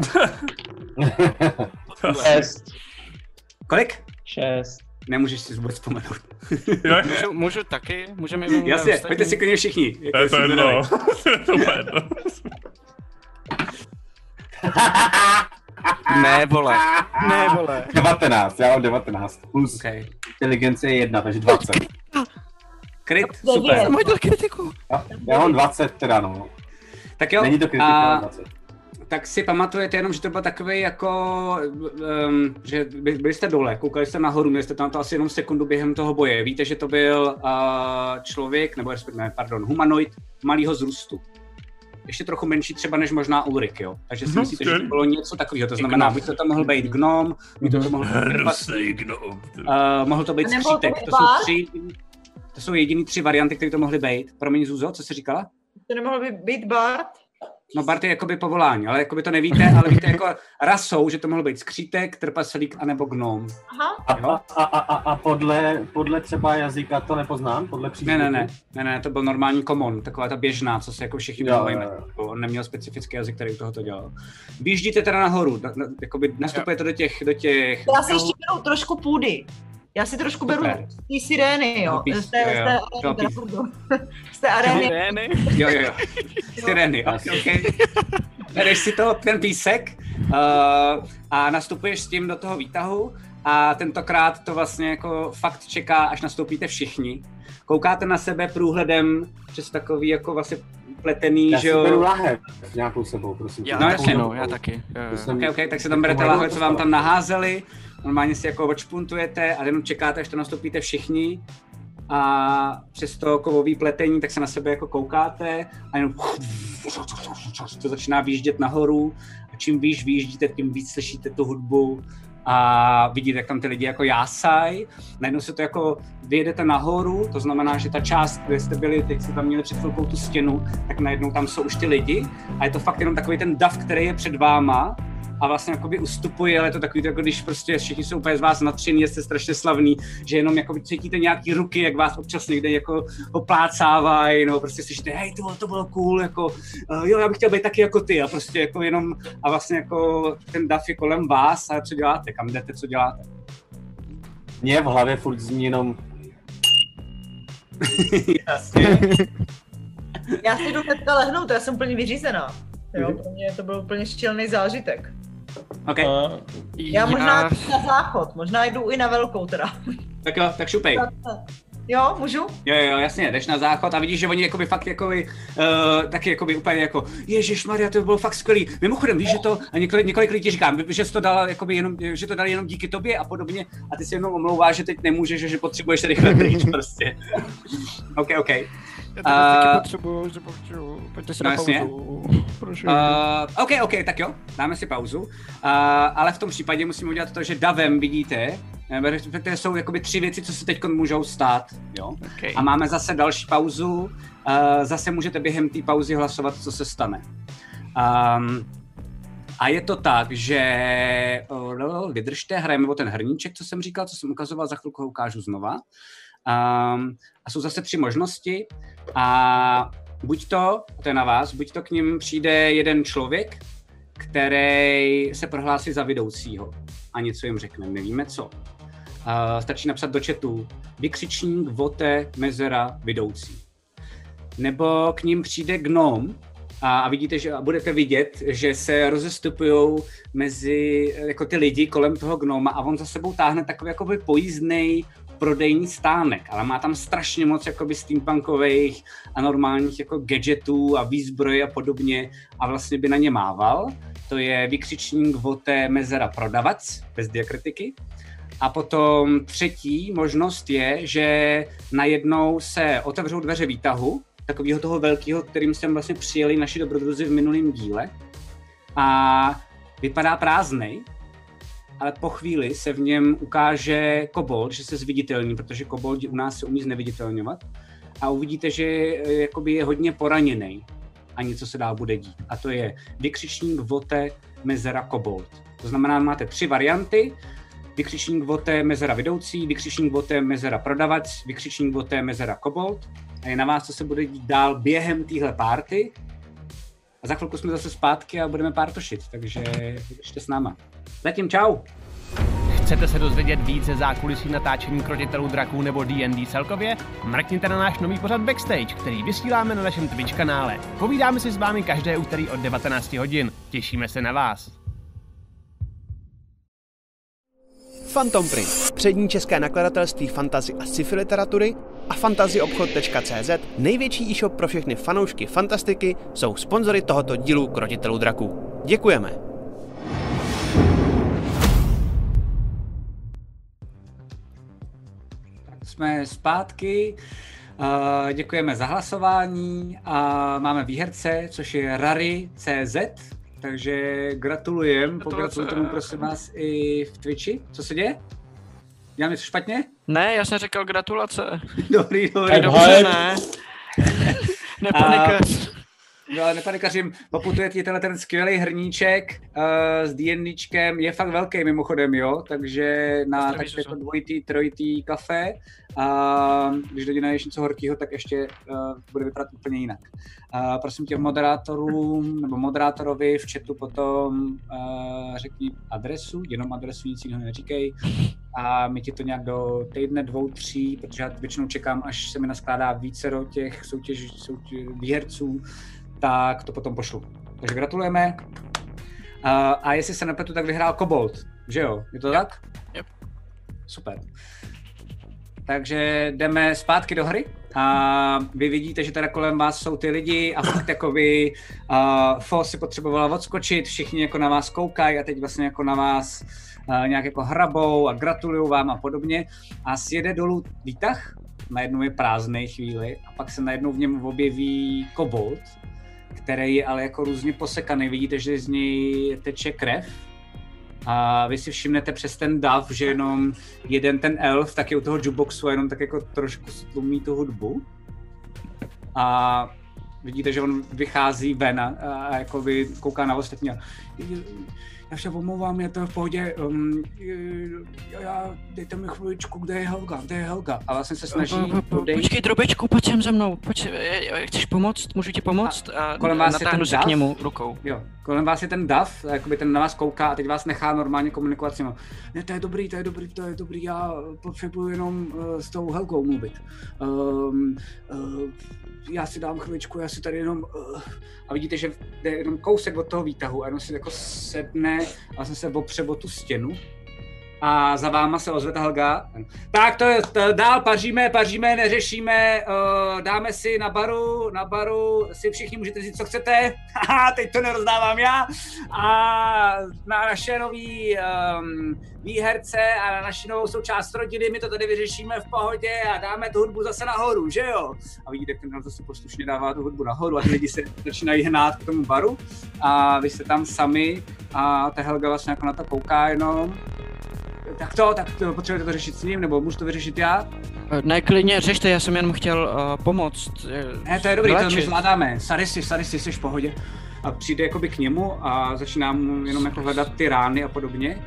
6. Kolik? 6. Nemůžeš si vůbec vzpomenout. Můžu taky? Můžeme jasně, pojďte si klidně všichni. To je jedno. To je jedno. Ne, vole. 19, já mám 19. Plus inteligence je 1, takže 20. Kryt, super. Jsem hodil kritiku. Já mám 20 teda, no. Tak jo, není to kritika, 20. Tak si pamatujete jenom, že to byl takový jako, že byli jste dole, koukali jste nahoru, měli jste tam to asi jenom sekundu během toho boje. Víte, že to byl člověk, nebo humanoid malýho vzrůstu. Ještě trochu menší třeba než možná Ulrik, jo. Takže si myslíte, že to bylo něco takového, to znamená, buď to mohl být gnom, buď to mohl být mohl to být skřítek, to jsou jediný 3 varianty, které to mohly být. Promiň, Zuzo, co jsi říkala? To nemohl být Bard? No Bard je jakoby povolání, ale jakoby to nevíte, ale víte jako rasou, že to mohl být skřítek, trpaslík anebo gnom. Aha. A podle třeba jazyka to nepoznám? Podle přízvuku? Ne, to byl normální common, taková ta běžná, co se jako všichni mluví. On neměl specifický jazyk, který toho dělal. Vyjíždíte teda nahoru, jakoby nastupujete do těch... Já si ještě beru trošku půdy. Já si trošku beru ty sirény, jo. Z té arény. Jo. Sirény, okay. Bereš si ten písek a nastupuješ s tím do toho výtahu a tentokrát to vlastně jako fakt čeká, až nastoupíte všichni. Koukáte na sebe průhledem přes takový jako vlastně pletený, že jo. Já si beru lahev nějakou sebou, prosím. Já taky. OK, tak se tam berete lahev, co vám tam naházeli. Normálně si jako odšpuntujete a jenom čekáte, až to nastoupíte všichni a přes to kovový pletení tak se na sebe jako koukáte a jenom to začíná výjíždět nahoru a čím výš vyjíždíte, tím víc slyšíte tu hudbu a vidíte, jak tam ty lidi jako jásají. Najednou se to jako vyjedete nahoru, to znamená, že ta část, kde jste byli, teď jste tam měli před chvilkou tu stěnu, tak najednou tam jsou už ty lidi a je to fakt jenom takový ten dav, který je před váma a vlastně jakoby ustupuje, ale je to takový, jako když prostě všichni jsou úplně z vás nadšení, jste strašně slavný, že jenom jakoby cítíte nějaký ruky, jak vás občas někde jako oplácávají, nebo prostě slyšíte, hej, to bylo cool, jako jo, já bych chtěl být taky jako ty a prostě jako jenom a vlastně jako ten dav je kolem vás a co děláte, kam jdete, co děláte? Mně v hlavě furt zní jenom jasně. Já si jdu hnedka lehnout, já jsem úplně vyřízená. Jo, pro mě to byl úplně šílený zážitek. Okay. Já možná na záchod, možná jdu i na velkou teda. Tak jo, tak šupej. Jo, můžu? Jo, jasně, jdeš na záchod a vidíš, že oni jakoby fakt jakoby, taky jakoby úplně jako Ježišmarja, to bylo fakt skvělý. Mimochodem, víš, že to, a několik lidí říkám, že jsi to dala jakoby jenom, že to dali jenom díky tobě a podobně a ty si jenom omlouváš, že teď nemůžeš, že potřebuješ rychle pryč prostě. OK. Já to taky potřebuju, že potřebuju, pojďte si na pauzu. OK, tak jo, dáme si pauzu. Ale v tom případě musíme udělat to, že davem vidíte, to jsou jakoby 3 věci, co se teď můžou stát, jo? Okay. A máme zase další pauzu, zase můžete během té pauzy hlasovat, co se stane. A je to tak, že vydržte, hrajeme o ten hrníček, co jsem říkal, co jsem ukazoval, za chvilku ho ukážu znova. A jsou zase 3 možnosti a buď to je na vás, buď to k nim přijde jeden člověk, který se prohlásí za vedoucího a něco jim řekne, nevíme co. Stačí napsat do chatu vykřičník, vote, mezera, vedoucí. Nebo k ním přijde gnom a vidíte, že budete vidět, že se rozestupujou mezi jako ty lidi kolem toho gnoma a on za sebou táhne takový jakoby pojízdnej prodejní stánek, ale má tam strašně moc jakoby steampunkových a normálních jako gadgetů a výzbroje a podobně a vlastně by na ně mával. To je vykřičník, vote, mezera, prodavac, bez diakritiky. A potom 3. možnost je, že najednou se otevřou dveře výtahu, takového toho velkého, kterým jsme vlastně přijeli naši dobrodruzi v minulém díle. A vypadá prázdnej, ale po chvíli se v něm ukáže kobold, že se zviditelní, protože koboldi u nás se umí zneviditelňovat. A uvidíte, že jakoby je hodně poraněný a něco se dál bude dít. A to je vykřičník, vote, mezera, kobold. To znamená, máte 3 varianty. Vykřičník, vote, mezera, vedoucí, vykřičník, vote, mezera, prodavač, vykřičník, vote, mezera, kobold. A je na vás, co se bude dít dál během téhle party. A za chvilku jsme zase zpátky a budeme partošit, takže ještě s náma. Zatím čau! Chcete se dozvědět více zákulisí natáčení Krotitelů draků nebo D&D celkově? Mrkněte na náš nový pořad Backstage, který vysíláme na našem Twitch kanále. Povídáme si s vámi každé úterý od 19 hodin. Těšíme se na vás. Phantom Print, přední české nakladatelství fantasy a sci-fi literatury a fantasyobchod.cz, největší e-shop pro všechny fanoušky fantastiky, jsou sponzory tohoto dílu Krotitelů draků. Děkujeme! Jsme zpátky, děkujeme za hlasování a máme výherce, což je Rary.cz, takže gratulujem, pogratulujte mu prosím vás i v Twitchi. Co se děje? Dělám něco špatně? Ne, já jsem řekl gratulace. Dobrý. Dobře, ne. Nepanikař. No, nepanikařím, poputuje ti ten skvělý hrníček s D&Dčkem, je fakt velký mimochodem, jo, takže na tak jako 2, 3 kafe a když doděláš něco horkýho, tak ještě bude vypadat úplně jinak. Prosím tě moderátorům nebo moderátorovi v chatu potom řekni adresu, jenom adresu, nic jiného neříkej a my ti to nějak do týdne, 2, 3, protože já většinou čekám, až se mi naskládá vícero těch výherců, tak to potom pošlu. Takže gratulujeme. A jestli se nepletu, tak vyhrál Kobold, že jo? Je to tak? Yep. Super. Takže jdeme zpátky do hry a vy vidíte, že teda kolem vás jsou ty lidi a fakt jako vy Fo si potřebovala odskočit, všichni jako na vás koukají a teď vlastně jako na vás nějak jako hrabou a gratulují vám a podobně a sjede dolů výtah, najednou je prázdnej chvíli a pak se najednou v něm objeví kobold, který je ale jako různě posekaný, vidíte, že z něj teče krev a vy si všimnete přes ten dav, že jenom jeden ten elf tak je u toho jukeboxu a jenom tak jako trošku stlumí tu hudbu a vidíte, že on vychází ven a jako vy kouká na ostatní a já se omlouvám, je to v pohodě, dejte mi chviličku, kde je Helga? A vlastně se snaží Počkej, Drobečku, pojď sem ze mnou, chceš pomoct, můžu ti pomoct? A kolem vás natáhnu se k němu rukou. Jo, kolem vás je ten dav, jakoby ten na vás kouká a teď vás nechá normálně komunikovat s ním. Ne, to je dobrý, já potřebuji jenom s tou Helgou mluvit. Já si dám chviličku, já si tady jenom... A vidíte, že jde jenom kousek od toho výtahu a jenom si jako sedne a vlastně se opře o tu stěnu A za váma se ozve ta Helga. Tak to je, dál paříme, neřešíme, dáme si na baru si všichni můžete říct, co chcete. Haha, teď to nerozdávám já. A na naše nový výherce a na naši novou součást rodiny my to tady vyřešíme v pohodě a dáme tu hudbu zase nahoru, že jo? A vidíte, jak ten zase poslušně dává tu hudbu nahoru a ty lidi se začínají hnát k tomu baru a vy jste tam sami a ta Helga vlastně jako na to kouká jenom. Tak to potřebujete to řešit s ním, nebo můžu to vyřešit já? Ne, klidně řešte, já jsem jen chtěl pomoct. Ne, to je dobrý, to my zvládáme. Sarisi, jsi v pohodě. A přijde jakoby k němu a začíná mu jenom jako hledat ty rány a podobně.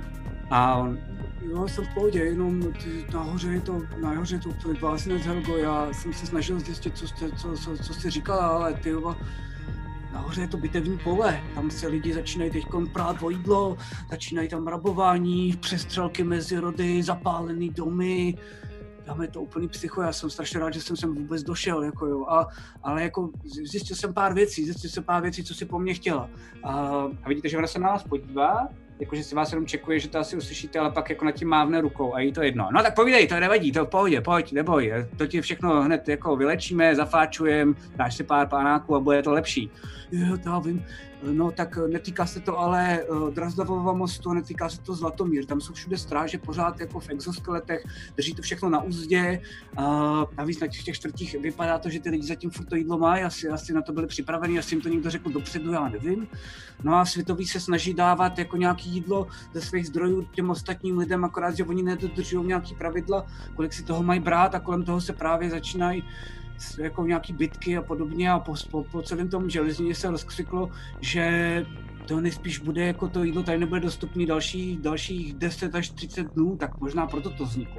A on, jo, jsem v pohodě, jenom nahoře je to úplně bláznec, Helgo, já jsem se snažil zjistit, co jste říkala, ale ty nahoře je to bitevní pole, tam se lidi začínají teďkom prát o jídlo, začínají tam rabování, přestřelky mezi rody, zapálený domy. Tam je to úplný psycho, já jsem strašně rád, že jsem sem vůbec došel, jako jo, ale jako zjistil jsem pár věcí, co si po mně chtěla. A vidíte, že ona se na vás podívá, jakože si vás jenom čekuje, že to asi uslyšíte, ale pak jako nad tím mávne rukou a jí to jedno. No tak povídej, to nevadí, to v pohodě, pojď, neboj, to ti všechno hned jako vylečíme, zafáčujeme, dáš si pár pánáků a bude to lepší. Jo, to já vím. No tak netýká se to ale Drazdavova mostu, netýká se to Zlatomír, tam jsou všude stráže pořád jako v exoskeletech, drží to všechno na úzdě. Navíc na těch čtvrtích vypadá to, že ty lidi zatím furt to jídlo mají, asi na to byli připraveni, asi jim to někdo řekl dopředu, já nevím. No a Světový se snaží dávat jako nějaký jídlo ze svých zdrojů těm ostatním lidem, akorát, že oni nedodržují nějaký pravidla, kolik si toho mají brát a kolem toho se právě začínají jako nějaký bitky a podobně a po celém tom železnině se rozkřiklo, že to nejspíš bude jako to jídlo tady nebude dostupný dalších 10 až 30 dnů, tak možná proto to vzniklo.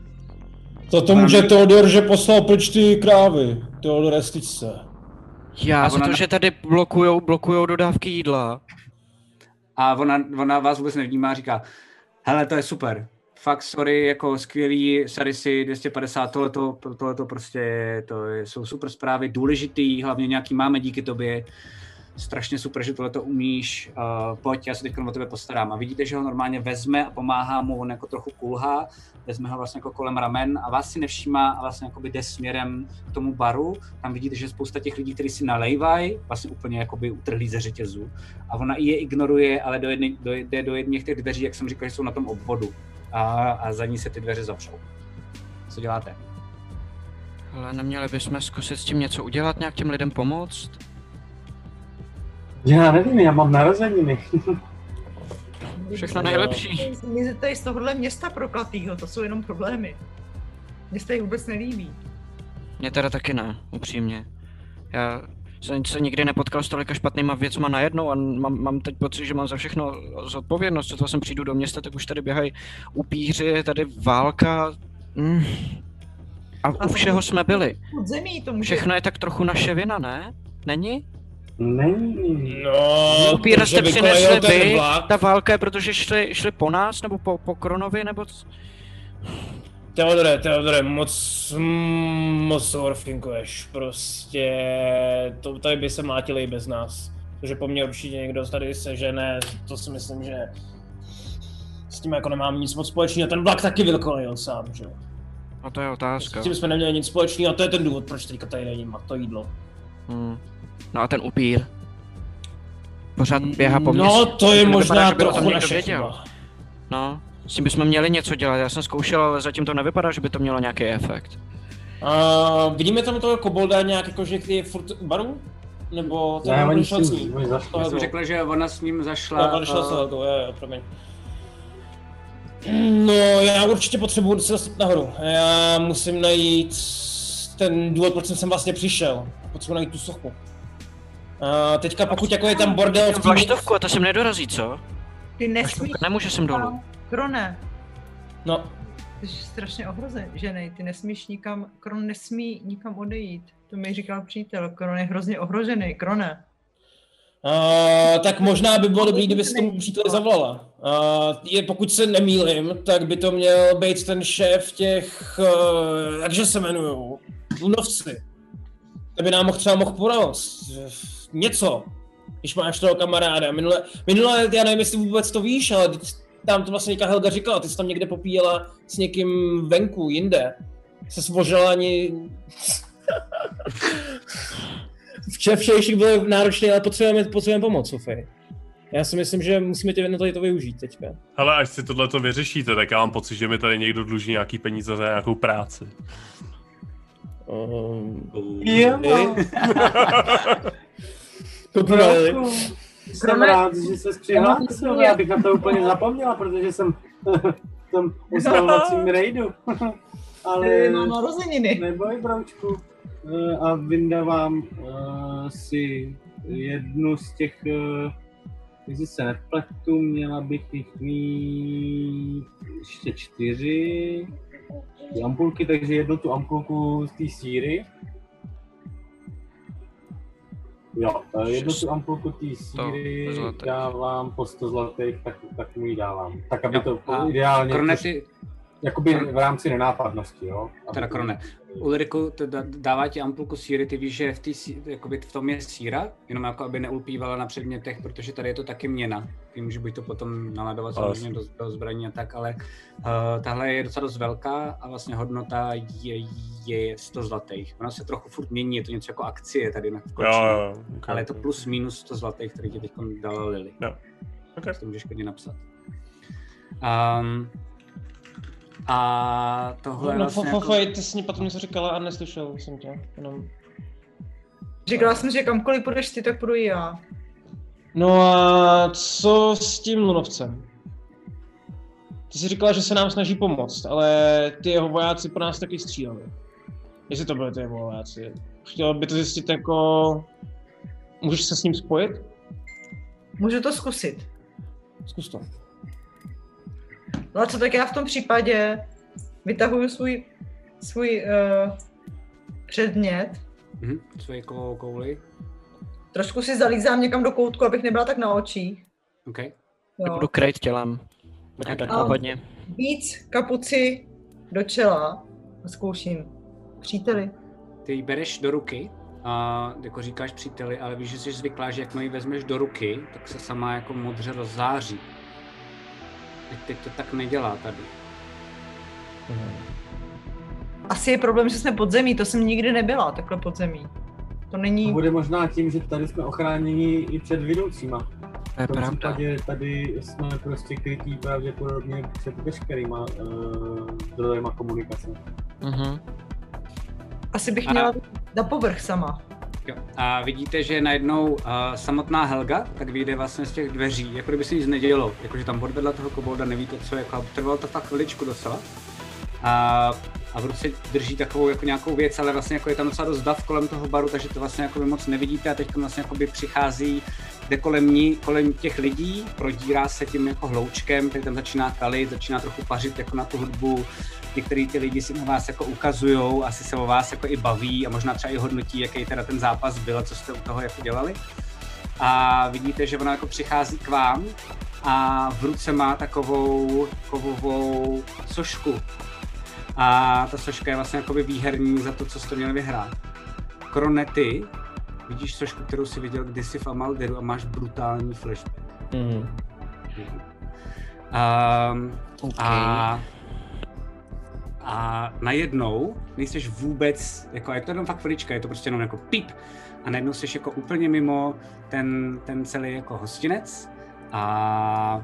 To může Teodor, že poslal pryč ty krávy. Teodore, styď se. Já za to, že tady blokujou dodávky jídla. A ona vás vůbec nevnímá a říká, hele, to je super. Fakt sorry, jako skvělý, Sarisi 250, tohleto prostě, jsou super zprávy, důležitý, hlavně nějaký máme díky tobě. Strašně super, že tohleto umíš, pojď, já se teď o tebe postarám. A vidíte, že ho normálně vezme a pomáhá mu, on jako trochu kulhá, vezme ho vlastně jako kolem ramen a vás si nevšímá a vlastně jakoby jde směrem k tomu baru. Tam vidíte, že spousta těch lidí, kteří si nalejvají, vlastně úplně jakoby utrhlí ze řetězu. A ona i je ignoruje, ale jde do jedných těch dveří, jak jsem říkal, že jsou na tom obvodu. A za ní se ty dveře zavřou. Co děláte? Ale neměli bychom zkusit s tím něco udělat, nějak těm lidem pomoct? Já nevím, já mám narozeniny. Všechno nejlepší. Mě tady z tohohle města proklatýho, to jsou jenom problémy. Mně se tady vůbec nelíbí. Mně teda taky ne, upřímně. Já jsem se nikdy nepotkal s tolika špatnýma věcma najednou a mám teď pocit, že mám za všechno zodpovědnost. Co jsem přijdu do města, tak už tady běhají upíři, je tady válka. A u všeho jsme byli. Všechno je tak trochu naše vina, ne? Není? Není. No, upíra jste přinesli vy, ta válka je, protože šli po nás, nebo po Kronovi, nebo... Teodore, moc orfinkuješ, prostě, to tady by se mlátili i bez nás. Protože po mně určitě někdo tady sežene, to si myslím, že s tím jako nemám nic moc společného, ten vlak taky vylkolil sám, že jo. No to je otázka. S tím jsme neměli nic společného a to je ten důvod, proč teďka tady není to jídlo. No a ten upír? Pořád běhá po městě. No to je možná trochu naše chyba. No, s tím bychom měli něco dělat, já jsem zkoušel, ale zatím to nevypadá, že by to mělo nějaký efekt. Vidíme tam toho kobolda nějak jako, že je furt u baru? Nebo to ne, oni šel s ním? Já jsem řekl, že ona s ním zašla. No, ona šla s Helgou, jo, promiň. No, já určitě potřebuji se dostat nahoru. Já musím najít ten důvod, proč jsem vlastně přišel. Potřebuji najít tu sochu. Teďka pokud jako je tam bordel v Vlaštovku a to sem nedorazí, co? Ty nesmíš. Nemůže sem dolů. Krone. No. Ty jsi strašně ohrožený, ty nesmíš nikam, Kron nesmí nikam odejít. To mi říkal přítel, Kron je hrozně ohrožený, Krone. Tak možná by bylo dobrý, kdyby se tomu příteli zavolala. Pokud se nemýlim, tak by to měl být ten šéf těch, jakže se jmenujou, Lunovci. To by nám mohl poradit něco, když máš toho kamaráda. Minule, já nevím, jestli vůbec to víš, ale tam to vlastně nějaká Helga říkala, ty jsi tam někde popíjela s někým venku, jinde. Se svožela ani... Včerejšek byl náročný, ale potřebujeme pomoc, Sofie. Já si myslím, že musíme to využít teďka. Ale až si tohleto vyřešíte, tak já mám pocit, že mi tady někdo dluží nějaký peníze za nějakou práci. Jsem rád, že se přihlásil, já bych na to úplně zapomněla, protože jsem v tom ustavovacím raidu. Ale mám narozeniny. Neboj, broučku. A vyndávám si jednu z těch, když se nepletu, měla bych jich mít ještě 4 ty ampulky, takže jednu tu ampulku z té síry. Jo, jednu tu ampulku té síry dávám po 100 zlatých, tak mu ji dávám. Tak, aby to ideálně... Kronety... Jakoby v rámci nenápadnosti, jo? Teda Krone. Ulriku, dává ti ampulku síry, ty víš, že v tom je síra, jenom jako aby neulpívala na předmětech, protože tady je to taky měna. Ty může být to potom naladovat samozřejmě do zbraní a tak, ale tahle je docela dost velká a vlastně hodnota je 100 zlatých. Ona se trochu furt mění, je to něco jako akcie tady na okay. Ale je to plus minus 100 zlatých, který ti teď dala Lily. Okay. To můžeš klidně napsat. A tohle vlastně Fofej, ty jsi potom něco říkala a neslyšel jsem tě, jenom... Říkala jsem, že kamkoliv půjdeš ty, tak půjdu i já. No a co s tím lunovcem? Ty jsi říkala, že se nám snaží pomoct, ale ty jeho vojáci po nás taky stříleli. Jestli to byly ty jeho vojáci. Chtěl by to zjistit jako... Můžeš se s ním spojit? Můžu to zkusit. Zkus to. No a co, tak já v tom případě vytahuju svůj předmět. Svoji kouli. Trošku si zalízám někam do koutku, abych nebyla tak na očích. Okay. Já budu krejt tělem. Budu tak nápadně. Víc kapuci do čela a zkouším. Příteli. Ty ji bereš do ruky a jako říkáš příteli, ale víš, že jsi zvyklá, že jak ji vezmeš do ruky, tak se sama jako modře rozzáří. Teď to tak nedělá tady. Asi je problém, že jsme podzemí, to jsem nikdy nebyla, takhle podzemí. To není... To bude možná tím, že tady jsme ochráněni i před vidoucíma. To je pravda. Případě tady jsme prostě krytí pravděpodobně před veškerýma zdrojema komunikace. Asi bych měla na povrch sama. Jo. A vidíte, že najednou samotná Helga tak vyjde vlastně z těch dveří, jako kdyby se nic nedělo, jakože tam odvedla toho kobolda, nevíte co, jako trvalo to fakt chviličku docela. A v ruce drží takovou jako nějakou věc, ale vlastně jako je tam docela dost dav kolem toho baru, takže to vlastně jako moc nevidíte a teď vlastně jako přichází, jde kolem těch lidí, prodírá se tím jako hloučkem, který tam začíná kalit, začíná trochu pařit jako na tu hudbu. Některý ty lidi si na vás jako ukazujou, asi se o vás jako i baví a možná třeba i hodnotí, jaký teda ten zápas byl a co jste u toho jako dělali. A vidíte, že ona jako přichází k vám a v ruce má takovou kovovou sošku. A ta soška je vlastně jakoby výherní za to, co jste měli vyhrát. Krone, ty vidíš sošku, kterou jsi viděl kdysi v Amalderu a máš brutální flashback. A najednou nejseš vůbec, jako je to jenom fakt chvilička, je to prostě jenom jako píp a najednou jsi jako úplně mimo ten celý jako hostinec a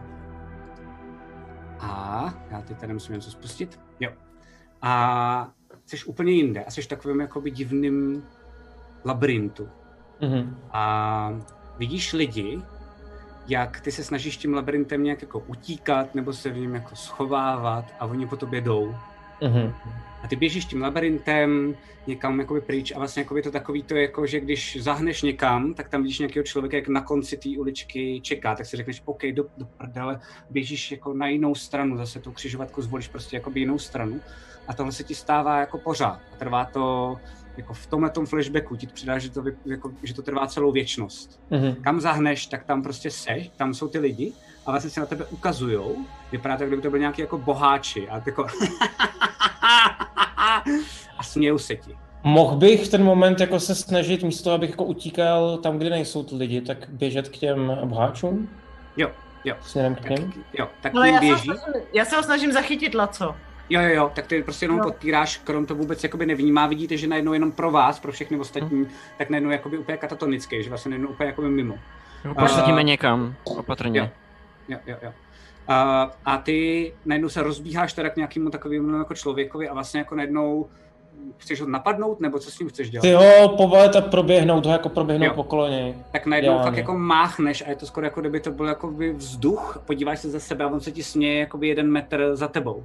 já teď tady musím něco spustit, jo. A jsi úplně jinde a jsi v takovém jakoby divným labirintu. A vidíš lidi, jak ty se snažíš tím labirintem nějak jako utíkat nebo se v něm jako schovávat a oni po tobě jdou. A ty běžíš tím labirintem někam jakoby pryč a vlastně jakoby to takový to jako, že když zahneš někam, tak tam vidíš nějakého člověka, jak na konci té uličky čeká, tak si řekneš, OK, do prdele, běžíš jako na jinou stranu, zase tu křižovatku zvolíš prostě jakoby jinou stranu a tohle se ti stává jako pořád a trvá to jako v tomhletom flashbacku ti přidá, že to trvá celou věčnost. Kam zahneš, tak tam prostě seš, tam jsou ty lidi a vlastně se na tebe ukazujou, vypadá to, kdyby to byli nějaký jako boháči a jako a smějou se ti. Mohl bych v ten moment jako se snažit, místo toho, abych jako utíkal tam, kde nejsou ty lidi, tak běžet k těm boháčům? Jo, Jo. Směrem k něm? Jo, tak Ale tím běží. Já se ho snažím zachytit, Laco. Jo, tak ty prostě jenom podpíráš, Kron to vůbec jakoby nevnímá, vidíte, že najednou jenom pro vás, pro všechny ostatní, tak najednou jakoby úplně katatonický, že vlastně najednou úplně jakoby mimo. Posadíme někam, opatrně. Jo. A ty najednou se rozbíháš teda k nějakému takovému jako člověkovi a vlastně jako najednou chceš ho napadnout, nebo co s ním chceš dělat? Ty ho povolit a proběhnout ho, jako proběhnout okolo něj. Tak najednou fakt jako máchneš a je to skoro jako kdyby to byl jakoby vzduch, podíváš se za sebe a on se ti směje jakoby 1 metr za tebou.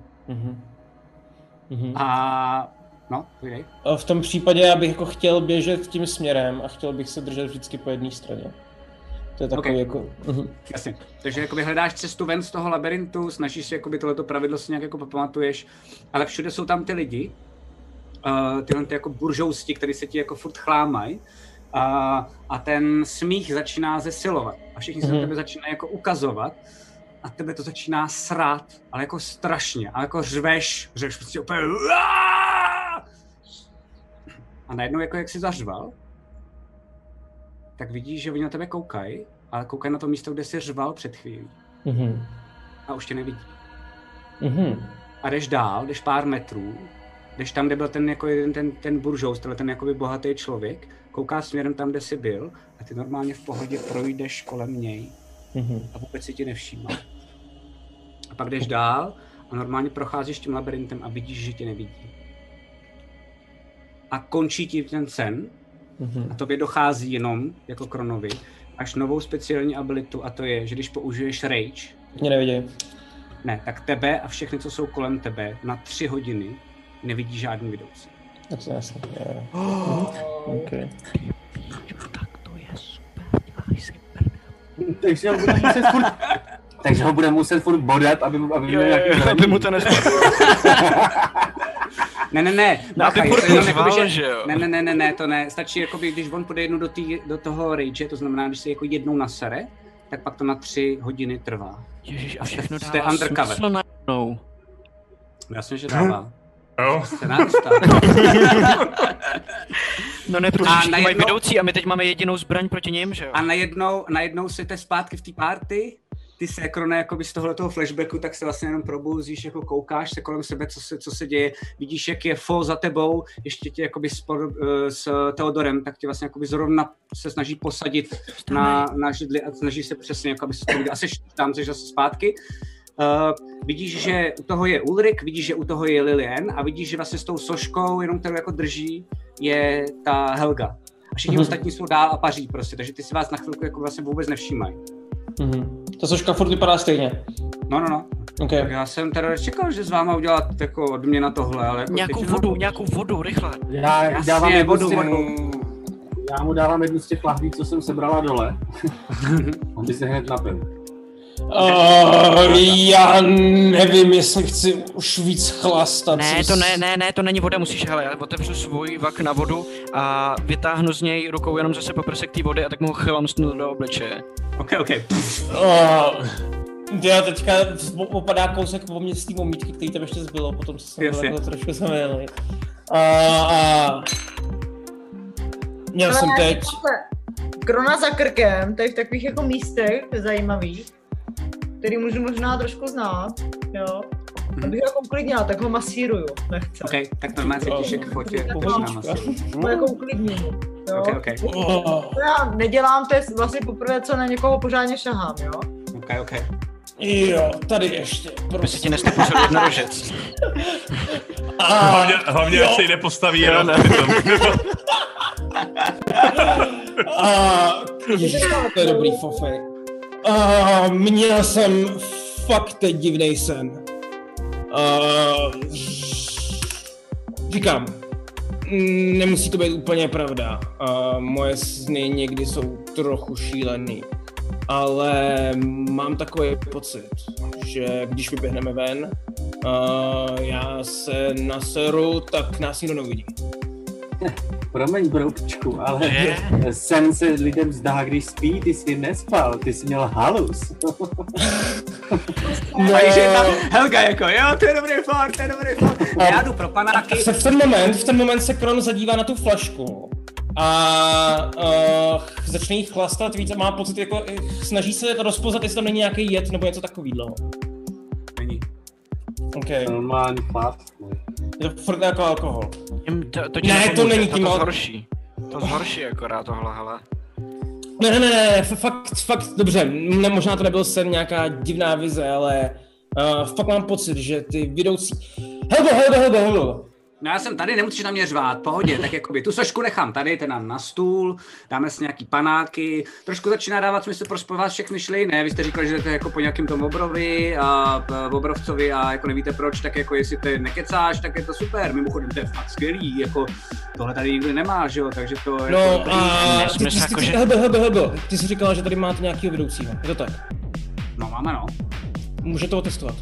A no, pojdej. V tom případě já bych jako chtěl běžet tím směrem a chtěl bych se držet vždycky po jedné straně. To je takový jako... Jasně. Takže jakoby hledáš cestu ven z toho labirintu, snažíš se jakoby tohleto pravidlo si nějak jako pamatuješ, ale všude jsou tam ty lidi, tyhle ty jako buržousti, který se ti jako furt chlámají a ten smích začíná zesilovat a všichni se na tebe začínají jako ukazovat a tebe to začíná srát, ale jako strašně, ale jako řveš prostě úplně a najednou jako jak jsi zařval, tak vidíš, že oni na tebe koukají, ale koukají na to místo, kde jsi řval před chvílí. A už tě nevidí. A jdeš dál, jdeš pár metrů, jdeš tam, kde byl ten jako ten buržous, ten jakoby bohatý člověk, koukáš směrem tam, kde jsi byl a ty normálně v pohodě projdeš kolem něj a vůbec si ti nevšímá. A pak jdeš dál a normálně procházíš tím labirintem a vidíš, že tě nevidí. A končí ti ten sen a tobě dochází jenom, jako Kronovi, až novou speciální abilitu a to je, že když použiješ rage, mě nevidí. Ne, tak tebe a všechny, co jsou kolem tebe, na 3 hodiny nevidí žádný vidoucí. Tak to je jasný. Okay. Tak to je super, dělej si Takže ho bude muset furt bodat, aby mu to nespadlo. Ne. No, ty furt řval, že jo? Ne, to ne. Stačí, jakoby, když on půjde jednou do toho rage, to znamená, když se jako jednou nasere, tak pak to na 3 hodiny trvá. Ježiš, a všechno dává smysl najednou. Jasně, že dává. Jo. No ne, protože všichni mají vedoucí a my teď máme jedinou zbraň proti nim, že jo? A najednou jste zpátky v té party, ty se Krone jakoby z tohoto flashbacku, tak se vlastně jenom probouzíš, jako koukáš se kolem sebe, co se děje, vidíš, jak je Fo za tebou, ještě tě jakoby s Theodorem, tak tě vlastně jakoby zrovna se snaží posadit na židli a snaží se přesně, jako aby se to a seš tam, seš zase zpátky. Vidíš, že u toho je Ulrik, vidíš, že u toho je Lilian a vidíš, že vlastně s tou soškou, jenom kterou jako drží, je ta Helga. A všichni ostatní jsou dál a paří prostě, takže ty si vás na chvilku jako vlastně vůbec nevšímají. Ta soška furt vypadá stejně. No. Okay. Tak já jsem teda čekal, že s váma udělat jako od mě na tohle, ale jako nějakou vodu, rychle. Já dávám vodu. Já mu dávám jednu z těch lahví, co jsem sebrala dole. On by se hned napil. Já nevím, jestli chci už víc chlastat. Ne, to není voda, musíš, hele, já otevřu svůj vak na vodu a vytáhnu z něj rukou jenom zase poprsek té vody a tak mu ho chlamsnu do obličeje. Ok. Já teďka opadá kousek po mě z té momítky, který tam ještě zbylo, potom jsem byl jako trošku zamělý. Měl jsem teď... Krona za krkem, tady v takových jako místech zajímavých, který můžu možná trošku znát, jo. Abych ho jako uklidnila, tak ho masíruju, nechce. Ok, tak normálně se těším k fotě, to jako uklidním, jo. Ok. Já nedělám, to je vlastně poprvé, co na někoho pořádně šahám, jo. Ok. Jo, tady ještě. Aby se ti nestopustil jednorožec. Hlavně jak se ji nepostaví jenom. Ježiš, to je dobrý fofek. Měl jsem fakt teď divnej sen. Říkám, nemusí to být úplně pravda. Moje sny někdy jsou trochu šílený. Ale mám takový pocit, že když vyběhneme ven, já se naseru, tak nás nikdo neuvidí. Promiň, broučku, ale sen se lidem zdá, když spí, ty jsi nespal, ty jsi měl halus. No. A že tam Helga jako, jo, to je dobrý fakt. Já jdu pro panáky. V ten moment se Kron zadívá na tu flašku a začne jí chlastat víc a má pocit, jako snaží se rozpoznat, jestli tam není nějaký jed nebo něco takového. Není. Okay. Normální chlast. Je to furt jako alkohol. Ne, to není tím. To zhorší. To zhorší akorát tohle, hele. Ne, fakt, dobře, možná to nebyl sen, nějaká divná vize, ale fakt mám pocit, že ty vedoucí... Helbo! No já jsem tady, nemusíš na mě řvát, pohodě, tak jakoby tu sošku nechám tady, ten na stůl, dáme si nějaký panáky, trošku začíná dávat smysl, proč po vás všechny šli, ne, vy jste říkali, že to je jako po nějakým tom obrovi a obrovcovi a jako nevíte proč, tak jako jestli to nekecáš, tak je to super, mimochodem to je fakt skvělý, jako tohle tady nikdy nemá, že jo, takže to je... No a Helbo, ty jsi říkala, že tady máte nějakýho vedoucího, je to tak? No máme no. Může to otestovat.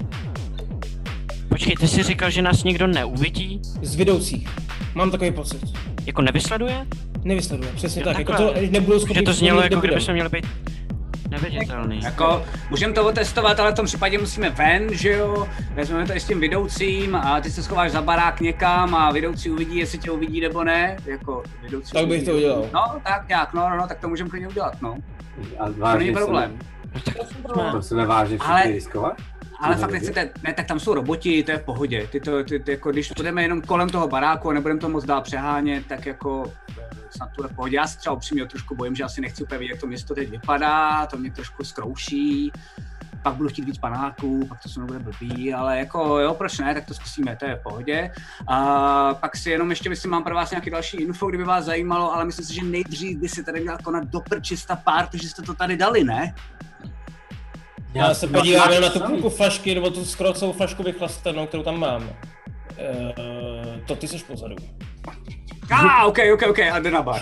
Počkej, ty jsi říkal, že nás nikdo neuvidí? Z vedoucích. Mám takový pocit. Jako nevysleduje? Nevysleduje, přesně tak. Jako to nebudou schopni... Že to znělo, jako kdybychom měli být neviditelný. Jako, můžeme to otestovat, ale v tom případě musíme ven, že jo? Vezmeme to i s tím vedoucím a ty se schováš za barák někam a vedoucí uvidí, jestli tě uvidí nebo ne. Jako, vedoucí tak bych to udělal. No, tak nějak, no, tak to můžeme klidně udělat, no. A to není problém. To se nevážně všichni riskovat? Ale fakt nechcete, ne, tak tam jsou roboti, to je v pohodě. Ty jako, když budeme jenom kolem toho baráku a nebudeme to moc dál přehánět, tak jako snad to je v pohodě. Já se třeba upřímně trošku bojím, že asi nechci úplně vidět, jak to město teď vypadá, to mě trošku zkrouší. Pak budu chtít víc panáků, pak to se nebude blbý, ale jako jo, proč ne, tak to zkusíme, to je v pohodě. A pak si jenom ještě myslím, mám pro vás nějaký další info, kdyby vás zajímalo, ale myslím si, že nejdřív by si tady měla konat doprčista pár, protože jste to tady dali, ne? Já se podívám na tu půlku flašky, nebo tu skoro celou flašku vychlastanou, kterou tam mám. To ty seš pozadu. OK, a jde na bar.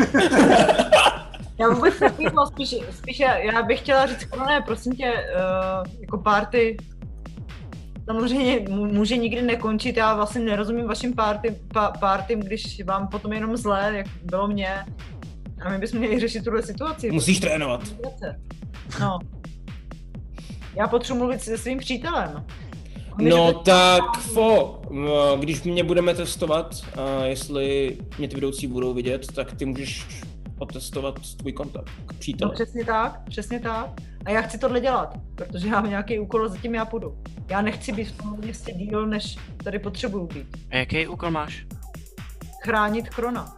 Já vůbec nepůjdu, spíš já bych chtěla říct, ne, prosím tě, jako party, samozřejmě může nikdy nekončit, já vlastně nerozumím vašim partym, když vám potom jenom zlé, jak bylo mně. A my bychom měli řešit tuhle situaci. Musíš trénovat. No. Já potřebuji mluvit se svým přítelem. No tak když mě budeme testovat, jestli mě ty vedoucí budou vidět, tak ty můžeš otestovat tvůj kontakt k příteli. No přesně tak. A já chci tohle dělat, protože já mám nějaký úkol a zatím já půjdu. Já nechci být v tom městě díl, než tady potřebuju být. A jaký úkol máš? Chránit Krona.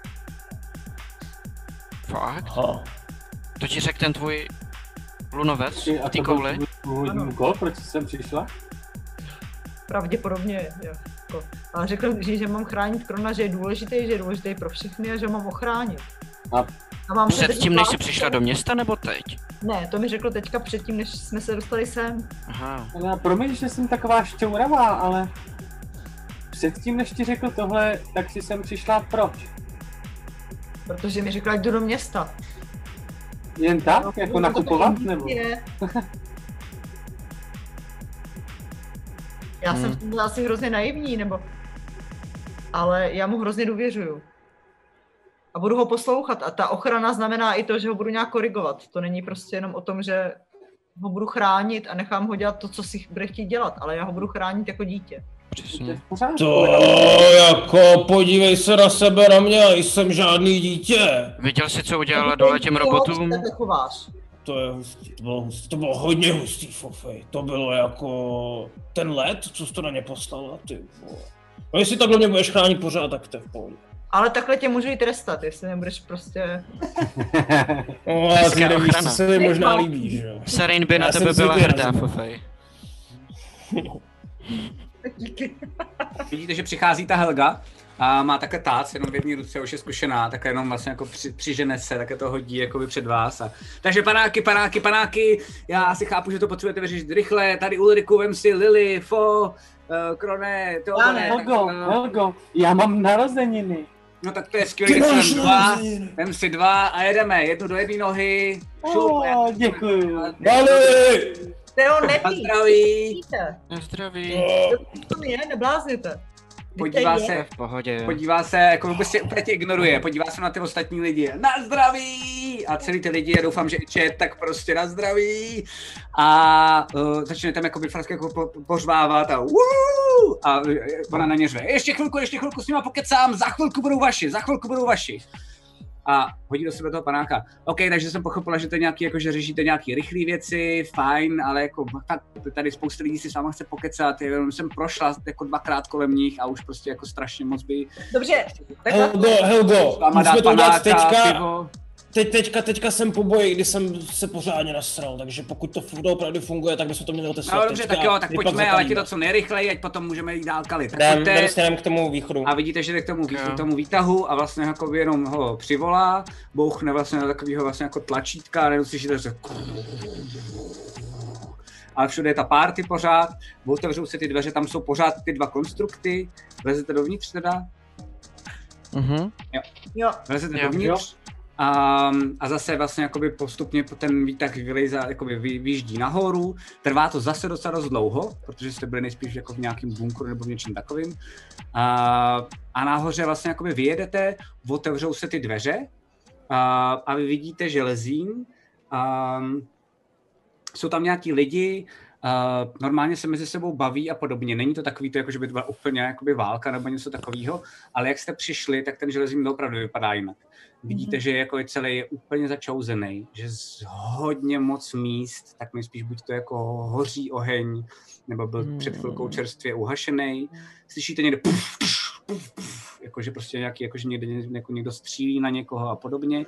Fakt? To ti řekl ten tvůj lunovec, ty kouli? Původní úkol, proč jsem přišla? Pravděpodobně, jako. Ale řekl, že mám chránit Krona, že je důležitý pro všechny a že ho mám ochránit. A mám předtím, než jsi přišla do města, nebo teď? Ne, to mi řekl teďka předtím, než jsme se dostali sem. Aha. No, promiň, že jsem taková šťouravá, ale předtím, než ti řekl tohle, tak si sem přišla proč? Protože mi řekla, ať jdu do města. Jen tak? Jako nakupovat, nebo? Já jsem v tom byla asi hrozně naivní, nebo... Ale já mu hrozně důvěřuju. A budu ho poslouchat a ta ochrana znamená i to, že ho budu nějak korigovat. To není prostě jenom o tom, že ho budu chránit a nechám ho dělat to, co si bude chtít dělat, ale já ho budu chránit jako dítě. Přesně. To jako podívej se na sebe, na mě, jsem žádný dítě. Viděl jsi, co udělala dole těm robotům? To bylo hodně hustý, Fofej. To bylo jako ten led, co jsi to na ně poslala, ty vole. No jestli takhle mě budeš chránit pořád, tak to je v pohodě. Ale takhle tě můžu i trestat, jestli nebudeš prostě... No, já si nevíš, co se mi možná líbí, že jo. Sarin by na tebe byla hrdá, Fofej. Vidíte, že přichází ta Helga a má takhle tác, jenom v jedné ruce, už je zkušená, tak jenom vlastně jako přižene se, tak to hodí jakoby před vás. Takže panáky, já si chápu, že to potřebujete vyřešit rychle, tady Ulriku, vem si Lily, Krone, Helgo, já mám narozeniny. No tak to je skvělý, vem si dva a jedeme, jednu do jedné nohy, šup. Děkuju. Dali! Teo, nepí. Zdraví. Na zdraví. To mi je, neblázněte. podívá se, jako vůbec tě úplně ignoruje, podívá se na ty ostatní lidi, na zdraví! A celý ty lidi, doufám, že i chat, tak prostě na zdraví! A začne tam jako Bifrask jako pořvávat a a ona na ně řve, ještě chvilku s nima pokecám, za chvilku budou vaši. A hodí do sebe toho panáka. OK, takže jsem pochopila, že to je nějaký, jako, že řešíte nějaký rychlé věci, fajn, ale jako tady spousta lidí si s váma chce pokecat, jenom jsem prošla jako 2krát kolem nich a už prostě jako strašně moc by... Dobře, Helgo, musíme to udělat teďka jsem po boji, kdy jsem se pořádně nasral, takže pokud to opravdu funguje, tak bychom to měli otestovat. No dobře, tak jo, tak pojďme, ale ti to co nejrychleji, ať potom můžeme jít dál kalit. Jdeme k tomu východu. A vidíte, že jde k tomu výtahu a vlastně jako jenom ho přivolá, bouchne vlastně na takovýho vlastně jako tlačítka a najednou slyšíte, že ale všude je ta party pořád, otevřou se ty dveře, tam jsou pořád ty 2 konstrukty, vlezete dovnitř teda? Jo. Vlezete dovnitř. A zase vlastně jakoby postupně ten výtah vyjíždí nahoru, trvá to zase docela dost dlouho, protože jste byli nejspíš jako v nějakém bunkru nebo v něčem takovým. A nahoře vlastně jakoby vyjedete, otevřou se ty dveře a vy vidíte železín. Jsou tam nějaký lidi, normálně se mezi sebou baví a podobně. Není to takový to, jako že by to byla úplně jakoby válka nebo něco takového, ale jak jste přišli, tak ten železín opravdu vypadá jinak. Vidíte, že jako je celý je úplně začouzený, že z hodně moc míst, tak nejspíš buď to jako hoří oheň, nebo byl před chvilkou čerstvě uhašený. Slyšíte někde jakože prostě nějaký, jakože někdo střílí na někoho a podobně.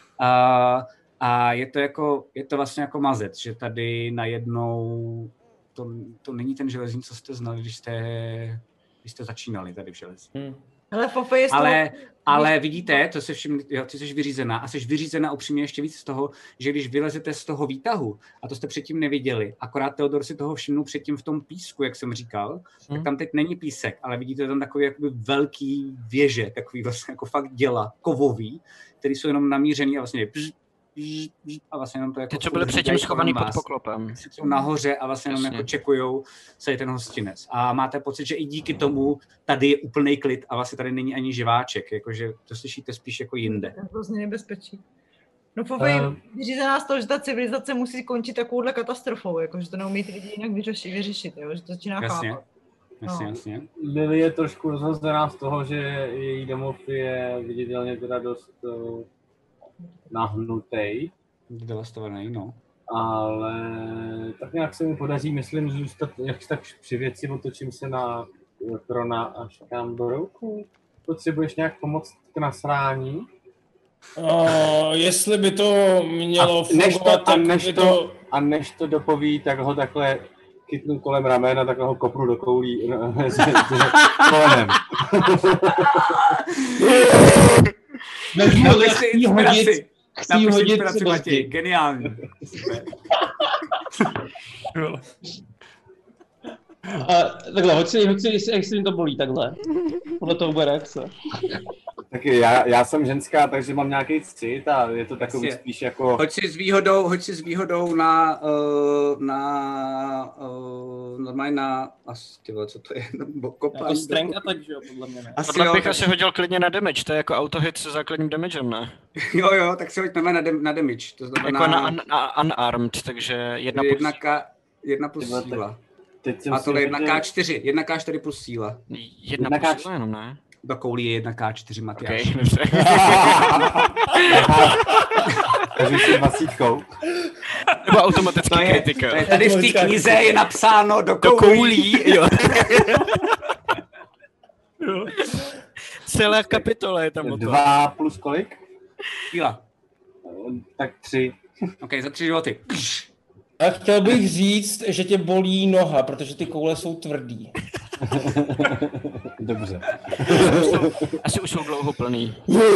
A je to vlastně jako mazec, že tady najednou to není ten železín, co jste znali, když jste začínali tady v železí. Ale vidíte, to se ty jsi vyřízená a jsi vyřízená upřímně ještě víc z toho, že když vylezete z toho výtahu, a to jste předtím neviděli, akorát Theodor si toho všimnul předtím v tom písku, jak jsem říkal, tak tam teď není písek, ale vidíte tam takový jakoby velký věže, takový vlastně jako fakt děla, kovový, který jsou jenom namířený a vlastně a vlastně jenom to jako... Ty, co byly předtím schovaný pod poklopem. Jsou nahoře a vlastně jenom jako čekujou celý ten hostinec. A máte pocit, že i díky tomu tady je úplnej klid a vlastně tady není ani živáček, jakože to slyšíte spíš jako jinde. To je hrozně nebezpečí. No Fofej, vyřízená z toho, že ta civilizace musí končit takovouhle katastrofou, jakože to neumí ty lidi jinak vyřešit, jo? Že to začíná chápat. Jasně. Lily je trošku rozhozená z toho, že její domov je viditelně teda dost nahnutej. Devastovaný, no. Ale tak nějak se mu podaří, myslím, zůstat jak tak při věci, otočím se na Krona a říkám do rouku. Potřebuješ nějak pomoct k nasrání? Jestli by to mělo fungovat, tak by to... A než to dopoví, tak ho takhle chytnu kolem ramena, takhle ho kopnu do koulí kolenem. Chci hodit Matěj, geniální. Takhle, hoď si, jestli mi to bolí takhle. Podle toho bude reakce. Taky já jsem ženská, takže mám nějaký cit a je to takový spíš jako... Hoď si s výhodou normálně na... Tyvo, co to je? Kopání. Jako strength attack, že jo, podle mě ne. Tohle bych asi hodil klidně na damage, to je jako autohit se základním damagem, ne? Jo, tak si hoď na damage, to znamená... Jako na unarmed, takže 1 plus síla. A tohle je 1K4, 1K4 plus síla. 1 plus síla jenom, ne? Do koulí je 1K4, Matyáš. Okay, dobře. Takže jsi 20. Nebo automatický kritika. Tady v té knize je napsáno do koulí. Jo. Celá kapitola je tam o tom. 2 plus kolik? Síla. Tak 3. OK, za 3 životy. A chtěl bych říct, že tě bolí noha, protože ty koule jsou tvrdý. Dobře. Asi už jsou dlouho plný.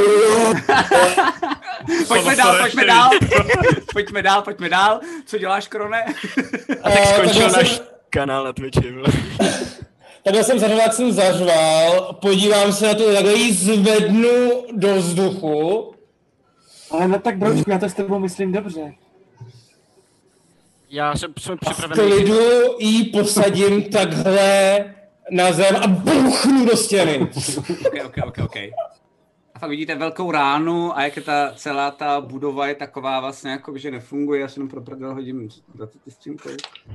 Pojďme dál. Co děláš, Krone? A tak skončil náš kanál na Twitchi. Takhle jsem zařval, jak jsem zařval, podívám se na to, takhle ji zvednu do vzduchu. Ale no tak bročku, já to s tebou myslím dobře. Já jsem připravený. V klidu jí posadím takhle na zem a bouchnu do stěny. OK. A fakt vidíte velkou ránu a jak je ta celá ta budova je taková vlastně jako, že nefunguje, já si jenom pro prdel hodím s tímkou.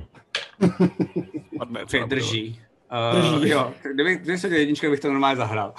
Drží. Jo, kdyby se děl jednička, bych to normálně zahrál.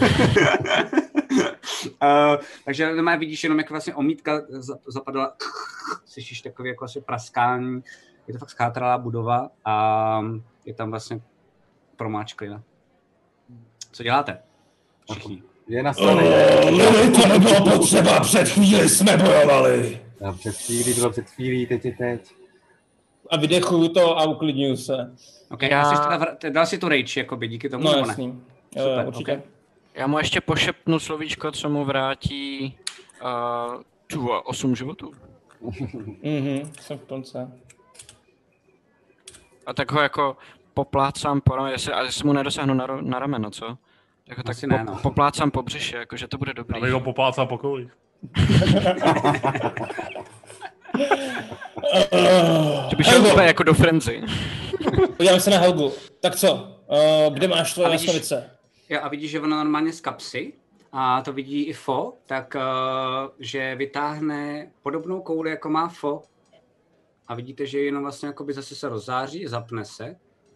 Takže normálně vidíš jenom, jak vlastně omítka zapadala, slyšíš takový jako asi praskání, je to fakt schátralá budova a je tam vlastně promáčklina. Co děláte? Všichni. Je na straně. To nebylo potřeba, před chvíli jsme bojovali. Já před chvílí, teď. A vydechuju to a uklidňuju se. OK, dal si tu rage, jakoby, díky tomu, no, nebo ne? Jasný. Super, určitě. Okay. Já mu ještě pošepnu slovíčko, co mu vrátí 8 životů. Jsem v konce. A tak ho jako poplácám po ramenu, jestli mu nedosáhnu na rameno, co? Tak poplácám po břiše, jakože to bude dobrý. Abych ho poplácal po koulích. To by šel úplně jako do frenzy. Podívám se na Helgu. Tak co? Kde máš tvoje lastavice? Jo, a vidíš, že ona normálně z kapsy, a to vidí i Fo, tak že vytáhne podobnou kouli, jako má Fo. A vidíte, že jenom vlastně jakoby zase se rozzáří, zapne se.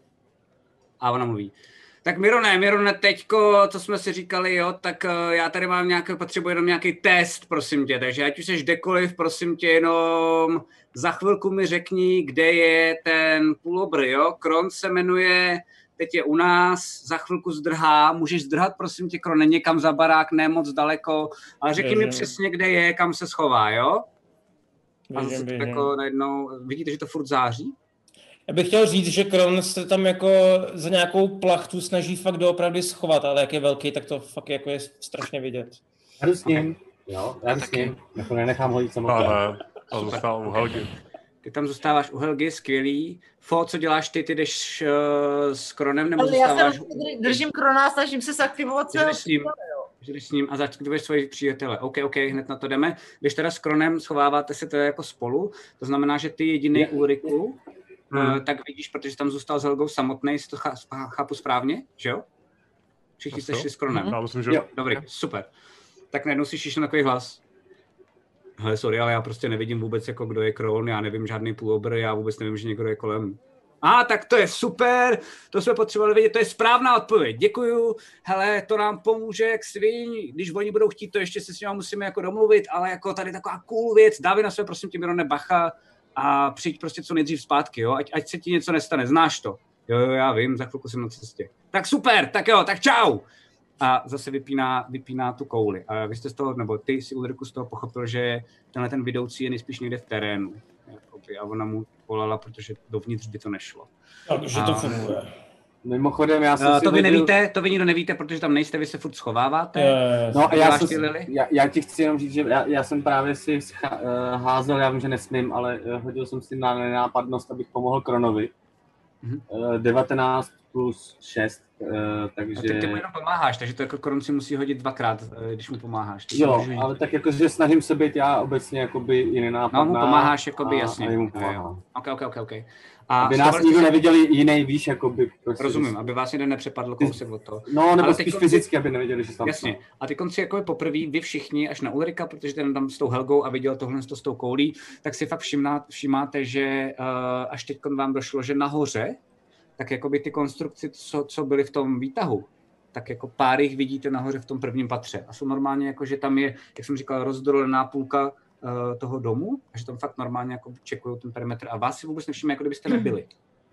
A ona mluví. Tak Mirone, teďko, co jsme si říkali, jo, tak já tady mám potřebuji jenom nějaký test, prosím tě, takže ať už seš kdekoliv, prosím tě, jenom za chvilku mi řekni, kde je ten pulobr, jo, Kron se jmenuje, teď je u nás, za chvilku zdrhá, můžeš zdrhat, prosím tě, Krone, někam za barák, ne moc daleko, ale řekni mi přesně, kde je, kam se schová, jo? A zase jako najednou, vidíte, že to furt září? Já bych chtěl říct, že Kron se tam jako za nějakou plachtu snaží fakt doopravdy schovat, ale jak je velký, tak to fakt jako je strašně vidět. Já jdu s ním, jo, já jdu s ním, jako nenechám ho jít samotné. A zůstávám u Helgy. Ty tam zůstáváš u Helgy, skvělý. Fo, co děláš ty jdeš s Kronem, nebo zůstáváš? Já držím Krona a snažím se zaktivovat svého Jdeš s ním a zaktivuješ svoji přítele. OK, hned na to jdeme. Když teda s Kronem schováváte se to jako spolu, to znamená, že ty jediný Ulriku, tak vidíš, protože tam zůstal s Helgou samotný, jestli to chápu správně, že jo? Všichni jste šli s Kronem. Já myslím, že jo. Dobrý, super. Tak najednou slyšíš takový hlas. Hele, sorry, ale já prostě nevidím vůbec, jako kdo je Kron, já nevím žádný půlobr, já vůbec nevím, že někdo je kolem. Tak to je super, to jsme potřebovali vědět, to je správná odpověď, děkuju. Hele, to nám pomůže jak sviň, když oni budou chtít, to ještě se s nimi musíme jako domluvit, ale jako tady taková cool věc, dávej na sebe, prosím tě, Mirone, bacha a přijď prostě co nejdřív zpátky, jo, ať se ti něco nestane, znáš to. Jo, já vím, za chvilku jsem na cestě. Tak super, tak jo, tak čau. A zase vypíná tu kouli. A vy jste z toho, nebo ty si Ulriku z toho pochopil, že tenhle ten vidoucí je nejspíš někde v terénu. A ona mu volala, protože dovnitř by to nešlo. Takže to funguje. Mimochodem, já jsem to vy nevíte, to vy nikdo nevíte, protože tam nejste, vy se furt schováváte. No a já ti chci jenom říct, že já jsem právě si házel, já vím, že nesmím, ale hodil jsem si na nenápadnost, abych pomohl Kronovi. 19 plus 6, takže... Ty mu jenom pomáháš, takže to jako Kron si musí hodit dvakrát, když mu pomáháš. Jo, ale tak jakože snažím se být já obecně jakoby i nenápadná. No, mu pomáháš, jakoby, jasně. A jemu pomáhám. OK. Aby nás nikdo neviděli jiný, víš, jakoby... Prostě rozumím, aby vás někdo nepřepadl kousek od toho. No, nebo spíš fyzicky, aby neviděli, že tam... Jasně. A ty konci jako poprvé vy všichni, až na Ulrika, protože ten tam s tou Helgou a viděl tohle s tou koulí, tak si fakt všimáte, že až teď vám došlo, že nahoře, tak jakoby ty konstrukce, co byly v tom výtahu, tak jako pár jich vidíte nahoře v tom prvním patře. A jsou normálně jako, že tam je, jak jsem říkal, rozdělená půlka toho domu, a že tam fakt normálně jako čekují ten perimetr a vás si vůbec nevšimne, jako kdybyste nebyli.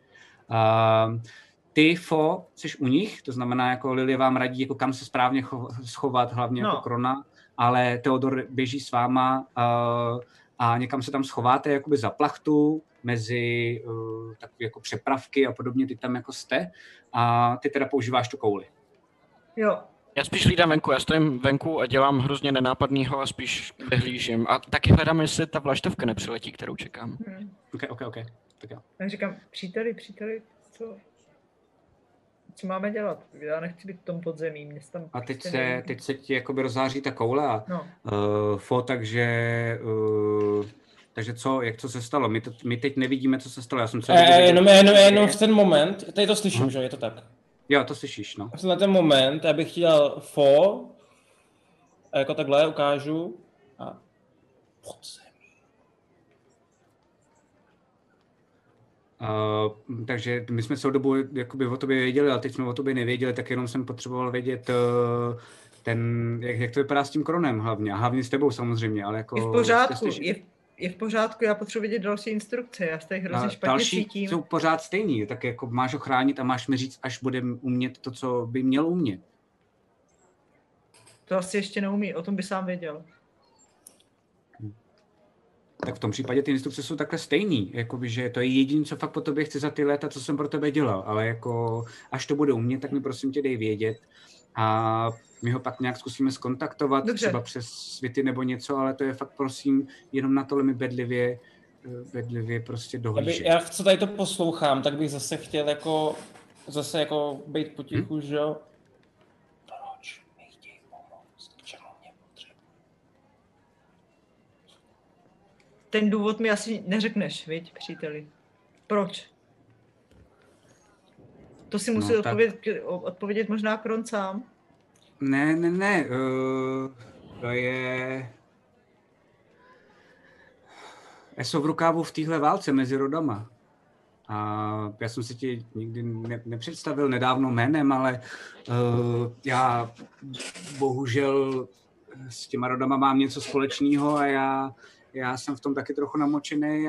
Ty, Fo, jsi u nich, to znamená, jako Lilie vám radí, jako kam se správně schovat, hlavně jako Krona, ale Theodor běží s váma a někam se tam schováte jakoby za plachtu, mezi takové jako přepravky a podobně, ty tam jako jste a ty teda používáš tu kouli. Jo. Já spíš hlídám venku, já stojím venku a dělám hrozně nenápadnýho a spíš vyhlížím. A taky hledám, jestli ta vlaštovka nepřiletí, kterou čekám. OK. Tak jo. Já říkám, příteli, co máme dělat? Já nechci být v tom podzemí, mě tam... A teď se ti jakoby rozzáří ta koule a Fo, takže co, co se stalo? My teď nevidíme, co se stalo. Já jsem jenom v ten moment, tady to slyším, že je to tak. Jo, to slyšíš, no. Na ten moment, já bych chtěl fo, a jako takhle ukážu a takže my jsme celou dobu jakoby o tobě věděli, ale teď jsme o tobě nevěděli, tak jenom jsem potřeboval vědět jak to vypadá s tím Kronem hlavně. A hlavně s tebou samozřejmě, ale jako... Je v pořádku, je v pořádku, já potřebuji vědět další instrukce, já se tady hrozně špatně cítím. Jsou pořád stejný, tak jako máš ho chránit a máš mi říct, až bude umět to, co by měl umět. To asi ještě neumí, o tom by sám věděl. Tak v tom případě ty instrukce jsou takhle stejný, jakoby, že to je jediné, co fakt po tobě chci za ty léta, co jsem pro tebe dělal, ale jako až to bude umět, tak mi prosím tě dej vědět a my ho pak nějak zkusíme skontaktovat, Dobře. Třeba přes světy nebo něco, ale to je fakt prosím, jenom na tohle mi bedlivě prostě dohlížet. Já co tady to poslouchám, tak bych zase chtěl jako být potichu, že jo? Proč mi chtějí pomoct? K čemu mě potřebují? Ten důvod mi asi neřekneš, viď, příteli? Proč? To si musí odpovědět možná Kron sám. Ne, to je... Jsou v rukávu v téhle válce mezi rodama. A já jsem si ti nikdy nepředstavil nedávno jménem, ale já bohužel s těma rodama mám něco společného a já jsem v tom taky trochu namočený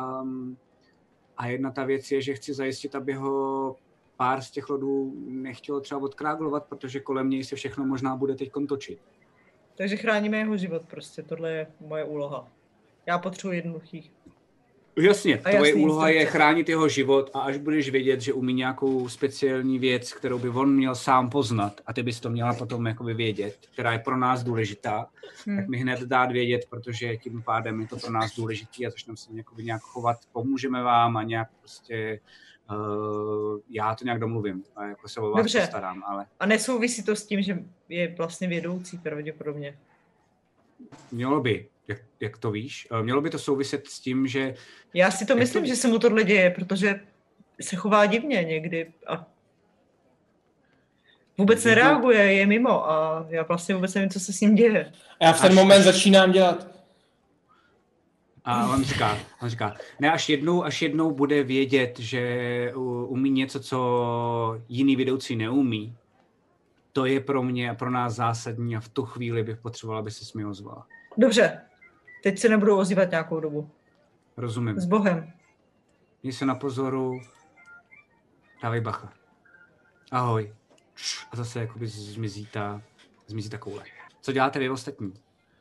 a jedna ta věc je, že chci zajistit, aby ho pár z těch rodů nechtělo třeba odkráglovat, protože kolem něj se všechno možná bude teď točit. Takže chráníme jeho život prostě, tohle je moje úloha. Já potřebuji jednoduchých. Jasně, tvoje úloha je chránit jeho život a až budeš vědět, že umí nějakou speciální věc, kterou by on měl sám poznat a ty bys to měla potom jakoby vědět, která je pro nás důležitá, tak mi hned dát vědět, protože tím pádem je to pro nás důležitý a začneme se nějak chovat, pomůžeme vám a nějak prostě já to nějak domluvím a jako se o vás postarám. Ale... A nesouvisí to s tím, že je vlastně vědoucí pravděpodobně? Mělo by. Jak to víš? Mělo by to souviset s tím, že... Já si to myslím, že se mu tohle děje, protože se chová divně někdy a vůbec nereaguje, je mimo a já vlastně vůbec nevím, co se s ním děje. A já v ten moment začínám dělat. A on říká, ne, až jednou bude vědět, že umí něco, co jiný vedoucí neumí, to je pro mě a pro nás zásadní a v tu chvíli bych potřebovala, aby se mi ozvala. Dobře, teď se nebudu ozývat nějakou dobu. Rozumím. S Bohem. Měj se na pozoru, dávej bacha. Ahoj. A zase jakoby zmizí ta koule. Co děláte vy ostatní?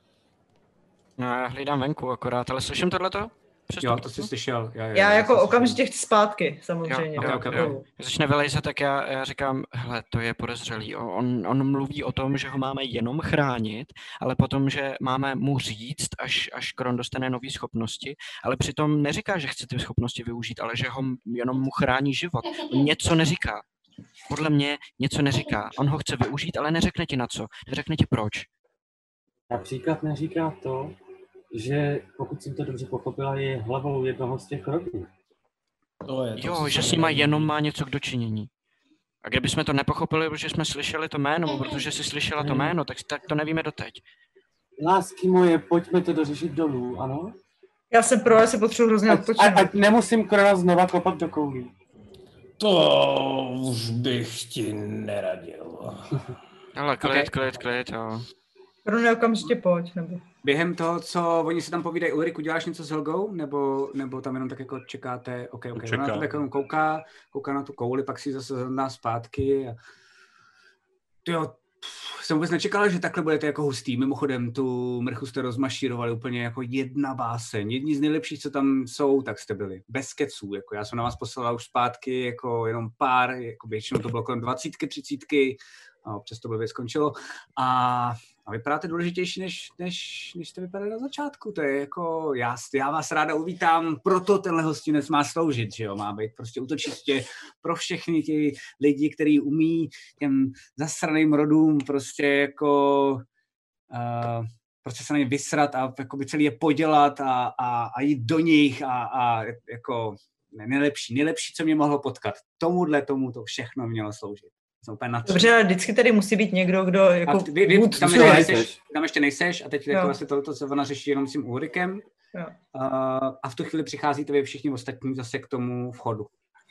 No, já hlídám venku akorát, ale slyším tohleto? Jo, to jsi slyšel. Já jako okamžitě chci zpátky, samozřejmě. Jo. Začne vylejzat, tak já říkám, hele, to je podezřelý. On mluví o tom, že ho máme jenom chránit, ale potom, že máme mu říct, až Kron dostane nové schopnosti, ale přitom neříká, že chce ty schopnosti využít, ale že ho jenom mu chrání život. On něco neříká. Podle mě něco neříká. On ho chce využít, ale neřekne ti na co. Neřekne ti proč. Například neříká to, že pokud jsem to dobře pochopila, je hlavou jednoho z těch rodů. Jo, že s nima jenom má něco k dočinění. A kdybychom to nepochopili, protože jsme slyšeli to jméno, protože jsi slyšela to jméno, tak to nevíme doteď. Lásky moje, pojďme to dořešit dolů, ano? Já se potřebuji hrozně odpočinout. Ať nemusím Krona znova kopat do koulí. To už bych ti neradil. Ale klid, jo. Krone, okamžitě pojď, nebo... Během toho, co oni si tam povídají, Ulriku, děláš něco s Helgou? Nebo tam jenom tak jako čekáte? OK. Ona na tebe jako kouká na tu kouli, pak si zase zhrná zpátky. A... Tyjo, jsem vůbec nečekal, že takhle budete jako hustý. Mimochodem, tu mrchu jste rozmašírovali úplně jako jedna báseň. Jedni z nejlepších, co tam jsou, tak jste byli. Bez keců. Jako já jsem na vás poslala už zpátky jako jenom pár, jako většinou to bylo kolem 20, 30. A občas to blbě skončilo. A vypadáte důležitější, než jste vypadali na začátku. To je jako, já vás ráda uvítám, proto tenhle hostinec má sloužit, že jo, má být prostě útočiště pro všechny ty lidi, kteří umí těm zasraným rodům prostě jako prostě se na ně vysrat a jakoby celý je podělat a jít do nich a jako nejlepší, co mě mohlo potkat. Tomu to všechno mělo sloužit. Jsem úplně nadšený. Dobře, ale vždycky tady musí být někdo, kdo jako tam ještě nejseš a teď jako vlastně tohleto se ona řeší jenom s tím Ulrikem. A v tu chvíli přicházíte vy všichni ostatní zase k tomu vchodu.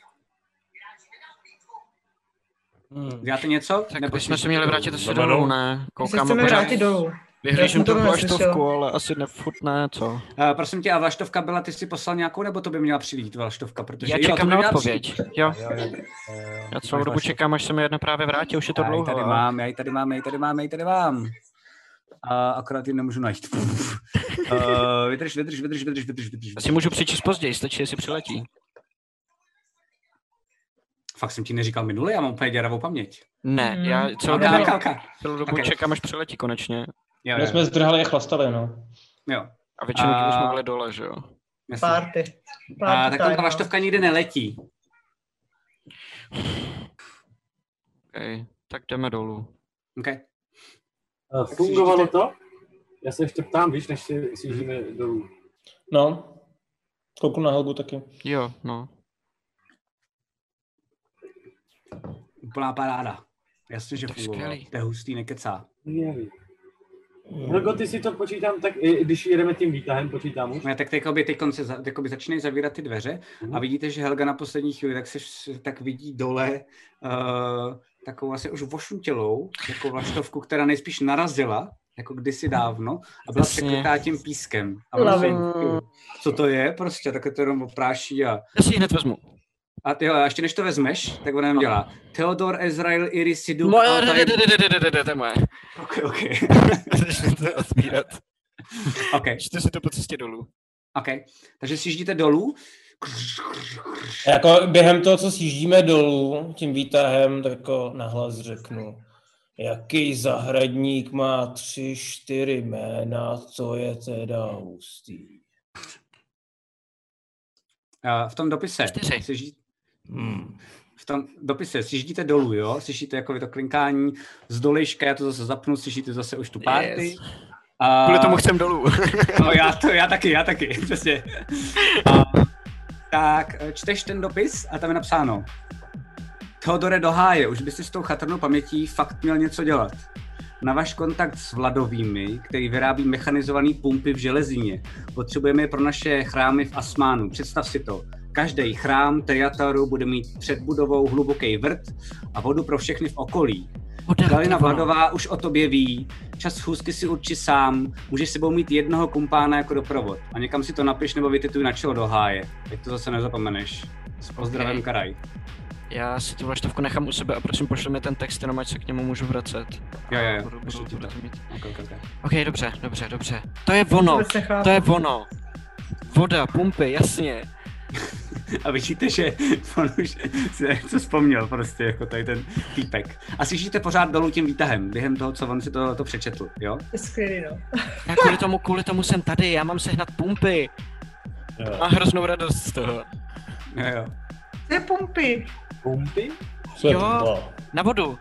Děláte něco? Tak bychom se měli vrátit asi dolů, ne? Koukáme vrátit dolů. Vyhlížím tu vlaštovku, ale asi furt ne, co? Prosím tě, a vlaštovka byla, ty jsi poslal nějakou, nebo to by měla přijít vlaštovka? Protože já čekám na odpověď, jo. Já celou dobu čekám, až se mi jedna právě vrátí, už je to dlouho. Já ji tady mám. A akorát ji nemůžu najít. Vydrž. Asi můžu přečíst později, stačí, jestli přiletí. Fakt jsem ti neříkal minule, já mám úplně děravou paměť. Ne, já celou dobu čekám, až přiletí konečně. My jsme zdrhali a chlastali, no. Jo. A většinu dílu jsme byli dole, že jo? Party. Tak tam ta vlaštovka nikdy neletí. OK, tak jdeme dolů. OK. Fungovalo to? Já se ještě ptám, víš, než si sjíždíme dolů. No, kouknu na Helgu taky. Jo, no. Úplná paráda. Jasně, že fungovalo. To je hustý, nekecá. Helgo, ty si to počítám, tak když jedeme tím výtahem, počítám už? Ne, tak teď začínají zavírat ty dveře a vidíte, že Helga na poslední chvíli tak vidí dole takovou asi už vošutělou, jako vlaštovku, která nejspíš narazila, jako kdysi dávno, a byla překrytá tím pískem. A co to je? Prostě také to jenom opráší a... Já si ji hned vezmu. A ještě než to vezmeš, tak ona jenom dělá. Theodor Ezrael Irisidu... To je moje. OK. Začnu to otvírat. OK. Čte si to po cestě dolů. OK. Takže sjíždíte dolů. Jako během toho, co sjíždíme dolů tím výtahem, tak jako nahlas řeknu. Jaký zahradník má 3-4 jména, to je teda hustý. V tom dopise sjíždíte dolů, jo? Slyšíte jako to klinkání z dolejška, já to zase zapnu, slyšíte zase už tu party. Yes. Kvůli tomu chcem dolů. No já taky, přesně. Tak čteš ten dopis a tam je napsáno. Theodore do háje, už by si s tou chatrnou pamětí fakt měl něco dělat. Na váš kontakt s Vladovými, který vyrábí mechanizované pumpy v železině. Potřebujeme je pro naše chrámy v Asmánu. Představ si to. Každý chrám Teriataru bude mít před budovou hluboký vrt a vodu pro všechny v okolí. Galina Vladová už o tobě ví. Čas schůzky si urči sám. Můžeš s sebou mít jednoho kumpána jako doprovod. A někam si to napiš nebo vytituj na čelo do háje. Tak to zase nezapomeneš. S pozdravem, Karaj. Já si tu vlaštovku nechám u sebe a prosím pošli mi ten text, jenom ať se k němu můžu vracet. Jo. OK, dobře. To je ono. Voda, pumpy, jasně. A vidíte, že on už si něco vzpomněl prostě, jako tady ten týpek. A slyšíte pořád dolů tím výtahem, během toho, co on si to přečetl, jo? Je skvělý, no. Já kvůli tomu jsem tady, já mám sehnat pumpy. Mám hroznou radost z toho. Jo. To je pumpy. Pumpy? Jo, na vodu.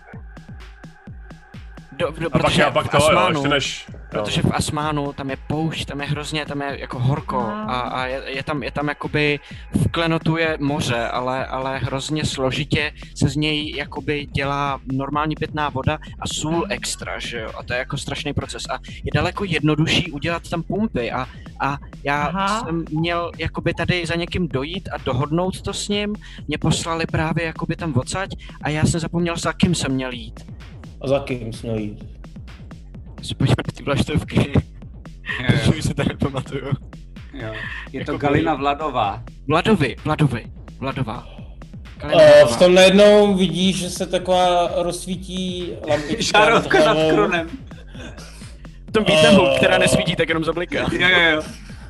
Protože v Asmánu tam je poušť, tam je hrozně, tam je jako horko a je tam jakoby v klenotu je moře, ale hrozně složitě se z něj jakoby dělá normální pitná voda a sůl extra, že jo, a to je jako strašný proces a je daleko jednodušší udělat tam pumpy a já jsem měl jakoby tady za někým dojít a dohodnout to s ním, mě poslali právě jakoby tam odsaď a já jsem zapomněl, za kým jsem měl jít. A za kým jsi měl jít? Si podívám na ty vlaštovky. Už si to nepamatuju. Jo. Je to Galina Vladová. Vladová. V tom najednou vidíš, že se taková rozsvítí lampička. Žárovka nad kronem. V tom výtahu, která nesvítí, tak jenom zabliká. Jo.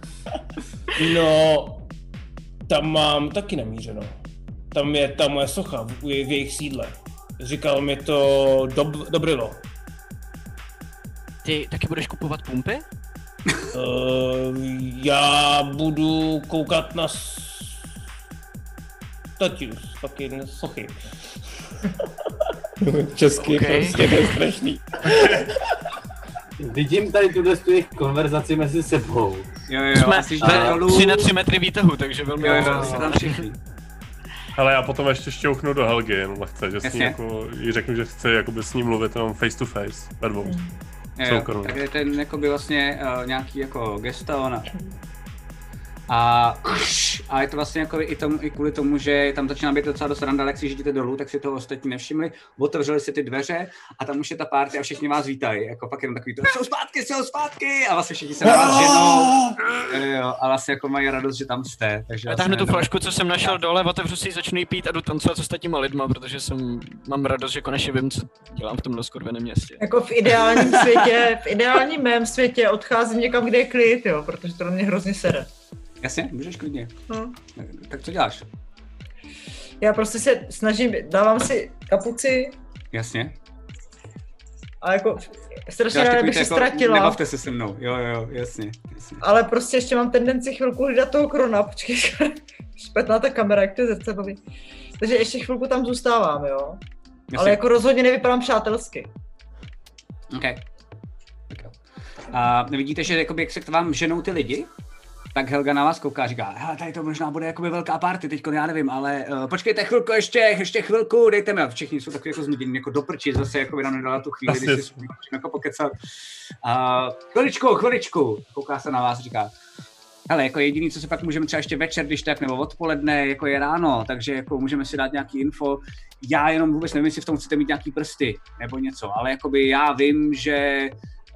No, tam mám taky namířeno. Tam je ta moje socha v jejich sídle. Říkal mi to Dobrilo. Ty taky budeš kupovat pumpy? Já budu koukat na statius, taky na sochy. Česky okay. Prostě je strašný. Vidím tady tuhle konverzaci mezi sebou. Jo, jsme 3 na 3 metry výtahu, takže velmi jo, tam všichni. Hele, já potom ještě šťouchnu do Helgy, jenom lehce, že s ní jako, jí řeknu, že chci jakoby s ním mluvit jenom face to face, ve dvou. Takže ten jakoby vlastně nějaký jako gesto a je to vlastně jako i kvůli tomu, že tam začíná být docela dost randa, jak si žijete dolů, tak si toho ostatní nevšimli, otevřeli si ty dveře a tam už je ta party a všichni vás vítají, jako pak jenom takový to, jsou zpátky a vlastně všichni se na vás ženou a vlastně jako mají radost, že tam jste. Takže já táhnu tu flašku, co jsem našel dole, otevřu si ji, začnu jí pít a jdu tancovat s ostatníma lidma, protože mám radost, že konečně vím, co dělám v tomhle skurveném městě. Jako v ideálním mém světě odcházím někam, kde je klid, jo, protože to na mě hrozně sere. Jasně, můžeš klidně. No. Tak co děláš? Já prostě se snažím, dávám si kapuci. Jasně. A jako strašně ráda bych se ztratila. Nebavte se se mnou, jo, jasně. Ale prostě ještě mám tendenci chvilku hledat toho Krona, počkej, špatná ta kamera, jak to je zrcadlový. Takže ještě chvilku tam zůstávám, jo. Jasně. Ale jako rozhodně nevypadám přátelsky. OK. A vidíte, že jakoby, jak se k vám ženou ty lidi, tak Helga na vás kouká a říká, hele, tady to možná bude jakoby velká party, teďko já nevím, ale počkejte chvilku ještě chvilku, dejte mi, všichni jsou takový jako změdění, jako doprčit zase, jako by nám nedala tu chvíli, když si jako pokecat. Chviličku, kouká se na vás a říká, hele, jako jediný, co se pak můžeme třeba ještě večer, když tak, nebo odpoledne, jako je ráno, takže jako můžeme si dát nějaký info. Já jenom vůbec nevím, jestli v tom chcete mít nějaký prsty, nebo něco, ale jakoby já vím, že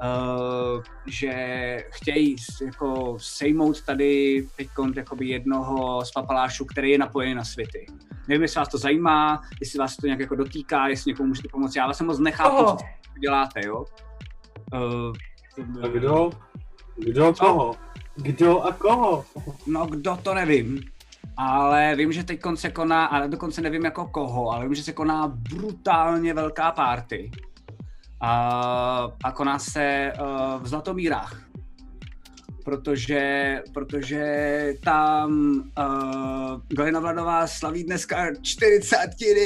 chtějí jako sejmout tady teďkon jakoby jednoho z papalášů, který je napojený na světy. Nevím, jestli vás to zajímá, jestli vás to nějak jako dotýká, jestli někomu můžete pomoct. Já vás moc nechápu, co děláte, jo? A kdo? Kdo koho? Kdo a koho? No kdo to nevím. Ale vím, že teďkon se koná, ale dokonce nevím jako koho, ale vím, že se koná brutálně velká party. A koná se v Zlatomírách, protože tam Galina Vladová slaví dneska 40.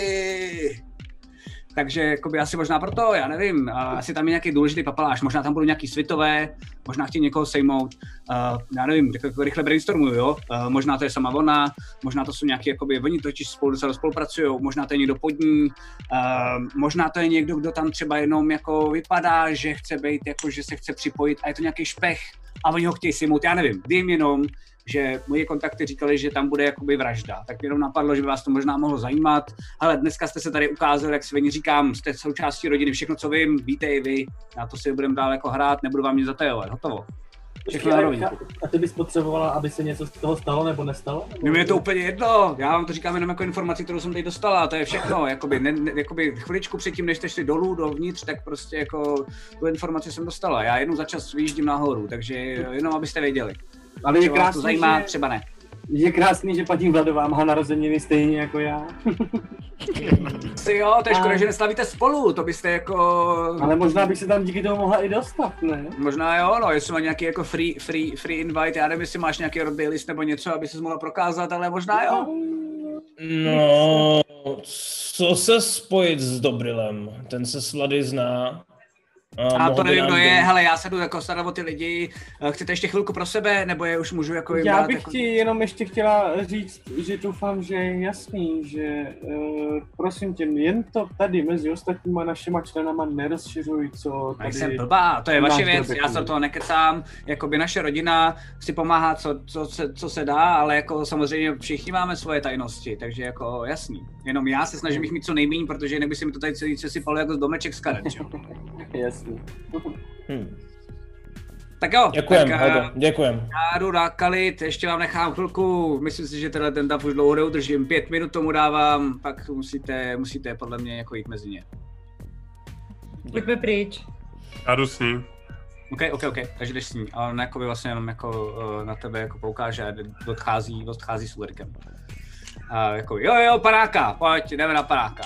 Takže jakoby asi možná proto, já nevím, asi tam je nějaký důležitý papaláš, možná tam budou nějaký svitové, možná chtějí někoho sejmout, já nevím, jako rychle brainstormuju, jo, možná to je sama ona, možná to jsou nějaký, jakoby, oni totiž spolupracují, možná to je někdo pod ní, možná to je někdo, kdo tam třeba jenom jako vypadá, že chce být, jako že se chce připojit a je to nějaký špech a oni ho chtějí sejmout, já nevím, vím jenom, že moje kontakty říkali, že tam bude jakoby vražda. Tak jenom napadlo, že by vás to možná mohlo zajímat. Ale dneska jste se tady ukázali, jak si říkám, jste součástí rodiny, všechno, co vím, víte i vy. Na to si budeme dál jako hrát, nebudu vám nic zatajovat. Hotovo. Všechno na rovinu. A ty bys potřebovala, aby se něco z toho stalo nebo nestalo? Mně je to úplně jedno. Já vám to říkám jenom jako informaci, kterou jsem tady dostala. To je všechno. Jakoby chviličku předtím, než jste šli dolů, dovnitř, tak prostě jako tu informaci jsem dostala. Já jednou za čas vyjíždím nahoru, takže jenom abyste věděli. Ale je krásný, to zajímá, třeba ne. Je krásný, že paní Vladová má narozeniny stejně jako já. Jo, to je škoda, že neslavíte spolu, to byste jako... Ale možná bych se tam díky tomu mohla i dostat, ne? Možná jo, no, jestli má nějaký jako free invite, já nevím, jestli máš nějaký rodný list nebo něco, aby se mohla prokázat, ale možná jo. No, co se spojit s Dobrilem? Ten se s Vlady zná. A to nevím, kdo je, hele, já se jdu jako starat o ty lidi, chcete ještě chvilku pro sebe, nebo je už můžu jako jim já dát bych jako... ti jenom ještě chtěla říct, že doufám, že je jasný, že prosím tě, jen to tady mezi ostatníma našima členama nerozšiřuj, co tady... Nejsem blbá, to je vaše věc, já se do toho nekecám, jakoby naše rodina si pomáhá, co se dá, ale jako samozřejmě všichni máme svoje tajnosti, takže jako jasný, jenom já se snažím jich mít co nejméně, protože jinak by si mi to tady celý sesypalo jako z domeček z karet, jo. Jasný. Tak jo, děkujem. Já jdu na kalit, ještě vám nechám chvilku, myslím si, že tenhle ten dav už dlouho neudržím, 5 minut tomu dávám, pak musíte podle mě jako jít mezi ně. Pojďme pryč. Já jdu s ní. OK, takže jdeš s ní, ale on jako by vlastně jenom jako na tebe jako poukáže a odchází s Ulrikem. A jako jo, panáka, pojď, jdeme na panáka.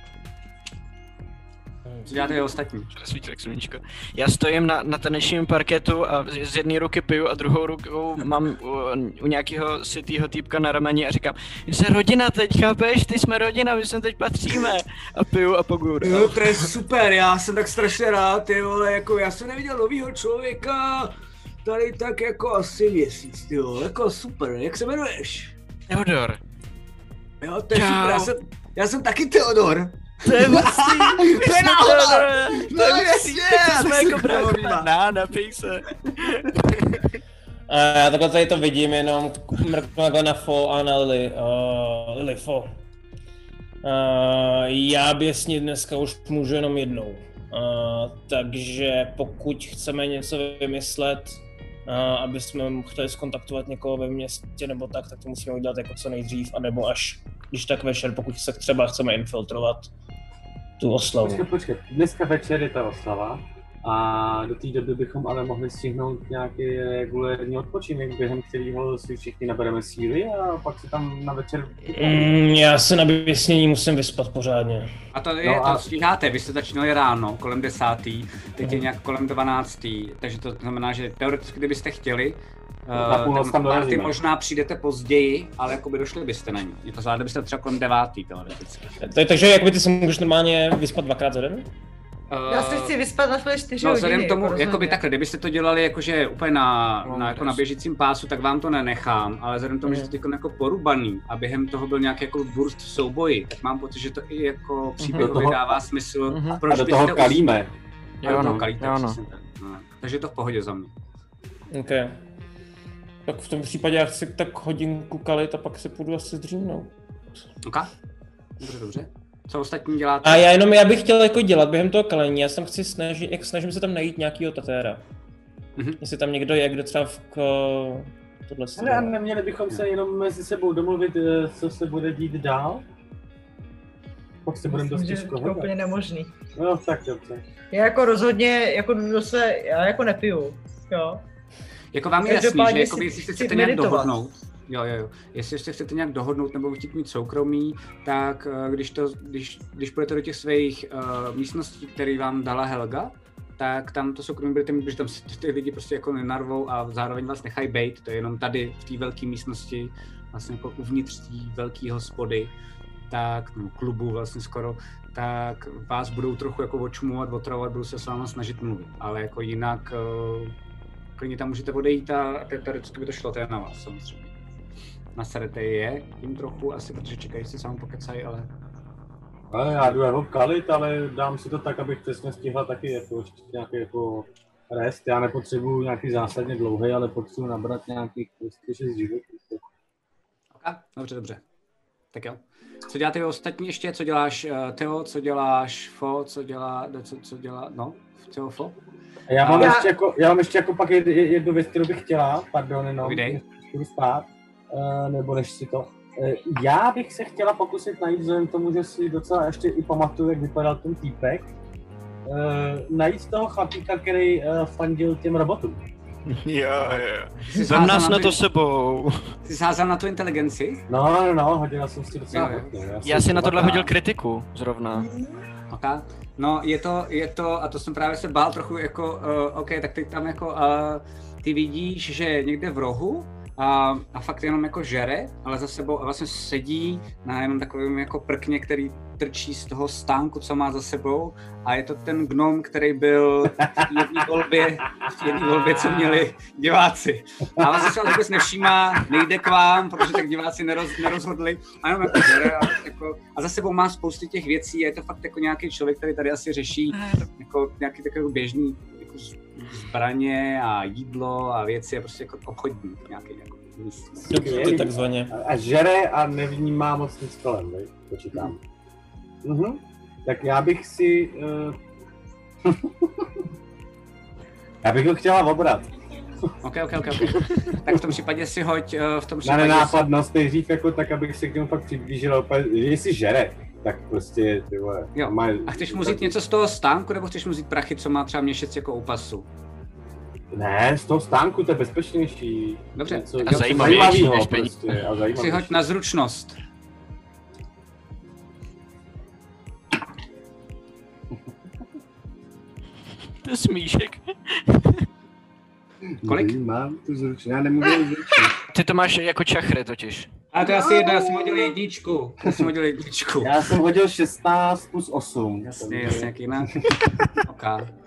Co děláte vy ostatní? Svítí jak sluníčko. Já stojím na tanečním parketu a z jedné ruky piju a druhou rukou mám u nějakého sitýho týpka na rameni a říkám, my jsme rodina teď, chápeš? Ty jsme rodina, my sem teď patříme. A piju a pogur. Jo, to je super, já jsem tak strašně rád, ty vole, jako já jsem neviděl novýho člověka tady tak jako asi měsíc, ty vole, jako super, jak se jmenuješ? Teodor. Jo, to je super, já jsem taky Teodor. To je hustý! To je náhoda! To je hustý! To jsme jako brácha. Napij se. A já takhle tady to vidím, jenom mrknu takhle na Fo a na Lily. Lily, Fo. Já běsnit dneska už můžu jenom jednou. Takže pokud chceme něco vymyslet, aby jsme chtěli skontaktovat někoho ve městě nebo tak to musíme udělat jako co nejdřív, anebo až když tak večer, pokud se třeba chceme infiltrovat tu oslavu. Počkej, dneska večer je ta oslava a do té doby bychom ale mohli stihnout nějaký regulérní odpočinek, během kterého si všichni nabereme síly a pak si tam na večer... Já se na běsnění musím vyspat pořádně. A to stíháte, vy jste začínali ráno, kolem 10. Teď je nějak kolem 12. Takže to znamená, že teoreticky, kdybyste chtěli, party možná přijdete později, ale jakoby došli byste na ní. Je to zvládli byste třeba kolem 9. teoreticky. Takže jakoby ty se můžeš normálně vyspat 2krát za den? Já se chci vyspat na své 4 hodiny. Vzhledem tomu, jakoby takhle, kdybyste to dělali jakože úplně na běžícím pásu, tak vám to nenechám, ale vzhledem tomu, že jste jako porubaný a během toho byl nějaký jako burst v souboji, tak mám pocit, že to i jako příběhově dává smysl. A do toho kalíme. Takže je to v pohodě za mě. OK. Tak v tom případě já chci tak hodinku kalit a pak se půjdu asi zdřímnout. OK. Dobře. Co ostatní děláte? A já bych chtěl jako dělat během toho kalení, já jsem snažím se tam najít nějakýho tatéra. Jestli tam někdo je, kdo třeba tohle ale a neměli bychom se jenom mezi sebou domluvit, co se bude dít dál? Pak se budeme dost těžko to je úplně nemožný. No tak dobře. Já jako rozhodně, já jako nepiju, jo. Jako vám je jasný, že jako jestli se chcete nějak dohodnout. Jo. Jestli se chcete nějak dohodnout nebo chtít mít soukromí, tak když půjdete do těch svých místností, které vám dala Helga, tak tam to soukromí budete mít, protože tam ty lidi prostě jako nenarvou a zároveň vás nechají bejt, to je jenom tady v té velké místnosti, vlastně jako uvnitř té velké hospody, tak, no, klubu vlastně skoro, tak vás budou trochu jako očmovat, otravovat, budou se s váma snažit mluvit, ale jako jinak klidně tam můžete odejít a teoreticky by to šlo, to je na vás samozřejmě. Naserete je tím trochu asi, protože čekají, že si sám pokecají, ale... Ale já jdu jako kalit, ale dám si to tak, abych přesně stihla taky jako nějaký jako rest. Já nepotřebuju nějaký zásadně dlouhý, ale potřebuji nabrat nějakých 6 životů. Ok, dobře. Tak jo. Co děláte vy ostatní ještě? Co děláš Teo, co děláš Fo, co dělá, Teo, Fo? Já mám ještě jako pak jednu věc, kterou bych chtěla, pardon, budu spát, nebo než si to. Já bych se chtěla pokusit najít, vzhledem k tomu, že si docela ještě i pamatuju, jak vypadal ten týpek, najít toho chlapíka, který fandil těm robotům. Jo. Vem nás na to sebou. Jsi házal na tu inteligenci? No, hodila jsem si docela hodně. Já si na tohle hodil kritiku, zrovna. Ok. No, je to, a to jsem právě se bál trochu jako, OK, tak teď tam jako, ty vidíš, že někde v rohu, a fakt jenom jako žere, ale za sebou a vlastně sedí na jenom takovém jako prkně, který trčí z toho stánku, co má za sebou, a je to ten gnom, který byl v jedné volbě, co měli diváci. A vlastně se vůbec nevšímá, nejde k vám, protože tak diváci nerozhodli, a jenom jako žere a za sebou má spousty těch věcí, je to fakt jako nějaký člověk, který tady asi řeší jako nějaký takový běžný jako zbraně a jídlo a věci, a prostě jako obchodník nějaký jako místní. Dobře, takzvaně. A žere a nevnímá moc nic kolem, počítám. Tak já bych si... já bych ho chtěla obrat. Ok. Tak v tom případě si hoď Na nenápadnost nejdřív jako tak, abych se k němu fakt přiblížil, jestli žere, tak prostě ty vole. Jo. A chceš mu vzít něco z toho stánku, nebo chceš mu vzít prachy, co má třeba měšec jako u pasu? Ne, z toho stánku, to je bezpečnější. Dobře. A zajímavýho prostě. Si hoď na zručnost. To je smíšek. Kolik? Mám tu zručnost, já nemůžu zručnost. Ty to máš jako čachry totiž. A to je asi jedno, já jsem hodil jedničku. Já jsem hodil 16 plus 8. Jasně, jak jinak. Ok.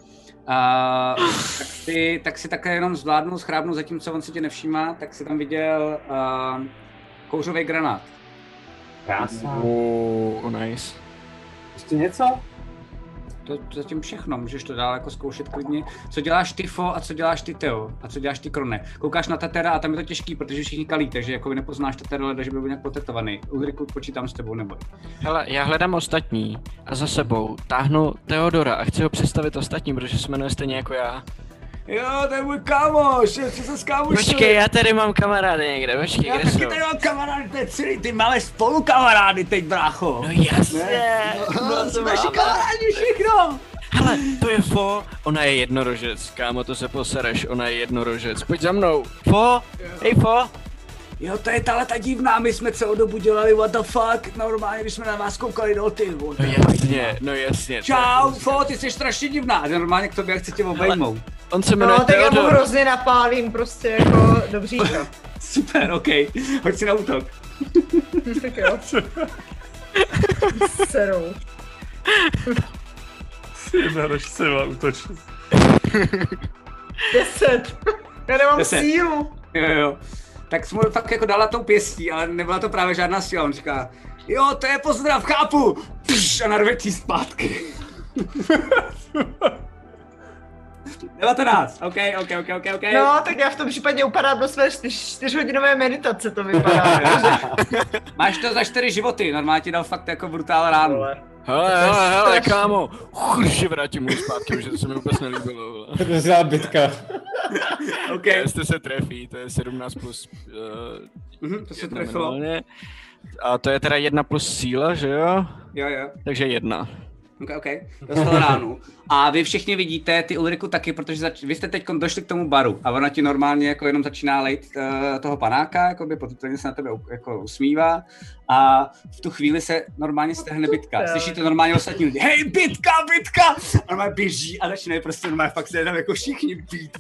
Tak si také jenom zvládnu, schrábnu, zatímco on si tě nevšímá, tak si tam viděl kouřový granát. Krása. Nice. Ještě něco? To zatím všechno, můžeš to dál jako zkoušet klidně. Co děláš ty, Fo, a co děláš ty, Teo? A co děláš ty, Krone? Koukáš na Tatera a tam je to těžký, protože všichni kalí, takže jako nepoznáš Tatera, ale že by byl nějak potetovaný. Ulriku, počítám s tebou, neboj. Hele, já hledám ostatní a za sebou táhnu Theodora a chci ho představit ostatním, protože se jmenuje stejně jako já. Jo, to je můj kámoš, co se s kámošem? Počkej, já tady mám kamarády někde, počkej, kde jsou? Já taky tady mám kamarády, to je celý, ty máme spolu kamarády teď, brácho. No jasně, no jsme naši kamarádi všechno. Hele, to je Fo, ona je jednorožec, kámo, to se posereš, ona je jednorožec, pojď za mnou. Fo, hej Fo. Jo, to je ta divná, my jsme celou dobu dělali what the fuck, normálně, když jsme na vás koukali do ty. No jasně. Čau, Fo, ty jsi strašně divná, normálně k tobě chci tě obejmout. On se jmenuje tak Theodor. já mu hrozně napálím, prostě jako dobříka. Super, okej, hoď si na útok. Tak jo. Serou. Nerož si má útočit. 10. Já nemám 10. sílu. Jo. Tak jsem mu fakt jako dala tou pěstí, ale nebyla to právě žádná síla, on říká, jo, to je pozdrav, chápu, a narve tí zpátky. 19, OK. No, tak já v tom případě upadám do své 4hodinové meditace, to vypadá. Máš to za 4 životy, normálně ti dal fakt jako brutál ránu. Hele, kámo, že vrátím mu zpátky, že to se mi vůbec nelíbilo. To je zlá bitka. OK. Jestli se trefí, to je 17 plus... to se trefilo. A to je teda 1 plus síla, že jo? Jo. Takže 1. OK. Dostal ránu. A vy všichni vidíte, ty Ulriku taky, protože vy jste teď došli k tomu baru a ona ti normálně jako jenom začíná lejt toho panáka, jakoby potutelně se na tebe jako usmívá a v tu chvíli se normálně strhne bitka. Slyšíte normálně ostatní lidi, hej, bitka! A normálně běží a začínají prostě normálně fakt se jenom jako všichni být.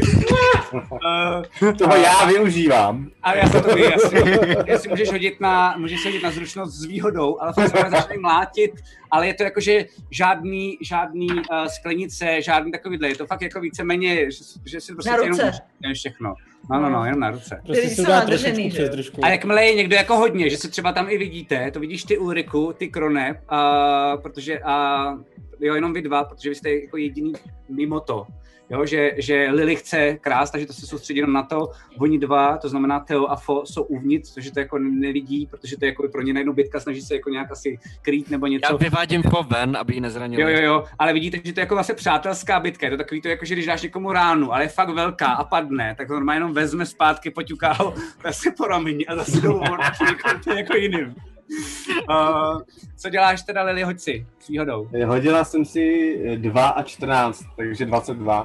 Toho já využívám. A já to ví, jasně. Můžeš se hodit na zručnost s výhodou, ale fakt se začínají mlátit, ale je to jakože žádný sklenice, žádný takovýhle, je to fakt jako víceméně, že si prostě jenom všechno. No, jenom na ruce. Prostě se dá trošičku přes držku. A jakmile je někdo jako hodně, že se třeba tam i vidíte, to vidíš ty Ulriku, ty Krone, protože jenom vy dva, protože vy jste jako jediný mimo to. Jo, že Lily chce krást, takže to se soustředí jenom na to. Oni dva, to znamená Theo a Fo, jsou uvnitř, takže to jako nevidí, protože to je jako pro ně najednou bitka, snaží se jako nějak asi krýt nebo něco. Já vyvádím Fo ven, aby ji nezranili. Jo, ale vidíte, že to je jako vlastně přátelská bitka, je to takový to jako, že když dáš někomu ránu, ale je fakt velká a padne, tak to normálně jenom vezme zpátky, poťuká ho zase po rameni a zase jdou to jako jiným. Co děláš teda, Lily, hoď si s výhodou. Hodila jsem si 2 a 14, takže 22.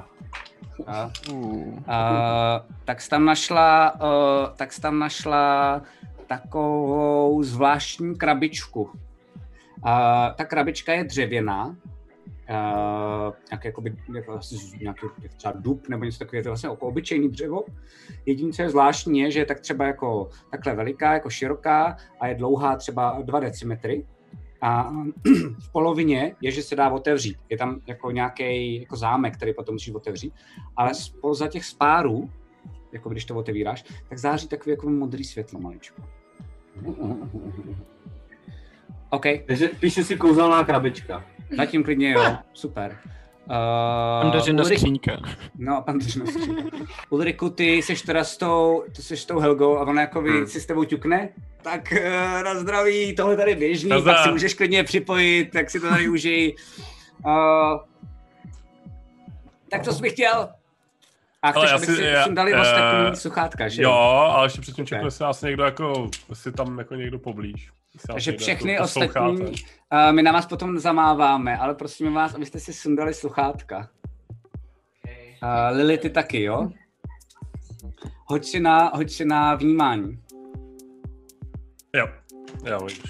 Tak jsi tam našla takovou zvláštní krabičku. Ta krabička je dřevěná, nějaký třeba dub nebo něco takového, to je vlastně jako obyčejný dřevo. Jediné, co je zvláštní, je, že je tak třeba jako takhle veliká, jako široká a je dlouhá třeba 2 decimetry. A v polovině je, že se dá otevřít. Je tam jako nějaký jako zámek, který potom můžeš otevřít. Ale spoza těch spárů, jako když to otevíráš, tak září takový jako modrý světlo maličko. OK. Takže píše si kouzelná krabička. Zatím klidně jo, super. Pandořina skřínka. No, pandořina skřínka. Ulriku, ty seš teda s tou Helgou a ona jako si s tebou ťukne? Tak na zdraví, tohle tady běžný, tak si můžeš klidně připojit, tak si to tady užij. Tak co jsi bych chtěl? A chceš, aby si dali ostatní sluchátka, že? Jo, ale ještě předtím čeknu, jestli nás někdo jako, jestli tam jako někdo poblíž. Takže všechny ostatní, my na vás potom zamáváme, ale prosím vás, abyste si sundali sluchátka. Lily, ty taky, jo? Hoď si na vnímání. Jo, vidíš.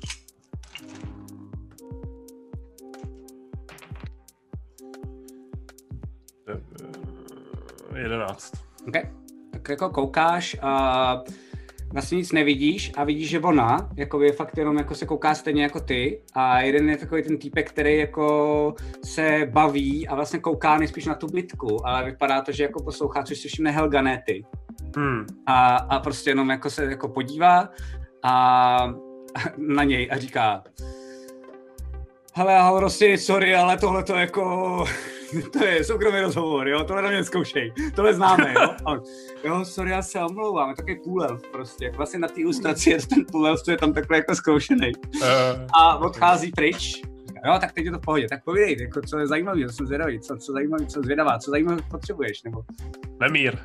Uh, 11. OK, tak jako koukáš a vlastně nic nevidíš a vidíš, že ona jako je fakt jenom jako se kouká stejně jako ty a jeden je takový ten týpek, který jako se baví a vlastně kouká nejspíš na tu bitku, ale vypadá to, že jako poslouchá, což si všimne Helga, ne ty. A prostě jenom jako se jako podívá a na něj a říká hele, Halrosi, sorry, ale tohle to jako, to je soukromý rozhovor, jo, tohle na mě zkoušej, tohle známe, jo. A on, jo, sorry, já se omlouvám, je takový půlelf prostě, jako vlastně na té ilustraci je ten půlelf, co je tam takhle jako zkoušený. A odchází pryč, říká, jo, tak teď je to v pohodě, tak povídej, jako, co je zajímavý, co jsem zvědavý, co zajímavý, co zvědavá, co zajímavý potřebuješ, nebo... Nemír.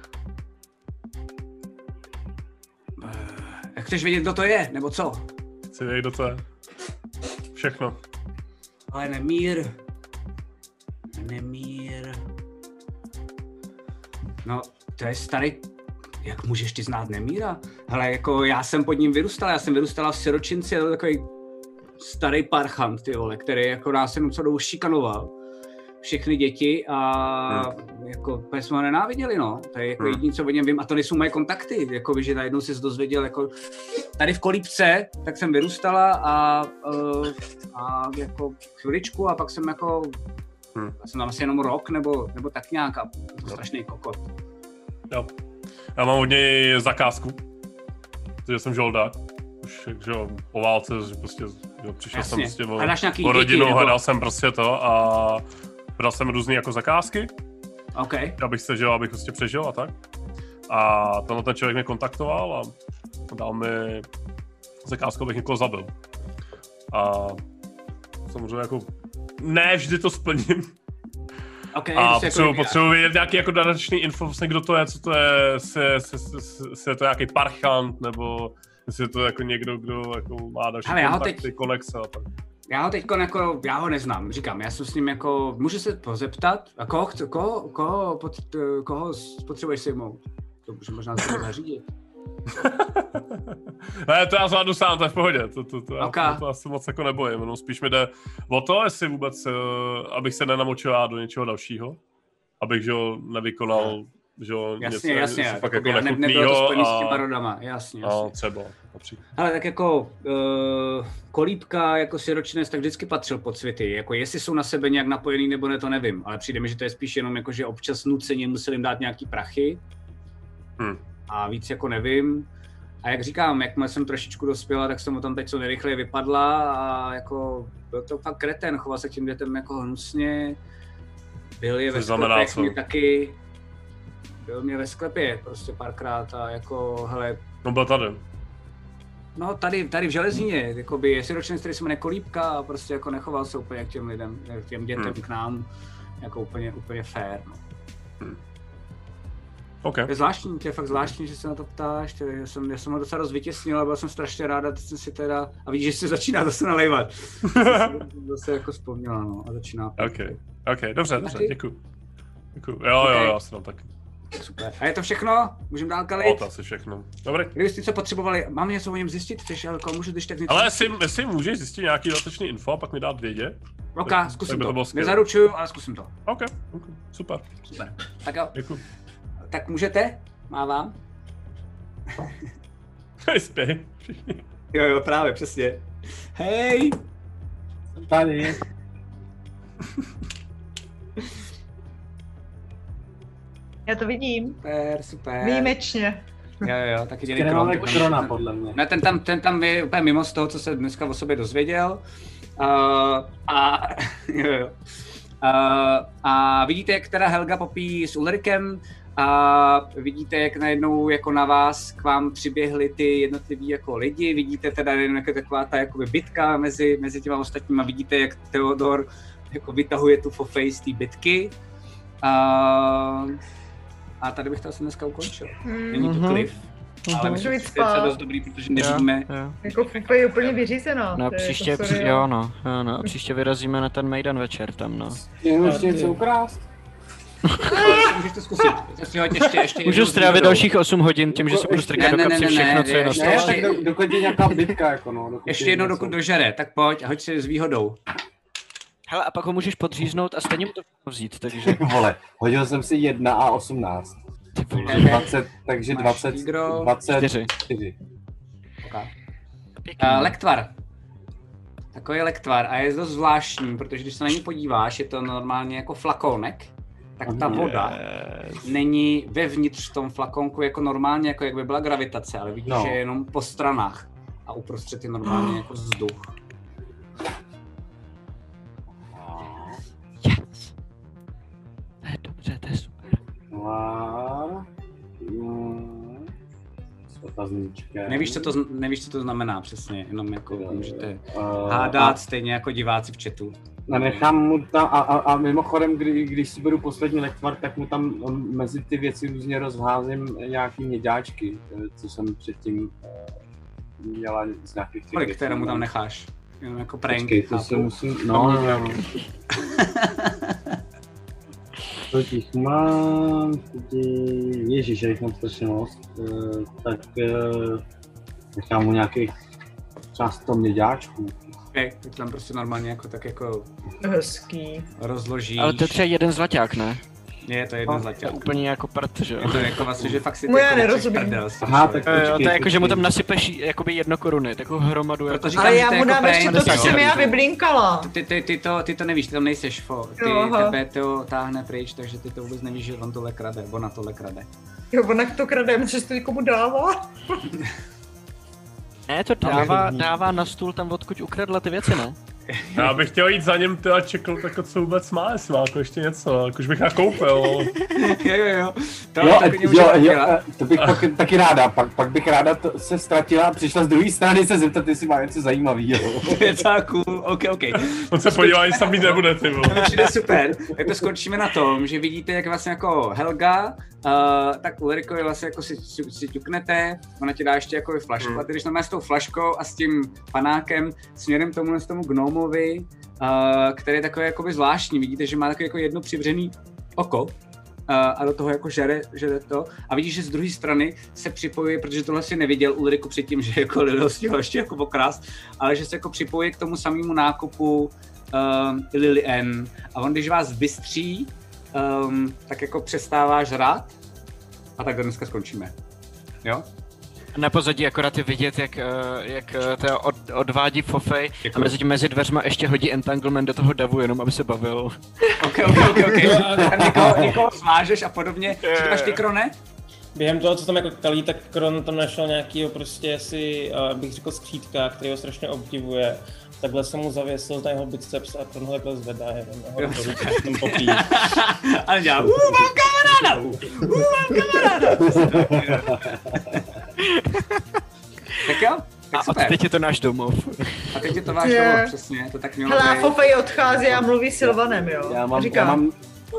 Jak chceš vědět, kdo to je, nebo co? Chci vědět, kdo to je. Všechno. Ale Nemír. No, to je starý... Jak můžeš ty znát Nemíra? Hele, jako já jsem pod ním vyrůstala v siročinci, je to takový starý parchant, ty vole, který jako nás jenom co dobu šikanoval všechny děti a jako úplně jsme ho nenáviděli, no. To je jako jediné, co o něm vím, a to nejsou moje kontakty, jako že najednou jsi dozvěděl, jako tady v Kolípce, tak jsem vyrůstala a jako chviličku a pak jsem jako, já jsem tam asi jenom rok nebo tak nějak a to strašný kokot. Jo. Já mám od něj zakázku, protože jsem žoldák. Už že po válce, že prostě že přišel Jasně. jsem prostě o rodinu, děti, hledal jsem prostě to a dal jsem různý jako zakázky, abych prostě přežil a tak. A ten člověk mě kontaktoval a dal mi zakázku, abych někoho zabil. A samozřejmě jako ne vždy to splním. A potřebuji vědět nějaký jako dodatečný info, vlastně kdo to je, co to je, jestli je to nějaký parchant, nebo jestli je to jako někdo, kdo jako má další kontakty, konexe a tak. Já ho teďko jako, já ho neznám, říkám, já jsem s ním jako, můžu se pozeptat, a koho potřebuješ sejmout? To můžu možná zařídit. Ne, to já zvládnu sám, to je v pohodě, to asi moc jako nebojím, no spíš mi jde o to, jestli vůbec, abych se nenamočil do něčeho dalšího, abych, že ho nevykonal, že ho jasně, fakt jako nebylo to spojený s těma rodama, jasně. Třeba, například. Ale tak jako Kolípka jako siročinec tak vždycky patřil pod světy, jako jestli jsou na sebe nějak napojený nebo ne, to nevím, ale přijde mi, že to je spíš jenom jako, že občas nuceně museli jim dát nějaký prachy a víc jako nevím. A jak říkám, jakmile jsem trošičku dospěla, tak jsem o tom teď co nejrychleji vypadla a jako byl to fakt kreten, choval se k těm dětem jako hnusně, byl je ve sklepech, mě taky, byl mě ve sklepě prostě párkrát a jako, hele... No byl tady. No tady v Železíně, jakoby je siročinec, který se jmenuje Kolípka a prostě jako nechoval se úplně k těm lidem, k těm dětem, k nám, jako úplně fair, no. Okay. To je fakt zvláštní, že se na to ptáš, já jsem ho docela dost vytěsnil, ale byl jsem strašně ráda, teď jsem si teda, a vidíš, že se začíná zase nalejvat. Zase jako vzpomněla, no, a začíná. Ok, dobře, děkuju. Jo, já se tam taky. Super. A je to všechno? Můžeme dál kalit? To asi všechno. Dobrý. Kdybyste co potřebovali, mám něco o něm zjistit, chceš, ale můžu když tak něco... Ale jestli můžeš zjistit nějaký dodatečný info a pak mi dát vědět. Ok, zkusím to. Nezaručuju, ale zkusím to. Ok, super. Tak jo. Děkuji. Tak můžete? Mávám. Spěj. Jo, právě, přesně. Hej! Jsem tady. Já to vidím. Super. Výjimečně. Jo, taky dělej Krona, podle mě. Ne, ten tam je úplně mimo z toho, co se dneska o sobě dozvěděl. A vidíte, jak teda Helga popíjí s Ulrikem a vidíte, jak najednou jako na vás k vám přiběhly ty jednotliví jako lidi. Vidíte teda jako taková ta jakoby bitka mezi těma ostatníma. Vidíte, jak Theodor jako vytahuje tu face té bitky. A tady bych to asi dneska ukončil. Není to Cliff, ale myslím, že to je dost dobrý, protože nevíme. Jako FIFA je úplně vyřízeno. No příště, příště vyrazíme na ten Mejdan večer tam, no. Ještě něco ukrást? Můžeš to zkusit. Ještě můžu strávit dalších 8 hodin tím, že si budu strkat do kapsy všechno, co je na stole. Tak dokud je nějaká bitka, jako no. Ještě jednou dokud dožere, tak pojď a hoď si s výhodou. Hele, a pak ho můžeš podříznout a stejně mu to vzít, takže... Vole, hodil jsem si 1 a 18. 20, takže 24. Lektvar. Takový lektvar a je dost zvláštní, protože když se na něj podíváš, je to normálně jako flakonek, tak ta voda není vevnitř v tom flakonku jako normálně, jako jak by byla gravitace, ale vidíš, že je jenom po stranách. a uprostřed je normálně jako vzduch. Yes. To je dobře, to je super. Nevíš, co to znamená přesně, jenom jako můžete hádat stejně jako diváci v chatu. Nechám mu tam, a mimochodem, když si beru poslední lektvar, tak mu tam mezi ty věci různě rozházím nějaký měďáčky, co jsem předtím dělal z nějakých těch kolik věcí. které mu tam necháš? Jenom jako prank. Počkej, to se musím, no. To těch mám, ježiš, já jich mám strašně moc, tak nechám mu nějakých třeba 100 měďáčků. Okay, tak tam prostě normálně jako tak jako hezký. Rozložíš. Ale to je třeba jeden zlaťák, ne? Je to jeden zlaťák. To je úplně jako prd, že jo? Je to jako vlastně, že fakt si ty jako nerozumím. Aha, tak počkej, to je jako, že mu tam nasypeš jakoby 1 koruny, takovou hromadu. Proto říkám, ale že já to mu jako dám ještě to, co jsem já vyblinkala. Ty to nevíš, ty tam nejseš, tebe to táhne pryč, takže ty to vůbec nevíš, že on tohle krade, ona tohle krade. Jo, ona to krade, že to někomu dává. Ne, to dává na stůl tam, odkud ukradla ty věci, ne? Já bych chtěl jít za ním a čekl, tak co vůbec má, jestli má jako ještě něco, jakož bych nakoupil. Jo. To bych taky ráda, pak bych ráda se ztratila a přišla z druhé strany se zeptat, jestli má něco zajímavého. Je to cool, ok. On se podívá, jestli tam mít nebude, ty vole. To přijde super, tak to skončíme na tom, že vidíte, jak vlastně jako Helga, tak Ulrikovi vlastně jako si ťuknete, ona ti dá ještě jako flašku a ty když tam s tou flaškou a s tím panákem směrem tomu gnomovi, který je takový jakoby zvláštní, vidíte, že má takový jako jedno přivřený oko a do toho jako žere to a vidíš, že z druhé strany se připojuje, protože tohle si neviděl Ulriku předtím, že jako Lilo stihl ještě jako pokrást, ale že se jako připojuje k tomu samému nákupu Lily N a on když vás vystří, tak jako přestává žrát a tak dneska skončíme. Jo? Na pozadí akorát je vidět, jak to odvádí Fofej a mezi dveřma ještě hodí entanglement do toho davu, jenom aby se bavil. Ok. Někoho svážeš a podobně. Co máš ty, Krone? Během toho, co tam jako kalí, tak Kron tam našel nějakýho prostě asi, bych řekl, skřítka, který ho strašně obdivuje. Takhle jsem mu zavěsil na jeho biceps a Kron ho takhle zvedá, jenom nahoru dolů, popí. A dělá, mám kamaráda! Tak jo? Tak super. A teď je to náš domov. A teď je to váš domov, přesně, to tak mělo být. Hele, Fofej odchází a mluví Sylvanem, jo? Já mám...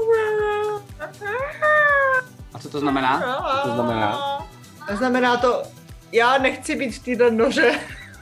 A co to znamená? To znamená to, já nechci být v této noře.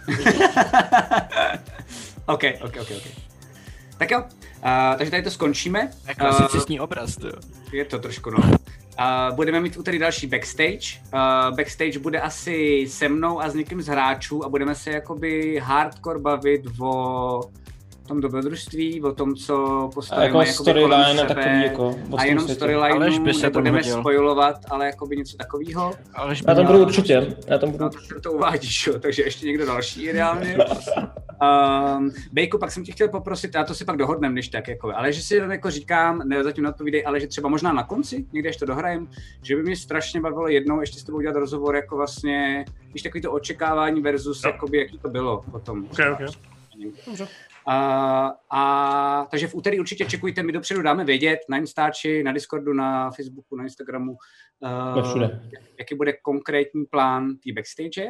Ok. Tak jo, takže tady to skončíme. Klasicistní obraz, to jo. Je to trošku, no. Budeme mít v úterý další backstage. Backstage bude asi se mnou a s někým z hráčů a budeme se jakoby hardcore bavit o tom dobrodružství, o tom, co postavíme jako storyline a takový jako a jenom storyline nebudeme spoilovat, ale jakoby něco takového. Já tam budu určitě. To uvádíš, jo, takže ještě někdo další ideálně. Bejku, pak jsem tě chtěl poprosit, a to si pak dohodneme, když tak, jako, ale že si jako říkám, ne, zatím neodpovídej, ale že třeba možná na konci, někde ještě to dohrajem, že by mě strašně bavilo jednou ještě s tebou dělat rozhovor, jako vlastně, když takový to očekávání versus, jakoby, jaký to bylo potom. Okay. Takže v úterý určitě čekujte, my dopředu dáme vědět na Instači, na Discordu, na Facebooku, na Instagramu, jaký bude konkrétní plán té backstage.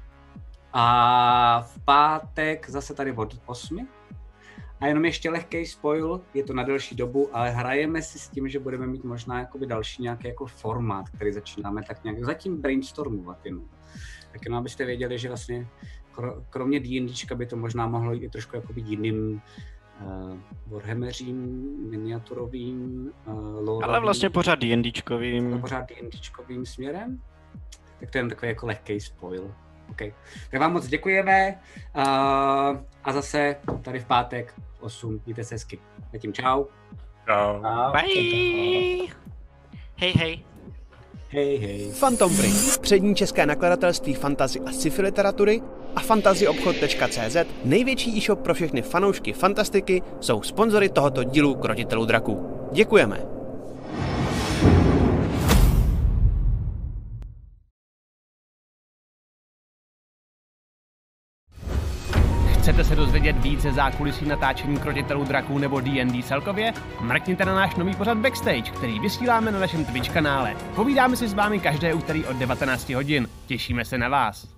A v pátek zase tady od 8. A jenom ještě lehkej spoil, je to na delší dobu, ale hrajeme si s tím, že budeme mít možná jakoby další nějaký jako formát, který začínáme tak nějak zatím brainstormovat jenom. Tak jenom abyste věděli, že vlastně kromě D&Dčka by to možná mohlo jít i trošku jakoby jiným warhammeřím, miniaturovým, loreovým. Ale vlastně pořád D&Dčkovým. Pořád D&Dčkovým směrem. Tak to je jen takový jako lehkej spoil. Okay. Tak vám moc děkujeme a zase tady v pátek 8. Mějte se hezky. Zatím čau. Čau. Bye. Hej. Phantom Print, přední české nakladatelství fantasy a sci-fi literatury a fantazyobchod.cz, největší e-shop pro všechny fanoušky fantastiky, jsou sponzory tohoto dílu Krotitelů draků. Děkujeme. Chcete se dozvědět více zákulisí natáčení Krotitelů draků nebo D&D celkově? Mrkněte na náš nový pořad Backstage, který vysíláme na našem Twitch kanále. Povídáme si s vámi každé úterý od 19 hodin. Těšíme se na vás.